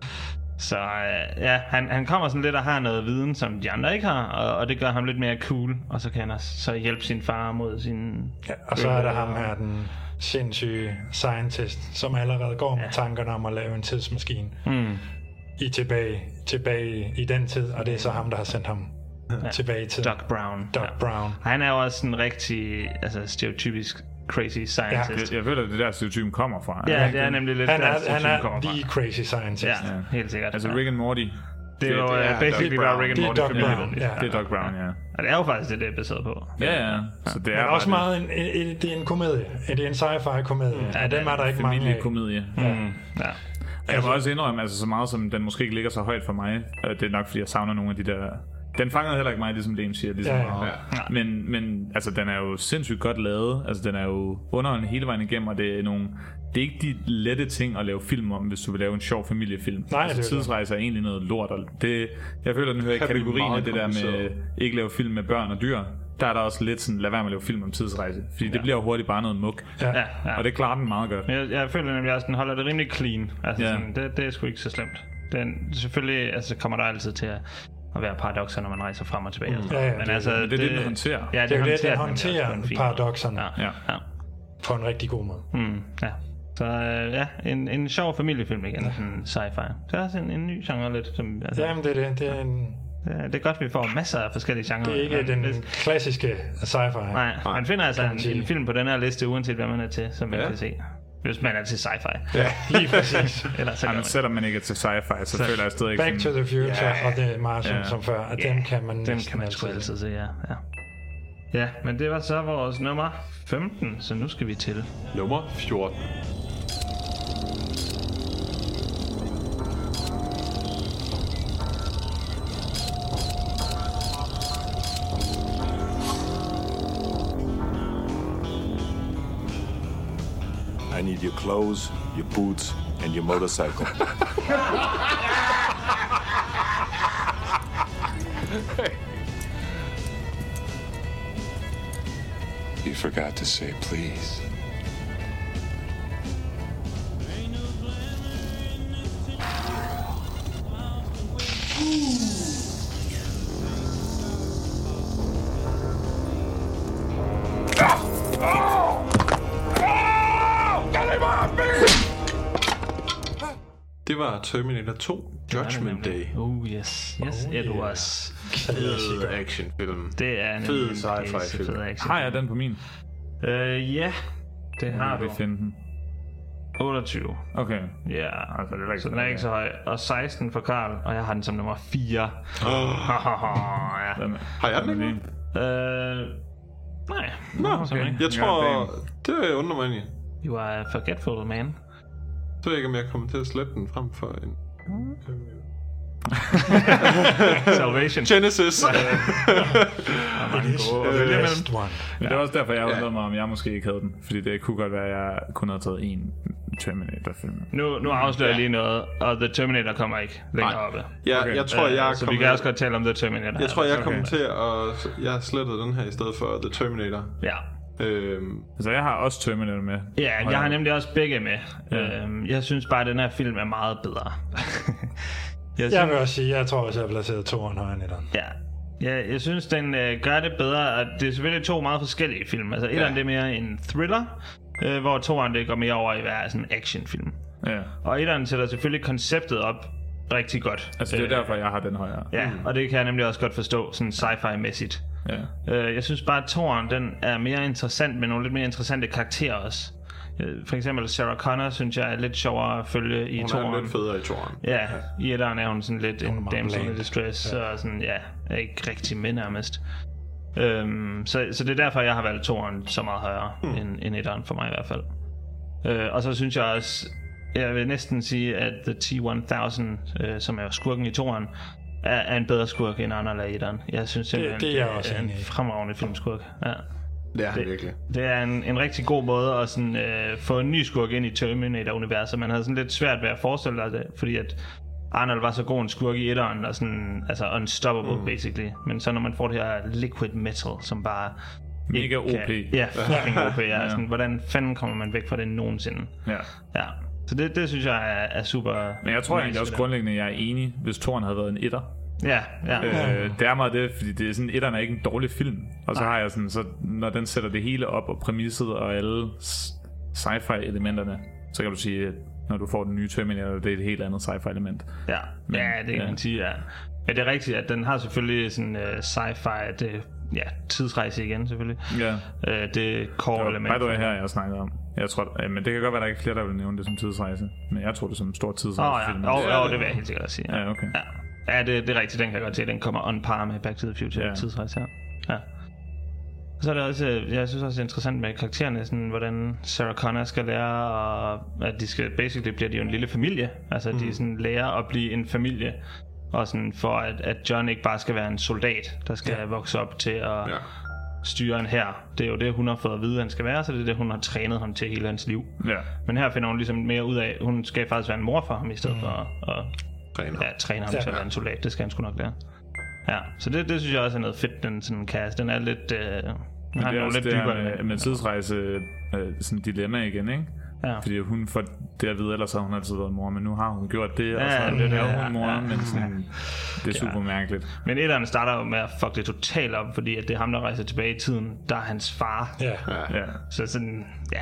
Speaker 1: Så øh, ja, han, han kommer sådan lidt og har noget viden, som de andre ikke har, og, og det gør ham lidt mere cool, og så kan han også så hjælpe sin far mod sin...
Speaker 4: Ja, og så er der ham her, den sindssyge scientist, som allerede går med ja. tankerne om at lave en tidsmaskine
Speaker 1: mm.
Speaker 4: i tilbage, tilbage i den tid, og det er så ham, der har sendt ham ja. tilbage i tiden.
Speaker 1: Doc Brown.
Speaker 4: Doc
Speaker 1: ja.
Speaker 4: Brown.
Speaker 1: Han er jo også en rigtig altså, stereotypisk crazy scientist.
Speaker 3: Ja. Jeg, jeg ved, at det der stereotypen kommer fra.
Speaker 1: Ja, ja det er nemlig lidt
Speaker 4: han er,
Speaker 1: der
Speaker 4: han er the crazy scientist.
Speaker 1: Ja, ja. helt sikkert.
Speaker 3: Altså Rick and Morty.
Speaker 1: Det er jo uh, basically bare Rick and Morty.
Speaker 4: Det er Doc Brown, ja.
Speaker 3: Det er Doc Brown, ja.
Speaker 1: Og det er jo faktisk det, det er baseret på.
Speaker 3: Ja, ja. Så det er
Speaker 4: men også meget, en, en, det er en komedie. Det er en sci-fi komedie. Mm. Ja, dem er der ikke mange af.
Speaker 3: Komedie.
Speaker 1: Mm. Ja.
Speaker 3: Jeg altså, må også indrømme, altså så meget som den måske ikke ligger så højt for mig. Det er nok fordi jeg savner nogle af de der. Den fangede heller ikke mig, ligesom Liam siger, ligesom
Speaker 4: ja, ja.
Speaker 3: Ja. Men, men altså, den er jo sindssygt godt lavet. Altså, den er jo underholdende hele vejen igennem, og det er nogle. Det er ikke de lette ting at lave film om, hvis du vil lave en sjov familiefilm.
Speaker 4: Nej,
Speaker 3: altså,
Speaker 4: det
Speaker 3: tidsrejse er egentlig noget lort. Og det, jeg føler, den hører i kategorien af det der med ikke lave film med børn og dyr. Der er der også lidt sådan, lad være med at lave film om tidsrejse. Fordi ja. det bliver hurtigt bare noget muk.
Speaker 1: Ja. Ja, ja.
Speaker 3: Og det klarer den meget godt.
Speaker 1: Men jeg, jeg føler nemlig, at den holder det rimelig clean. Altså,
Speaker 3: ja.
Speaker 1: sådan, det, det er sgu ikke så slemt. Den, selvfølgelig altså, kommer der altid til at at være paradokser, når man rejser frem og tilbage.
Speaker 4: Mm. Ja, ja,
Speaker 1: men altså,
Speaker 3: det, det er det, den håndterer.
Speaker 1: Ja, det,
Speaker 4: det er
Speaker 1: det,
Speaker 4: det, den håndterer paradokserne
Speaker 1: ja, ja. Ja.
Speaker 4: på en rigtig god måde.
Speaker 1: Mm, ja. Så øh, ja, en, en sjov familiefilm igen, ja. Sådan sci-fi. Så er også en, en ny genre lidt. Som, altså,
Speaker 4: Jamen, det er det. Det er, en...
Speaker 1: det er godt, vi får masser af forskellige genrer.
Speaker 4: Det er ikke den det... klassiske sci-fi.
Speaker 1: Nej, man finder altså en, en film på den her liste, uanset hvad man er til, som man ja. kan se. Hvis man er til sci-fi.
Speaker 4: Ja, lige præcis.
Speaker 1: Eller så
Speaker 3: Jamen, selvom man ikke er til sci-fi, så, så føler jeg stadig ikke
Speaker 4: Back
Speaker 3: sådan...
Speaker 4: to the Future
Speaker 1: ja.
Speaker 4: og The Martian, ja. som før. Og ja. dem kan man
Speaker 1: dem kan man sgu altid se, ja. ja. Ja, men det var så vores nummer femten, så nu skal vi til
Speaker 2: nummer fjorten.
Speaker 21: I need your clothes, your boots, and your motorcycle. You forgot to say please.
Speaker 2: Det var Terminator to, Judgment Day.
Speaker 1: Oh yes, yes,
Speaker 2: oh,
Speaker 1: it
Speaker 2: yeah.
Speaker 1: was.
Speaker 2: Fed actionfilm.
Speaker 1: Det er en
Speaker 2: fed sci-fi film.
Speaker 3: Har jeg den på min?
Speaker 1: Øh, ja, det har du.
Speaker 3: Finde den.
Speaker 1: otteogtyve.
Speaker 3: Okay.
Speaker 1: Ja,
Speaker 3: altså, det er
Speaker 1: så den er ikke så høj. Og seksten for Karl, og jeg har den som nummer fire. Oh. Ja.
Speaker 2: Har jeg den ikke?
Speaker 1: Øh, nej.
Speaker 2: Nå, okay. Jeg tror, det undrer mig egentlig.
Speaker 1: You are a forgetful man.
Speaker 2: Så ved jeg ikke, om jeg kommer til at slette den frem for en...
Speaker 1: Salvation.
Speaker 2: Genesis.
Speaker 3: Men det var også derfor, jeg undrede mig, om jeg måske ikke havde den. Fordi det kunne godt være, at jeg kun havde taget en Terminator-film.
Speaker 1: Nu, nu afslører jeg lige noget, og The Terminator kommer ikke længere oppe.
Speaker 2: Ja, okay. Jeg tror, jeg
Speaker 1: uh, Så vi kan også godt tale om The Terminator.
Speaker 2: Jeg tror, jeg
Speaker 1: okay.
Speaker 2: kommer til at... Jeg har slettet den her i stedet for The Terminator.
Speaker 1: Ja.
Speaker 3: Øhm. Så jeg har også Terminator med.
Speaker 1: Ja, jeg har nemlig også begge med. Ja. Øhm, jeg synes bare, at den her film er meget bedre.
Speaker 4: jeg, jeg vil også sige, jeg tror også, jeg har placeret toeren højere end etteren.
Speaker 1: Ja. Ja, jeg synes, den øh, gør det bedre. At det er selvfølgelig to meget forskellige film. Altså, etteren ja. det er mere en thriller, øh, hvor toeren det går mere over i at være sådan en actionfilm.
Speaker 3: Ja.
Speaker 1: Og etteren sætter selvfølgelig konceptet op rigtig godt.
Speaker 3: Altså, det er derfor, jeg har den højere.
Speaker 1: Ja, og det kan jeg nemlig også godt forstå, sådan sci-fi-mæssigt.
Speaker 3: Ja.
Speaker 1: Øh, jeg synes bare, at toeren, den er mere interessant, med nogle lidt mere interessante karakterer også. For eksempel Sarah Connor, synes jeg er lidt sjovere at følge i toeren.
Speaker 2: Hun er lidt federe i toeren.
Speaker 1: Ja, i etteren er hun sådan lidt en damsel in distress, ja. Og sådan, ja, er ikke rigtig med nærmest. Øhm, så, så det er derfor, jeg har valgt toeren så meget højere mm. end, end etteren, for mig i hvert fald. Øh, og så synes jeg også, jeg vil næsten sige, at The T tusind, øh, som er skurken i toeren, er, er en bedre skurk end Arnold af etteren. Jeg synes simpelthen,
Speaker 4: det, det er, også
Speaker 1: er en fremragende filmskurk. Ja.
Speaker 2: Det er det, virkelig.
Speaker 1: Det er en, en rigtig god måde at sådan, øh, få en ny skurk ind i Terminator-universet. Man havde sådan lidt svært ved at forestille sig det, fordi at Arnold var så god en skurk i etteren, og sådan, altså unstoppable, mm. basically. Men så når man får det her liquid metal, som bare...
Speaker 3: Mega O P.
Speaker 1: Kan, ja, fucking O P. Ja. Ja. Sådan, hvordan fanden kommer man væk fra det nogensinde?
Speaker 3: Ja.
Speaker 1: Ja. Så det, det synes jeg er, er super...
Speaker 3: Men jeg tror egentlig også grundlæggende, jeg er enig, hvis toren havde været en etter.
Speaker 1: Ja, ja.
Speaker 3: Øh, det er meget det, fordi det er sådan, etteren er ikke en dårlig film. Og så Nej. har jeg sådan, så når den sætter det hele op, og præmisset og alle sci-fi elementerne, så kan du sige, at når du får den nye Terminator, det er et helt andet sci-fi element.
Speaker 1: Ja, men, ja det kan ja. man sige, ja. Ja, det er rigtigt, at den har selvfølgelig sådan uh, sci-fi, det, ja, tidsrejse igen selvfølgelig.
Speaker 3: Ja.
Speaker 1: Uh, det core element.
Speaker 3: Hvad du er her, jeg snakker om. Jeg tror, ja, men det kan godt være, der er ikke flere, der vil nævne det som tidsrejse. Men jeg tror det som en stor tidsrejse.
Speaker 1: Åh oh, ja, oh, oh, det vil jeg helt sikkert sige. Ja,
Speaker 3: ja okay.
Speaker 1: Ja. Ja, det, det er rigtigt, den kan jeg godt se. Den kommer on par med Back to the Future, ja. Tidsrejse her. Ja. Og så er det også, jeg synes også, det er interessant med karaktererne, sådan, hvordan Sarah Connor skal lære, og at de skal, basically bliver de jo en lille familie. Altså, mm. de sådan lærer at blive en familie, og sådan for at, at John ikke bare skal være en soldat, der skal ja. vokse op til at ja. styre en hær. Det er jo det, hun har fået at vide, han skal være, så det er det, hun har trænet ham til hele hans liv.
Speaker 3: Ja.
Speaker 1: Men her finder hun ligesom mere ud af, hun skal faktisk være en mor for ham, i stedet mm. for at...
Speaker 2: Træner.
Speaker 1: Ja, træner ham ja. til at være en soldat. Det skal han sgu nok lære. Ja, så det, det synes jeg også er noget fedt, den sådan cast. Den er lidt... Øh,
Speaker 3: men det er også lidt det dybere, her med, med tidsrejse, øh, sådan dilemma igen, ikke?
Speaker 1: Ja.
Speaker 3: Fordi hun får det at vide, ellers har hun altid været mor, men nu har hun gjort det,
Speaker 1: ja,
Speaker 3: og så
Speaker 1: ja, det,
Speaker 3: er
Speaker 1: hun
Speaker 3: hun mor,
Speaker 1: ja.
Speaker 3: men sådan, det er super ja. mærkeligt.
Speaker 1: Men etteren starter jo med at fuck det totalt op, fordi at det er ham, der rejser tilbage i tiden. Der er hans far.
Speaker 4: Ja.
Speaker 3: ja.
Speaker 1: Så sådan, ja...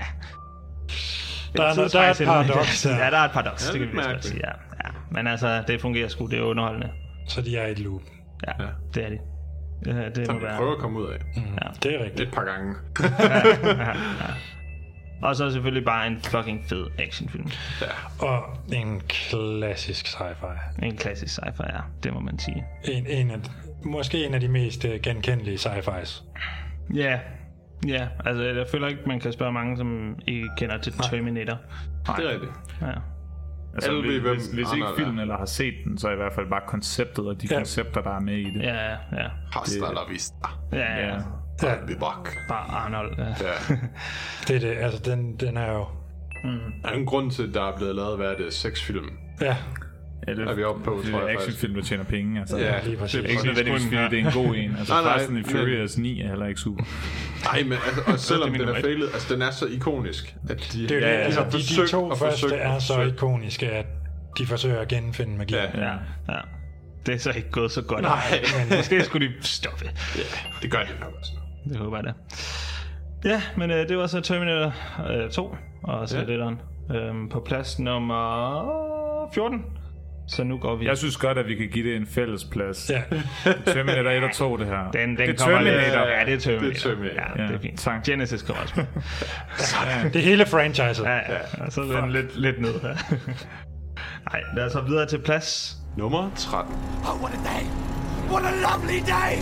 Speaker 4: Der er, der er et paradoks.
Speaker 1: Ja, der er et paradoks, det kan vi vist sige, ja. ja. Men altså, det fungerer sgu, det er underholdende.
Speaker 4: Så de er i et loop.
Speaker 1: Ja, ja. det er de. Ja, det
Speaker 2: så
Speaker 1: må
Speaker 2: de
Speaker 1: være.
Speaker 2: prøver at komme ud af.
Speaker 4: Mm, ja. Det er rigtigt.
Speaker 2: Et par gange.
Speaker 1: ja, ja, ja. Og så selvfølgelig bare en fucking fed actionfilm.
Speaker 4: Ja. Og en klassisk sci-fi.
Speaker 1: En klassisk sci-fi, ja. Det må man sige.
Speaker 4: En, en af, måske en af de mest genkendelige sci-fis.
Speaker 1: Ja, ja. Altså, jeg føler ikke, man kan spørge mange, som ikke kender til Terminator.
Speaker 2: Nej. Det er rigtigt.
Speaker 1: Ja.
Speaker 3: Altså, Alle hvis, hvis, hvis ikke filmen eller har set den, så er i hvert fald bare konceptet og de ja. koncepter, der er med i det.
Speaker 1: Ja, ja.
Speaker 2: Hasta la vista.
Speaker 1: Ja, ja.
Speaker 2: ja. I'll be back.
Speaker 1: Bare Arnold. Ja.
Speaker 2: ja.
Speaker 4: det er det. Altså, den, den er jo...
Speaker 2: Mm. Der er en grund til, at der er blevet lavet, hvad er det, seks film.
Speaker 4: Ja.
Speaker 3: Ja, det
Speaker 2: er vi oppe på, tror jeg faktisk.
Speaker 3: Actionfilm, der tjener penge. Altså.
Speaker 2: Ja,
Speaker 3: lige præcis. Det er ikke nødvendigvis, fordi det er en god en. Altså, Fast and Furious ni er heller ikke super.
Speaker 2: Nej, men altså, og selvom den er fejlet, altså den er så ikonisk, at de,
Speaker 4: det er, ja, altså, de, de to første er så
Speaker 2: forsøgt.
Speaker 4: ikoniske, at de forsøger at genfinde magi.
Speaker 1: Ja, ja, ja. Det er så ikke gået så godt.
Speaker 4: Nej,
Speaker 1: men måske skulle de stoppe.
Speaker 2: Ja, det gør de nok også.
Speaker 1: Det håber jeg da. Ja, men øh, det var så Terminator øh, to, og så ja. det der. øhm, på plads nummer fjorten. Så nu går vi...
Speaker 3: Jeg synes godt, at vi kan give det en fælles plads.
Speaker 4: Ja.
Speaker 3: Terminator et og to, det her.
Speaker 1: Den, den
Speaker 3: det er
Speaker 1: kommer
Speaker 3: Terminator.
Speaker 1: Lidt, ja, det er Terminator.
Speaker 2: Det er Terminator.
Speaker 1: Ja, ja, det er fint. Tak. Genesis kommer også med.
Speaker 4: Det er hele franchiset.
Speaker 1: Ja, ja. Og så er den lidt, lidt ned her. Nej, lad os så videre til plads.
Speaker 2: Nummer tretten.
Speaker 11: Oh, what a day! What a lovely day!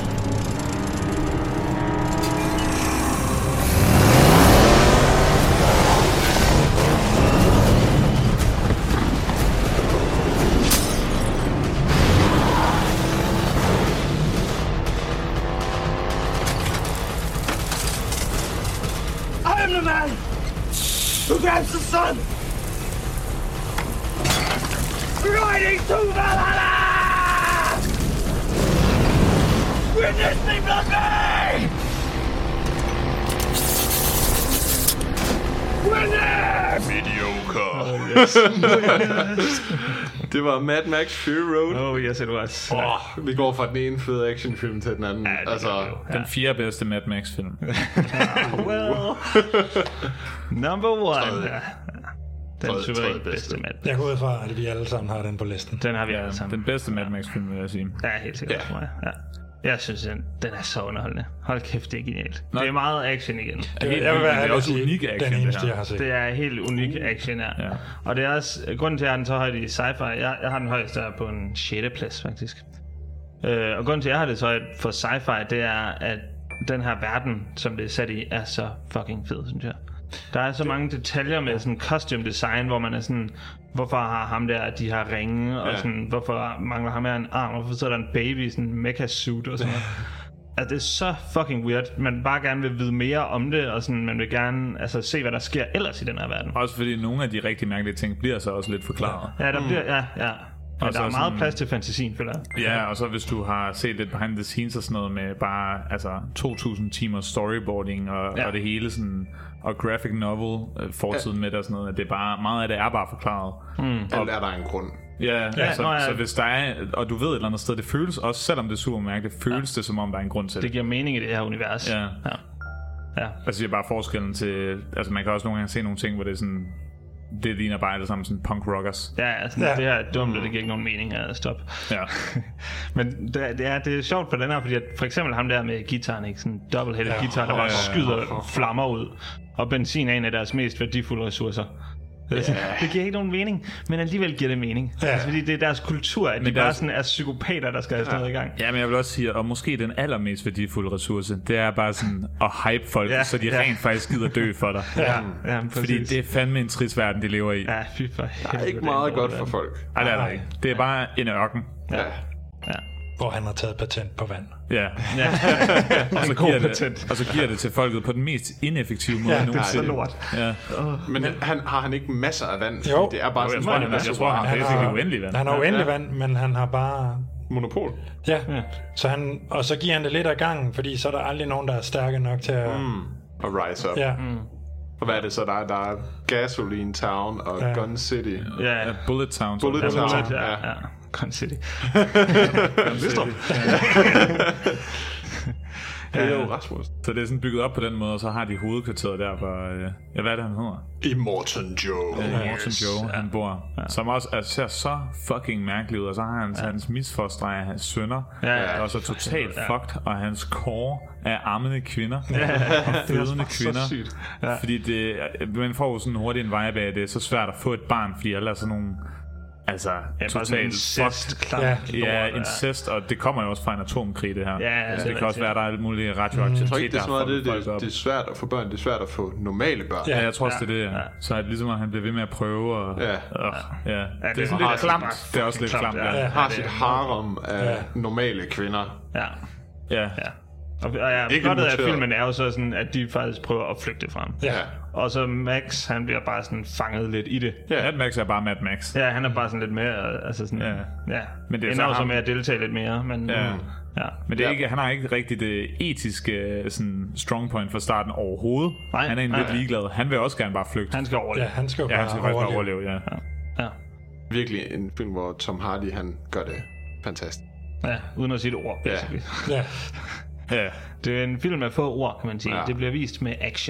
Speaker 10: I am the man who grabs the sun! Riding to Valhalla! Witness me, blood me! Witness!
Speaker 2: Mediocre. Oh, yes. Det var Mad Max Fury Road.
Speaker 1: Oh, yes, it was.
Speaker 2: Oh, vi går fra den ene fede actionfilm til den anden.
Speaker 1: Ja,
Speaker 2: altså,
Speaker 3: ja. Den fjerde bedste Mad Max-film.
Speaker 1: Well, number one. Den suverænt bedste Mad Max.
Speaker 4: Jeg går ud fra, at vi alle sammen har den på listen.
Speaker 1: Den har vi
Speaker 3: ja,
Speaker 1: alle sammen.
Speaker 3: Den bedste Mad Max-film, vil jeg sige.
Speaker 1: Ja, helt sikkert ja. for mig. Ja. Jeg synes, den, den er så underholdende. Hold kæft, det er genialt.
Speaker 3: Nej.
Speaker 1: Det er meget action igen.
Speaker 3: Det er, helt, jeg vil være det er også unik action,
Speaker 4: den eneste,
Speaker 3: det
Speaker 4: jeg har set.
Speaker 1: Det er helt unik action, ja. ja. Og det er også, grunden til, at jeg har den så højt i sci-fi, jeg, jeg har den højeste på en sjette plads, faktisk. Øh, og grunden til, at jeg har det så højt for sci-fi, det er, at den her verden, som det er sat i, er så fucking fed, synes jeg. Der er så mange detaljer med sådan costume design, hvor man er sådan, hvorfor har ham der, de har ringe, og ja. sådan, hvorfor mangler ham her en arm, hvorfor sidder der en baby i sådan en mecha suit og sådan noget. At det er så fucking weird. Man bare gerne vil vide mere om det, og sådan, man vil gerne altså, se, hvad der sker ellers i den her verden.
Speaker 3: Også fordi nogle af de rigtig mærkelige ting bliver så også lidt forklaret.
Speaker 1: Ja, der bliver, ja, ja. Ja, der er meget
Speaker 3: sådan,
Speaker 1: plads til fantasien, føler jeg.
Speaker 3: Ja, og så hvis du har set lidt behind the scenes og sådan noget med bare altså to tusind timers storyboarding og, ja. og det hele sådan, og graphic novel fortiden ja. med det og sådan noget, at det er bare, meget af det er bare forklaret.
Speaker 2: Mm. Alt er der en grund.
Speaker 3: Ja, ja så, nå, ja. så hvis der er, og du ved et eller andet sted, det føles også, selvom det er super mærkeligt, føles ja. det som om der er en grund til det.
Speaker 1: Det giver mening i det her univers.
Speaker 3: Ja.
Speaker 1: Ja. Ja.
Speaker 3: Jeg siger bare forskellen til, altså man kan også nogle gange se nogle ting, hvor det er sådan, det ligner bare alle sammen sådan punk rockers.
Speaker 1: Ja, altså, ja. det her er dumt, og det giver ikke nogen mening at stoppe.
Speaker 3: Ja.
Speaker 1: Men det er, det, er, det er sjovt på den her, fordi at for eksempel ham der med gitaren, ikke? Sådan en double-headed ja. guitar, der bare skyder ja, ja, ja. flammer ud. Og benzin er en af deres mest værdifulde ressourcer. Yeah. Det giver ikke nogen mening, men alligevel giver det mening. Ja. Altså, fordi det er deres kultur, at men de bare er sådan er psykopater, der skal have sådan noget i gang.
Speaker 3: Ja, men jeg vil også sige, og måske den allermest værdifulde ressource, det er bare sådan at hype folk, ja, så de ja. rent faktisk gider dø for dig.
Speaker 1: Ja, ja,
Speaker 3: fordi det er fandme en trist verden, de lever i.
Speaker 1: Ja, fy for
Speaker 2: helvede. Det er ikke meget godt for folk.
Speaker 3: Nej, det er der ikke. Det er bare en ørken.
Speaker 1: Ja. Ja.
Speaker 4: Hvor han har taget patent på vand.
Speaker 3: Ja. ja. og, så giver det, og så giver det til folket på den mest ineffektive måde.
Speaker 1: Ja, det er så lort.
Speaker 3: Ja.
Speaker 2: Oh. Men han, har han ikke masser af vand?
Speaker 4: Jo.
Speaker 2: Det er bare sådan,
Speaker 3: jeg tror, han, jeg tror, han, han har uendelig vand.
Speaker 4: Han har uendelig vand, men han har bare...
Speaker 2: monopol.
Speaker 4: Ja, ja. Så han, og så giver han det lidt af gangen, fordi så er der aldrig nogen, der er stærke nok til at...
Speaker 2: Mm. At rise up.
Speaker 4: Ja.
Speaker 2: Mm. Og hvad er det så? Der er, der er Gasoline Town og ja. Gun City.
Speaker 1: Ja,
Speaker 3: ja. Bullet Town.
Speaker 2: Bullet Town, Bullet, ja.
Speaker 1: ja. ja. Gun City.
Speaker 2: Gun City. Ja, jo, Rasmus.
Speaker 3: Så det er sådan bygget op på den måde, og så har de hovedkvarteret der, hvor... Øh, ja, hvad er det, han hedder?
Speaker 2: Immortan Joe.
Speaker 3: Ja, Immortan yes. Joe, han bor. Ja. Som også altså, ser så fucking mærkeligt ud, og så har han ja. hans misfoster af hans sønner, ja, ja. der er også totalt ja. fucked, og hans core er ammende kvinder, ja. og fødende kvinder. Ja. Fordi det, man får jo sådan hurtigt en vibe af, det er så svært at få et barn, fordi alle er sådan nogle... Altså,
Speaker 1: ja, totalt incest.
Speaker 3: Ja, ja, incest, og det kommer jo også fra en atomkrig, det her.
Speaker 1: Ja,
Speaker 3: altså, det kan også være, at der er alt muligt radioaktivitet.
Speaker 2: Jeg tror ikke, det er sådan noget, det, det, det er svært at få børn, det er svært at få normale børn.
Speaker 3: Ja, jeg tror også, ja. det er det, ja. Så at ligesom, at han bliver ved med at prøve, og...
Speaker 2: Ja.
Speaker 3: Og, ja. ja.
Speaker 1: Det,
Speaker 3: det er sådan lidt klamt. Det er også lidt klamt, ja.
Speaker 2: Han har sit harem af normale kvinder.
Speaker 1: Ja.
Speaker 3: Ja.
Speaker 1: Og, og ja, plottet af filmen er jo så sådan, at de faktisk prøver at flygte frem.
Speaker 2: Ja.
Speaker 1: Og så Max, han bliver bare sådan fanget lidt i det.
Speaker 3: Ja, Mad Max er bare Mad Max.
Speaker 1: Ja, han er bare sådan lidt mere, altså sådan, ja. ja. Men det ender jo så med at deltage lidt mere, men...
Speaker 3: Ja.
Speaker 1: Mm, ja.
Speaker 3: Men det er ikke, han har ikke rigtig det etiske sådan, strong point fra starten overhovedet. Nej, han er egentlig lidt ligeglad. Han vil også gerne bare flygte.
Speaker 1: Han skal overleve.
Speaker 4: Ja, han skal,
Speaker 3: ja, han skal bare overleve. overleve ja.
Speaker 1: Ja. Ja.
Speaker 2: Virkelig en film, hvor Tom Hardy, han gør det fantastisk.
Speaker 1: Ja, uden at sige et ord, basically.
Speaker 4: Ja.
Speaker 1: Ja. Ja. Det er en film med få ord, kan man sige. Ja. Det bliver vist med action.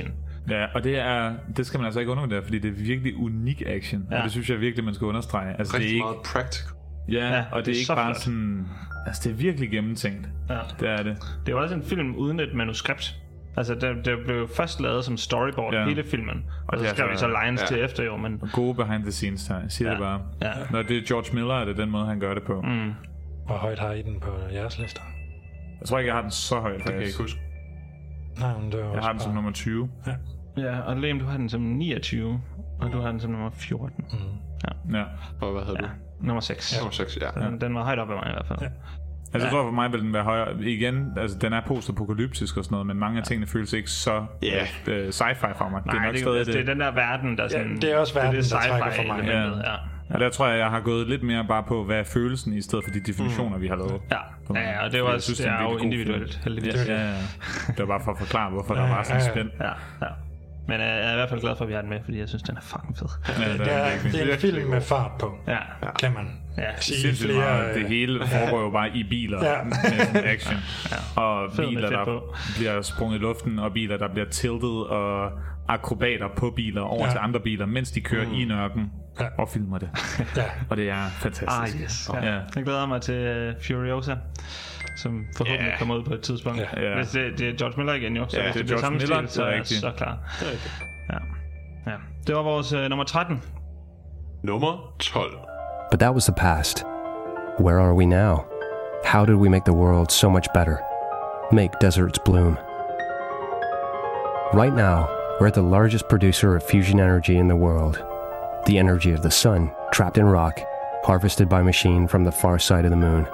Speaker 3: Ja, og det er det skal man altså ikke undervurdere, fordi det er virkelig unik action, ja. Og det synes jeg virkelig man skal understrege. Altså
Speaker 2: rigtig
Speaker 3: det er ikke
Speaker 2: meget practical.
Speaker 3: Ja,
Speaker 1: Ja,
Speaker 3: og det,
Speaker 1: det
Speaker 3: er
Speaker 1: er
Speaker 3: ikke
Speaker 1: så
Speaker 3: bare
Speaker 1: flot.
Speaker 3: sådan, altså det er virkelig gennemtænkt.
Speaker 1: Ja.
Speaker 3: Det er det.
Speaker 1: Det er jo også en film uden et manuskript. Altså, det, det blev først lavet som storyboard,
Speaker 3: Ja.
Speaker 1: hele filmen. Og,
Speaker 3: Og
Speaker 1: så
Speaker 3: det er
Speaker 1: skrev vi
Speaker 3: altså-
Speaker 1: så lines
Speaker 3: ja.
Speaker 1: til efter, jo, men...
Speaker 3: Og gode behind the scenes her, jeg siger
Speaker 1: Ja.
Speaker 3: det bare.
Speaker 1: Ja.
Speaker 3: Når det er George Miller, er det den måde, han gør det på.
Speaker 1: Mm.
Speaker 4: Hvor højt har I den på jeres lister?
Speaker 3: Jeg tror ikke, jeg har den så højt,
Speaker 2: Det kan jeg ikke huske.
Speaker 4: Nej, men det var
Speaker 3: Jeg
Speaker 4: også
Speaker 3: har den som
Speaker 4: bare-
Speaker 3: nummer tyve.
Speaker 4: Ja.
Speaker 1: Ja, og Liam, du har den som niogtyve, og du har den som nummer fjorten.
Speaker 4: Mm.
Speaker 1: Ja.
Speaker 3: Ja.
Speaker 2: Og hvad havde
Speaker 1: Ja,
Speaker 2: du?
Speaker 1: nummer seks.
Speaker 2: Nummer seks, ja.
Speaker 1: Den, den var højt op af mig i hvert fald. Ja.
Speaker 3: Altså, jeg tror for mig vil den være højere. Igen, altså den er postapokalyptisk og sådan noget, men mange af tingene føles ikke så
Speaker 2: Ja.
Speaker 3: øh, sci-fi for mig.
Speaker 1: Nej,
Speaker 3: det er nok
Speaker 1: det,
Speaker 3: stadig
Speaker 1: altså, det er den der verden, der sådan...
Speaker 4: det er også verden,
Speaker 1: det
Speaker 4: der
Speaker 1: sci-fi
Speaker 4: trækker for mig.
Speaker 1: elementet, ja.
Speaker 3: Og der tror jeg, jeg har gået lidt mere bare på, hvad er følelsen, i stedet for de definitioner, vi har lavet.
Speaker 1: Ja, ja, og det er jo
Speaker 3: Jeg
Speaker 1: også
Speaker 3: synes,
Speaker 1: det er
Speaker 3: en
Speaker 1: jo
Speaker 3: virkelig god
Speaker 1: individuelt,
Speaker 3: film.
Speaker 1: heldigvis.
Speaker 3: Ja, ja, ja. Det var bare for at forklare, hvorfor der var sådan en spænd.
Speaker 1: Ja, ja. Men øh, jeg er i hvert fald glad for, at vi har den med, fordi jeg synes, den er fucking fed.
Speaker 3: Ja,
Speaker 4: Det er, det er en film med fart på,
Speaker 1: Ja,
Speaker 4: kan man
Speaker 1: ja.
Speaker 4: sige.
Speaker 3: Sindssygt
Speaker 4: Flere,
Speaker 3: meget. Det hele foregår jo bare i biler
Speaker 4: Ja.
Speaker 3: med sådan action. Og
Speaker 1: Fed med
Speaker 3: biler,
Speaker 1: fedt
Speaker 3: der
Speaker 1: på.
Speaker 3: bliver sprunget i luften, og biler, der bliver tiltet, og akrobater på biler over
Speaker 4: Ja.
Speaker 3: til andre biler, mens de kører
Speaker 1: Mm.
Speaker 3: i nørken
Speaker 4: Ja.
Speaker 3: og filmer det.
Speaker 4: Ja.
Speaker 3: Og det er fantastisk.
Speaker 1: Ah, yes. Ja.
Speaker 3: Ja.
Speaker 1: Jeg glæder mig til uh, Furiosa, som forhåbentlig
Speaker 2: Ja.
Speaker 1: kommer ud på et tidspunkt.
Speaker 3: Ja.
Speaker 1: Hvis det, det er George Miller igen, jo. Så
Speaker 3: Ja,
Speaker 1: hvis
Speaker 3: det er
Speaker 1: bliver
Speaker 3: George
Speaker 1: samme
Speaker 3: Miller,
Speaker 1: stil, så
Speaker 3: det er
Speaker 1: er jeg
Speaker 3: rigtigt.
Speaker 1: så klar. Ja. Ja. Det var vores uh, nummer tretten.
Speaker 2: Nummer tolv.
Speaker 5: But that was the past. Where are we now? How did we make the world so much better? Make deserts bloom. Right now, we're the largest producer of fusion energy in the world. The energy of the sun, trapped in rock, harvested by machine from the far side of the moon.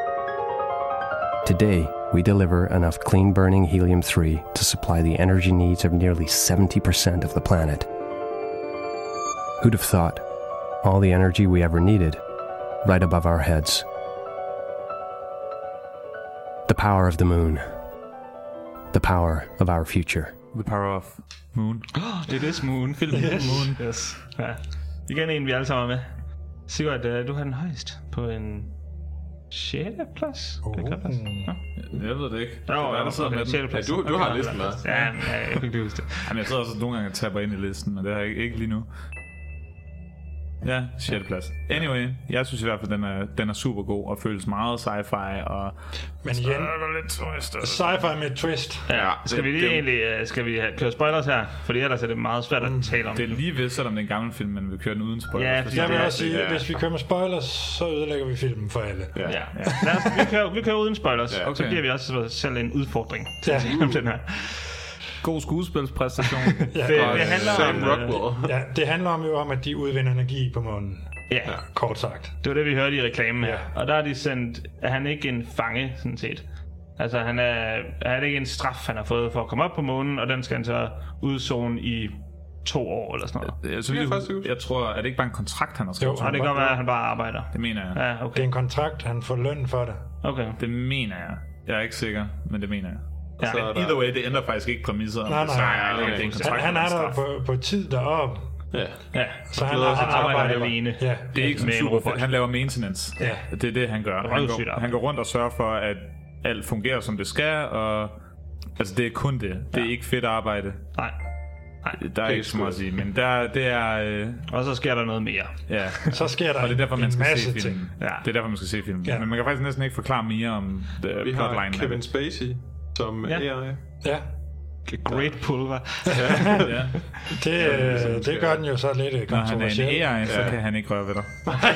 Speaker 5: Today, we deliver enough clean-burning helium three to supply the energy needs of nearly seventy percent of the planet. Who'd have thought? All the energy we ever needed, right above our heads. The power of the moon. The power of our future.
Speaker 3: The Power of Moon.
Speaker 1: It is Moon. Filmen
Speaker 4: Yes.
Speaker 1: Moon. Yes. Ja. Igen en, vi alle sammen er med. Sigurd, uh, du har den højst på en sjette plads.
Speaker 4: Oh.
Speaker 1: Kan det passe? Ja.
Speaker 3: Jeg ved det ikke.
Speaker 1: Jo,
Speaker 3: Det er, der sidder
Speaker 1: okay,
Speaker 3: med den.
Speaker 1: sjette plads.
Speaker 2: Ja, du- du har listen med.
Speaker 1: Ja, men, ja, jeg kan ikke huske det.
Speaker 3: Jamen, jeg sidder også nogle gange og tapper ind i listen, og det har jeg ikke, ikke lige nu. Ja, sjette plads. Anyway, jeg synes i hvert fald, den er, den er super god og føles meget sci-fi. Og
Speaker 4: Men igen,
Speaker 3: så er der lidt twist.
Speaker 4: sci-fi med et twist.
Speaker 1: Ja, skal vi lige
Speaker 3: det-
Speaker 1: egentlig uh, skal vi have, køre spoilers her? Fordi ellers er det meget svært at tale om.
Speaker 3: Det er lige ved, selvom det er en gammel film, men vi kører den uden spoilers.
Speaker 1: Ja,
Speaker 3: fordi
Speaker 4: Jeg vil
Speaker 1: det er-
Speaker 4: også sige,
Speaker 3: det
Speaker 4: at hvis vi kører med spoilers, så ødelægger vi filmen for alle.
Speaker 2: Ja.
Speaker 1: Ja, ja. Lad os, vi, kører, vi kører uden spoilers,
Speaker 2: Ja,
Speaker 1: og så
Speaker 3: okay.
Speaker 1: giver vi også selv en udfordring til
Speaker 4: Ja.
Speaker 1: at tale om den her.
Speaker 3: God skuespilspræstation.
Speaker 4: Ja.
Speaker 1: Det,
Speaker 2: Og
Speaker 1: det handler
Speaker 2: Sam
Speaker 1: om...
Speaker 2: Rockwell.
Speaker 4: Ja, det handler om jo om, at de udvinder energi på månen.
Speaker 1: Ja,
Speaker 4: Kort sagt.
Speaker 1: det var det, vi hørte i reklamen her.
Speaker 4: Ja.
Speaker 1: Og der er de sendt... Er han ikke en fange, sådan set? Altså, han er, er det ikke en straf, han har fået for at komme op på månen, og den skal han så udzone i to år eller sådan noget.
Speaker 3: Jeg, synes, jeg, jeg tror, er det ikke bare en kontrakt, han har skrevet?
Speaker 1: Og det kan godt være, at han bare arbejder.
Speaker 3: Det mener jeg.
Speaker 1: Ja,
Speaker 4: Det
Speaker 1: okay.
Speaker 4: er en kontrakt, han får løn for det.
Speaker 1: Okay.
Speaker 3: Det mener jeg. Jeg er ikke sikker, men det mener jeg.
Speaker 1: Ja.
Speaker 2: Så er
Speaker 3: Men
Speaker 2: der-
Speaker 3: either way, det ændrer faktisk ikke præmisser.
Speaker 4: Nej, nej.
Speaker 3: Så er det
Speaker 2: Okay.
Speaker 3: ikke en
Speaker 4: Han,
Speaker 3: kontrakt,
Speaker 4: han er
Speaker 3: eller en
Speaker 4: der
Speaker 3: straf.
Speaker 4: på, på tid deroppe,
Speaker 2: Ja.
Speaker 1: Ja,
Speaker 4: så han,
Speaker 2: glæder
Speaker 4: han
Speaker 2: sig til at
Speaker 1: arbejde
Speaker 4: arbejder
Speaker 1: alene.
Speaker 4: Ja.
Speaker 3: Det er ikke sådan
Speaker 1: Med en
Speaker 3: super
Speaker 1: robot.
Speaker 3: fedt. Han laver maintenance.
Speaker 4: Ja.
Speaker 3: Det er det, han gør. Han
Speaker 1: Røvsygt
Speaker 3: går,
Speaker 1: arbejde.
Speaker 3: han går rundt og sørger for, at alt fungerer, som det skal, og altså, det er kun det. Det er ikke fedt arbejde.
Speaker 1: Nej.
Speaker 3: Der er ikke så meget at sige, men der, det er... Øh,
Speaker 1: Og så sker der noget mere.
Speaker 3: ja.
Speaker 4: Så sker der
Speaker 3: Og det er derfor, man
Speaker 4: en
Speaker 3: skal
Speaker 4: masse
Speaker 3: se filmen.
Speaker 4: ting.
Speaker 3: Ja. Det er derfor, man skal se filmen.
Speaker 4: Ja.
Speaker 3: Men man kan faktisk næsten ikke forklare mere om uh,
Speaker 2: Vi har
Speaker 3: plotline.
Speaker 2: Kevin Spacey som
Speaker 1: Ja.
Speaker 2: A I.
Speaker 4: Ja,
Speaker 1: Great pulver.
Speaker 3: ja.
Speaker 4: det, øh, det gør den jo så lidt øh,
Speaker 3: Når han er
Speaker 4: kontroversielt.
Speaker 3: en A I, så
Speaker 2: Ja.
Speaker 3: kan han ikke røre ved dig.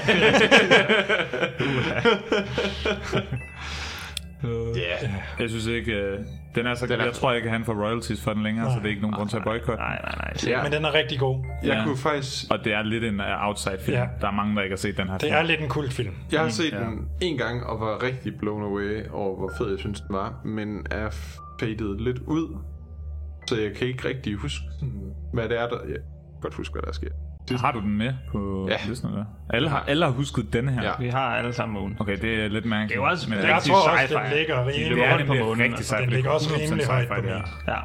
Speaker 2: Ja.
Speaker 3: Jeg synes ikke... Øh, den er så
Speaker 2: Den er-
Speaker 3: Jeg tror ikke, han får royalties for den længere, så det er ikke nogen grund til at boykotte.
Speaker 1: Nej, nej, nej.
Speaker 2: Ja.
Speaker 4: Men den er rigtig god.
Speaker 2: Jeg
Speaker 3: Ja.
Speaker 2: kunne faktisk...
Speaker 3: Og det er lidt en uh, outside-film.
Speaker 4: Ja.
Speaker 3: Der er mange, der ikke har set den her
Speaker 4: Det
Speaker 3: film.
Speaker 4: er lidt en kultfilm.
Speaker 2: Jeg har set
Speaker 3: Ja.
Speaker 2: den en gang og var rigtig blown away over, hvor fed jeg synes, den var. Men er fadet lidt ud. Så jeg kan ikke rigtig huske, sådan, hvad det er, der... Jeg kan godt huske, hvad der sker.
Speaker 3: Har du den med på
Speaker 2: Ja.
Speaker 3: listen? Eller? Alle, har, alle har husket denne her.
Speaker 2: Ja.
Speaker 1: Vi har alle sammen månen.
Speaker 3: Okay, det er lidt mærkeligt.
Speaker 1: Det er jo også
Speaker 3: men
Speaker 1: rigtig
Speaker 4: Jeg tror også,
Speaker 1: sci-fi.
Speaker 4: den ligger
Speaker 1: De
Speaker 4: rimelig
Speaker 1: løber
Speaker 3: det er
Speaker 1: rundt på
Speaker 3: nemlig
Speaker 1: månen.
Speaker 3: rigtig
Speaker 1: altså.
Speaker 3: sci-fi.
Speaker 4: Den
Speaker 3: Det er
Speaker 4: ligger også
Speaker 3: hundrede procent
Speaker 4: rimelig højt på
Speaker 3: sci-fi, det
Speaker 4: min.
Speaker 3: her.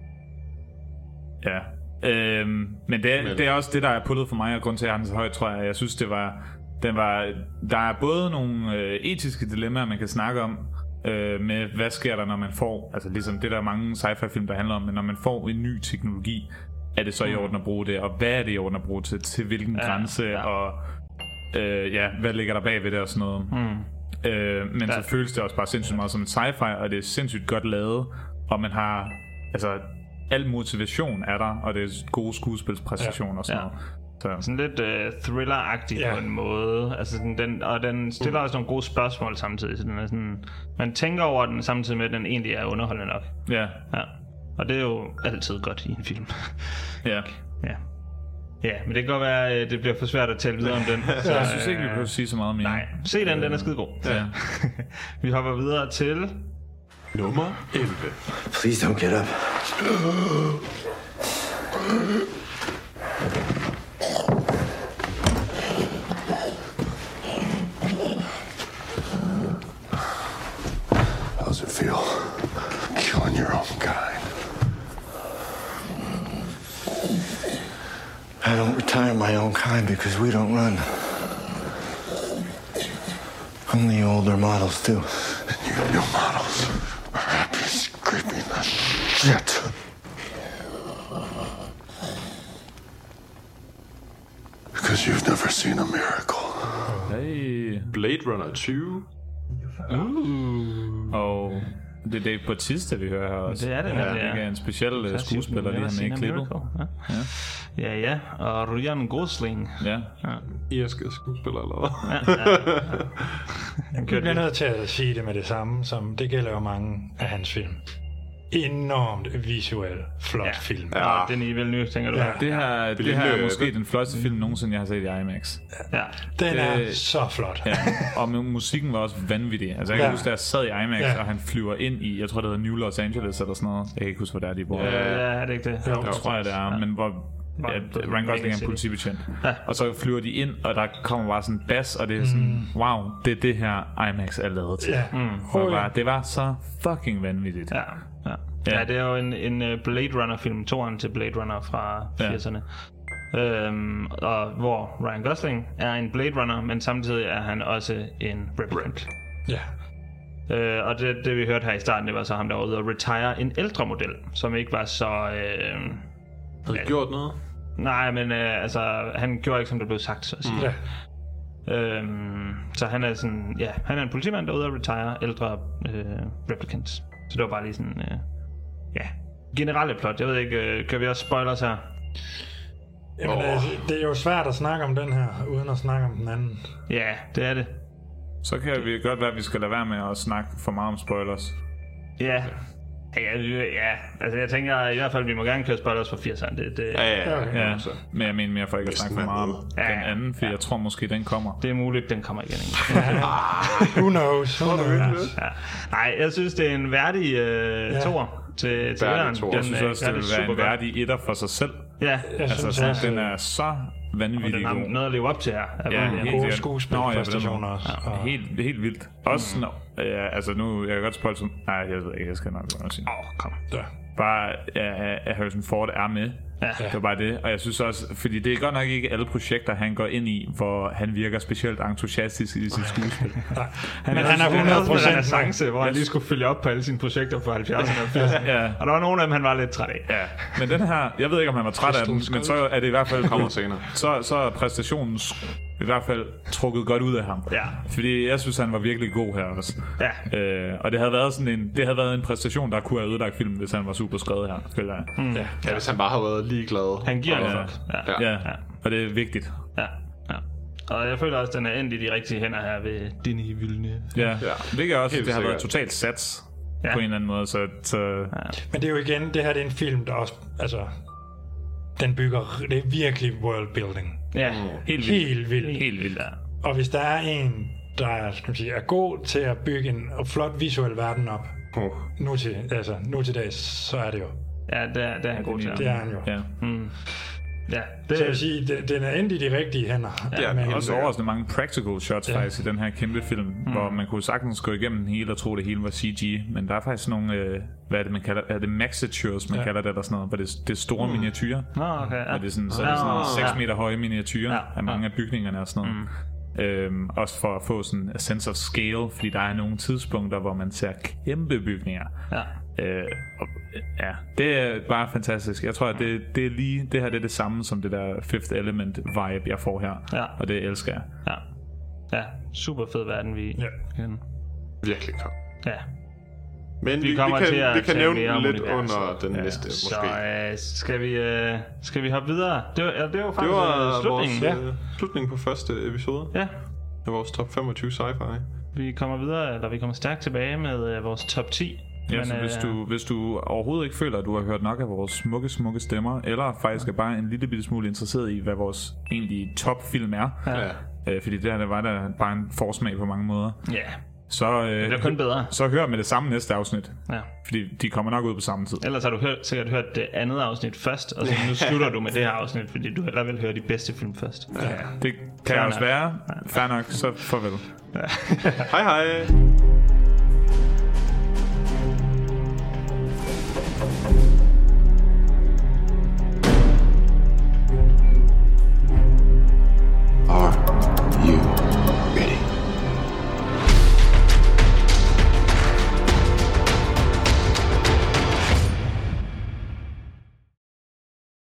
Speaker 1: Ja.
Speaker 3: Ja. Øhm, men det, er, det er også det, der er pullet for mig, og grund til, at jeg har den så højt, tror jeg. Jeg synes, det var... Den var der er både nogle øh, etiske dilemmaer, man kan snakke om, øh, med hvad sker der, når man får, altså ligesom det der er mange sci-fi film, der handler om, men når man får en ny teknologi, er det så i orden at bruge det, og hvad er det i orden at bruge til, til hvilken ja, grænse, ja. og øh, ja, hvad ligger der bag ved det og sådan noget. Mm. Øh, men ja. så føles det også bare sindssygt meget som en sci-fi, og det er sindssygt godt lavet, og man har, altså, al motivation er der, og det er gode skuespilspræstationer ja. og sådan
Speaker 1: ja.
Speaker 3: noget. Så.
Speaker 1: Sådan lidt uh, thriller-agtig ja. på en måde. Altså sådan, den, og den stiller mm. også nogle gode spørgsmål samtidig. Så den er sådan, man tænker over den samtidig med, at den egentlig er underholdende nok.
Speaker 3: Ja.
Speaker 1: ja. Og det er jo altid godt i en film.
Speaker 3: ja.
Speaker 1: ja. Ja, men det kan godt være, at det bliver for svært at tale videre om den.
Speaker 3: Så, jeg synes ikke, vi kan sige så meget mere.
Speaker 1: Nej, se den, den er skide god.
Speaker 3: Ja.
Speaker 1: Vi hopper videre til
Speaker 2: nummer elleve.
Speaker 10: Please don't get up.
Speaker 21: How's it feel? Killing your own kind.
Speaker 10: I don't retire my own kind because we don't run. Only older models do.
Speaker 21: And you new models are happy scraping the shit. Because you've never seen a miracle.
Speaker 3: Hey.
Speaker 2: Blade Runner tyve.
Speaker 3: Uh. Og det er Dave Bautista, vi hører her også.
Speaker 1: Det er det,
Speaker 3: ja.
Speaker 1: det er.
Speaker 3: Det er en speciel skuespiller, lige her med i klippet.
Speaker 1: Ja. Ja. ja, ja. Og Ryan Gosling.
Speaker 3: Ja.
Speaker 1: ja.
Speaker 2: Irske skuespiller, eller hvad?
Speaker 1: ja, ja, ja.
Speaker 4: Jeg bliver nødt til at sige det med det samme, som det gælder jo mange af hans film. Enormt visuel, flot ja. film.
Speaker 1: Ja, den er vel ny, tænker du?
Speaker 3: Ja. Det her, det her er måske den flotteste film nogensinde, jeg har set i IMAX.
Speaker 1: Ja.
Speaker 4: Den
Speaker 3: det,
Speaker 4: er så flot.
Speaker 3: Ja. Og musikken var også vanvittig. Altså jeg kan ja. huske, da jeg sad i IMAX, ja. og han flyver ind i, jeg tror det hedder New Los Angeles eller sådan noget. Jeg kan ikke huske, hvor det er, de bor.
Speaker 1: Ja, ja, er det ikke det?
Speaker 3: Jo, det tror jeg, det er. Ja. Men hvor ja, Ryan Gosling er en politibetjent. Ja. Og så flyver de ind, og der kommer bare sådan en bass, og det er sådan, mm. wow, det er det her IMAX er lavet til.
Speaker 1: Ja. Mm.
Speaker 3: Oh, ja. Det var så fucking vanvittigt.
Speaker 1: Ja, ja. Ja, det er jo en, en Blade Runner-film, toeren til Blade Runner fra firserne. Ja. Øhm, og hvor Ryan Gosling er en Blade Runner, men samtidig er han også en replicant.
Speaker 4: Ja.
Speaker 1: Øh, og det, det vi hørte her i starten, det var så ham, der var ude at retire en ældre model, som ikke var så... Øh,
Speaker 2: Havde ja, gjort noget?
Speaker 1: Nej, men øh, altså, han gjorde ikke, som det blev sagt, så at sige. Mm. Ja. Øhm, så han er sådan, ja, han er en politimand, der er ude at retire ældre øh, replicants. Så det var bare lige sådan... Øh, Ja, generelle plot. Jeg ved ikke, øh, kan vi også spoilers her?
Speaker 4: Jamen, oh. altså, det er jo svært at snakke om den her, uden at snakke om den anden.
Speaker 1: Ja, det er det.
Speaker 3: Så kan det... vi godt være, at vi skal lade være med at snakke for meget om spoilers.
Speaker 1: Ja. Ja, ja, altså jeg tænker i hvert fald, vi må gerne køre spoilers for firserne. Det, det,
Speaker 3: ja, ja, ja. ja. ja. Men jeg mener mere for ikke at snakke for meget om ja, den anden, for ja. jeg tror måske, den kommer.
Speaker 1: Det er muligt, den kommer igen.
Speaker 4: Who knows? Who knows?
Speaker 1: Ja. Ja. Nej, jeg synes, det er en værdig øh, ja. toer til, til
Speaker 3: værdig toer. Jeg synes også, det vil være en værdig etter for sig selv.
Speaker 1: Ja,
Speaker 3: altså sådan, den er så vanvittig god.
Speaker 1: Og den har noget at leve op til her.
Speaker 3: Ja,
Speaker 4: ja, gode skuespilpræstationer også.
Speaker 3: Ja, helt, helt vildt. Også sådan, ja, altså nu, jeg kan godt spoil som... Nej, jeg ved ikke, jeg skal nok godt sige.
Speaker 1: Åh, oh, kom.
Speaker 4: Ja.
Speaker 3: Bare, at Harrison Ford er med. Ja. Det var bare det. Og jeg synes også, fordi det er godt nok ikke alle projekter, han går ind i, hvor han virker specielt entusiastisk i sit skuespil.
Speaker 1: han Men han er hundrede procent renaissance, hvor han lige skulle følge op på alle sine projekter fra halvfjerdserne og firserne. Ja. Og der var nogle af dem, han var lidt træt af.
Speaker 3: Ja. Men den her, jeg ved ikke, om han var træt af den, men så er det i hvert fald...
Speaker 2: kommer senere.
Speaker 3: Så, så er præstationen i hvert fald trukket godt ud af ham.
Speaker 1: Ja.
Speaker 3: Fordi jeg synes, han var virkelig god her også.
Speaker 1: Ja.
Speaker 3: Øh, og det havde været sådan en, det havde været en præstation, der kunne have ødelagt filmen, hvis han var super skrevet her, føler jeg.
Speaker 1: Mm. Ja.
Speaker 2: Ja, hvis han bare havde været ligeglad.
Speaker 1: Han giver
Speaker 3: ja.
Speaker 1: det
Speaker 3: ja. Ja. ja. Og det er vigtigt.
Speaker 1: Ja. Ja. Og jeg føler også, at den er endt i de rigtige hænder her ved Denis Villeneuve.
Speaker 3: Ja, ja. Det kan også, helt det har været totalt sats ja. på en eller anden måde. Så, så... Ja.
Speaker 4: Men det er jo igen, det her det er en film, der også, altså, den bygger, det er virkelig worldbuilding.
Speaker 1: Ja,
Speaker 3: helt vildt.
Speaker 4: Helt vildt.
Speaker 3: Helt vildt, ja.
Speaker 4: Og hvis der er en, der skal man sige, er god til at bygge en flot visuel verden op, oh. nu, til, altså, nu til dags, så er det jo.
Speaker 1: Ja, det er, det er han god til.
Speaker 4: Det er han jo.
Speaker 3: Ja.
Speaker 1: Mm. Ja, det
Speaker 4: så jeg vil sige, det, den er endt i de rigtige hænder.
Speaker 3: Ja, der er også overraskende mange practical shots ja. faktisk i den her kæmpe film, mm. hvor man kunne sagtens gå igennem den hele og tro, det hele var C G, men der er faktisk nogle, øh, hvad er det man kalder, er det maxatures, man ja. kalder det, eller sådan noget, hvor det, det er store mm. miniatyrer.
Speaker 1: Nå, okay, ja.
Speaker 3: Og det er sådan, så er det sådan nogle seks meter høje miniatyrer ja. af mange ja. af bygningerne og sådan noget. Øhm, også for at få sådan a sense of scale, fordi der er nogle tidspunkter, hvor man ser kæmpe bygninger.
Speaker 1: Ja.
Speaker 3: Øh, og, ja, det er bare fantastisk. Jeg tror, at det, det er lige det her, det er det samme som det der Fifth Element vibe, jeg får her.
Speaker 1: Ja.
Speaker 3: Og det elsker jeg.
Speaker 1: Ja, ja, super fed verden, vi
Speaker 2: ja.
Speaker 1: kan.
Speaker 2: Virkelig kom.
Speaker 1: Ja.
Speaker 2: Men
Speaker 1: vi,
Speaker 2: vi,
Speaker 1: kommer
Speaker 2: vi kan,
Speaker 1: til at
Speaker 2: vi kan nævne lidt
Speaker 1: universet.
Speaker 2: under den
Speaker 1: ja.
Speaker 2: næste, måske.
Speaker 1: Så øh, skal, vi, øh, skal vi hoppe videre? Det var, ja, det var faktisk
Speaker 2: det var
Speaker 1: slutningen.
Speaker 2: vores øh, slutningen på første episode.
Speaker 1: Ja.
Speaker 2: Af vores top femogtyve sci-fi.
Speaker 1: Vi kommer videre, eller vi kommer stærkt tilbage med øh, vores top ti.
Speaker 3: Ja,
Speaker 1: Men,
Speaker 3: så hvis
Speaker 1: øh,
Speaker 3: du, hvis du overhovedet ikke føler, at du har hørt nok af vores smukke, smukke stemmer, eller faktisk er bare en lille bitte smule interesseret i, hvad vores egentlige topfilm er,
Speaker 1: ja.
Speaker 3: øh, fordi det her det var der bare en forsmag på mange måder.
Speaker 1: Ja.
Speaker 3: Så, øh,
Speaker 1: det bliver kun bedre.
Speaker 3: Så hør med det samme næste afsnit.
Speaker 1: Ja.
Speaker 3: Fordi de kommer nok ud på samme tid.
Speaker 1: Ellers har du hørt, sikkert hørt det andet afsnit først, og så nu slutter du med det her afsnit, fordi du hellere vil høre de bedste film først.
Speaker 3: Ja, det kan Fair også nok. være. Fair nok, så farvel.
Speaker 2: Ja. Hej hej.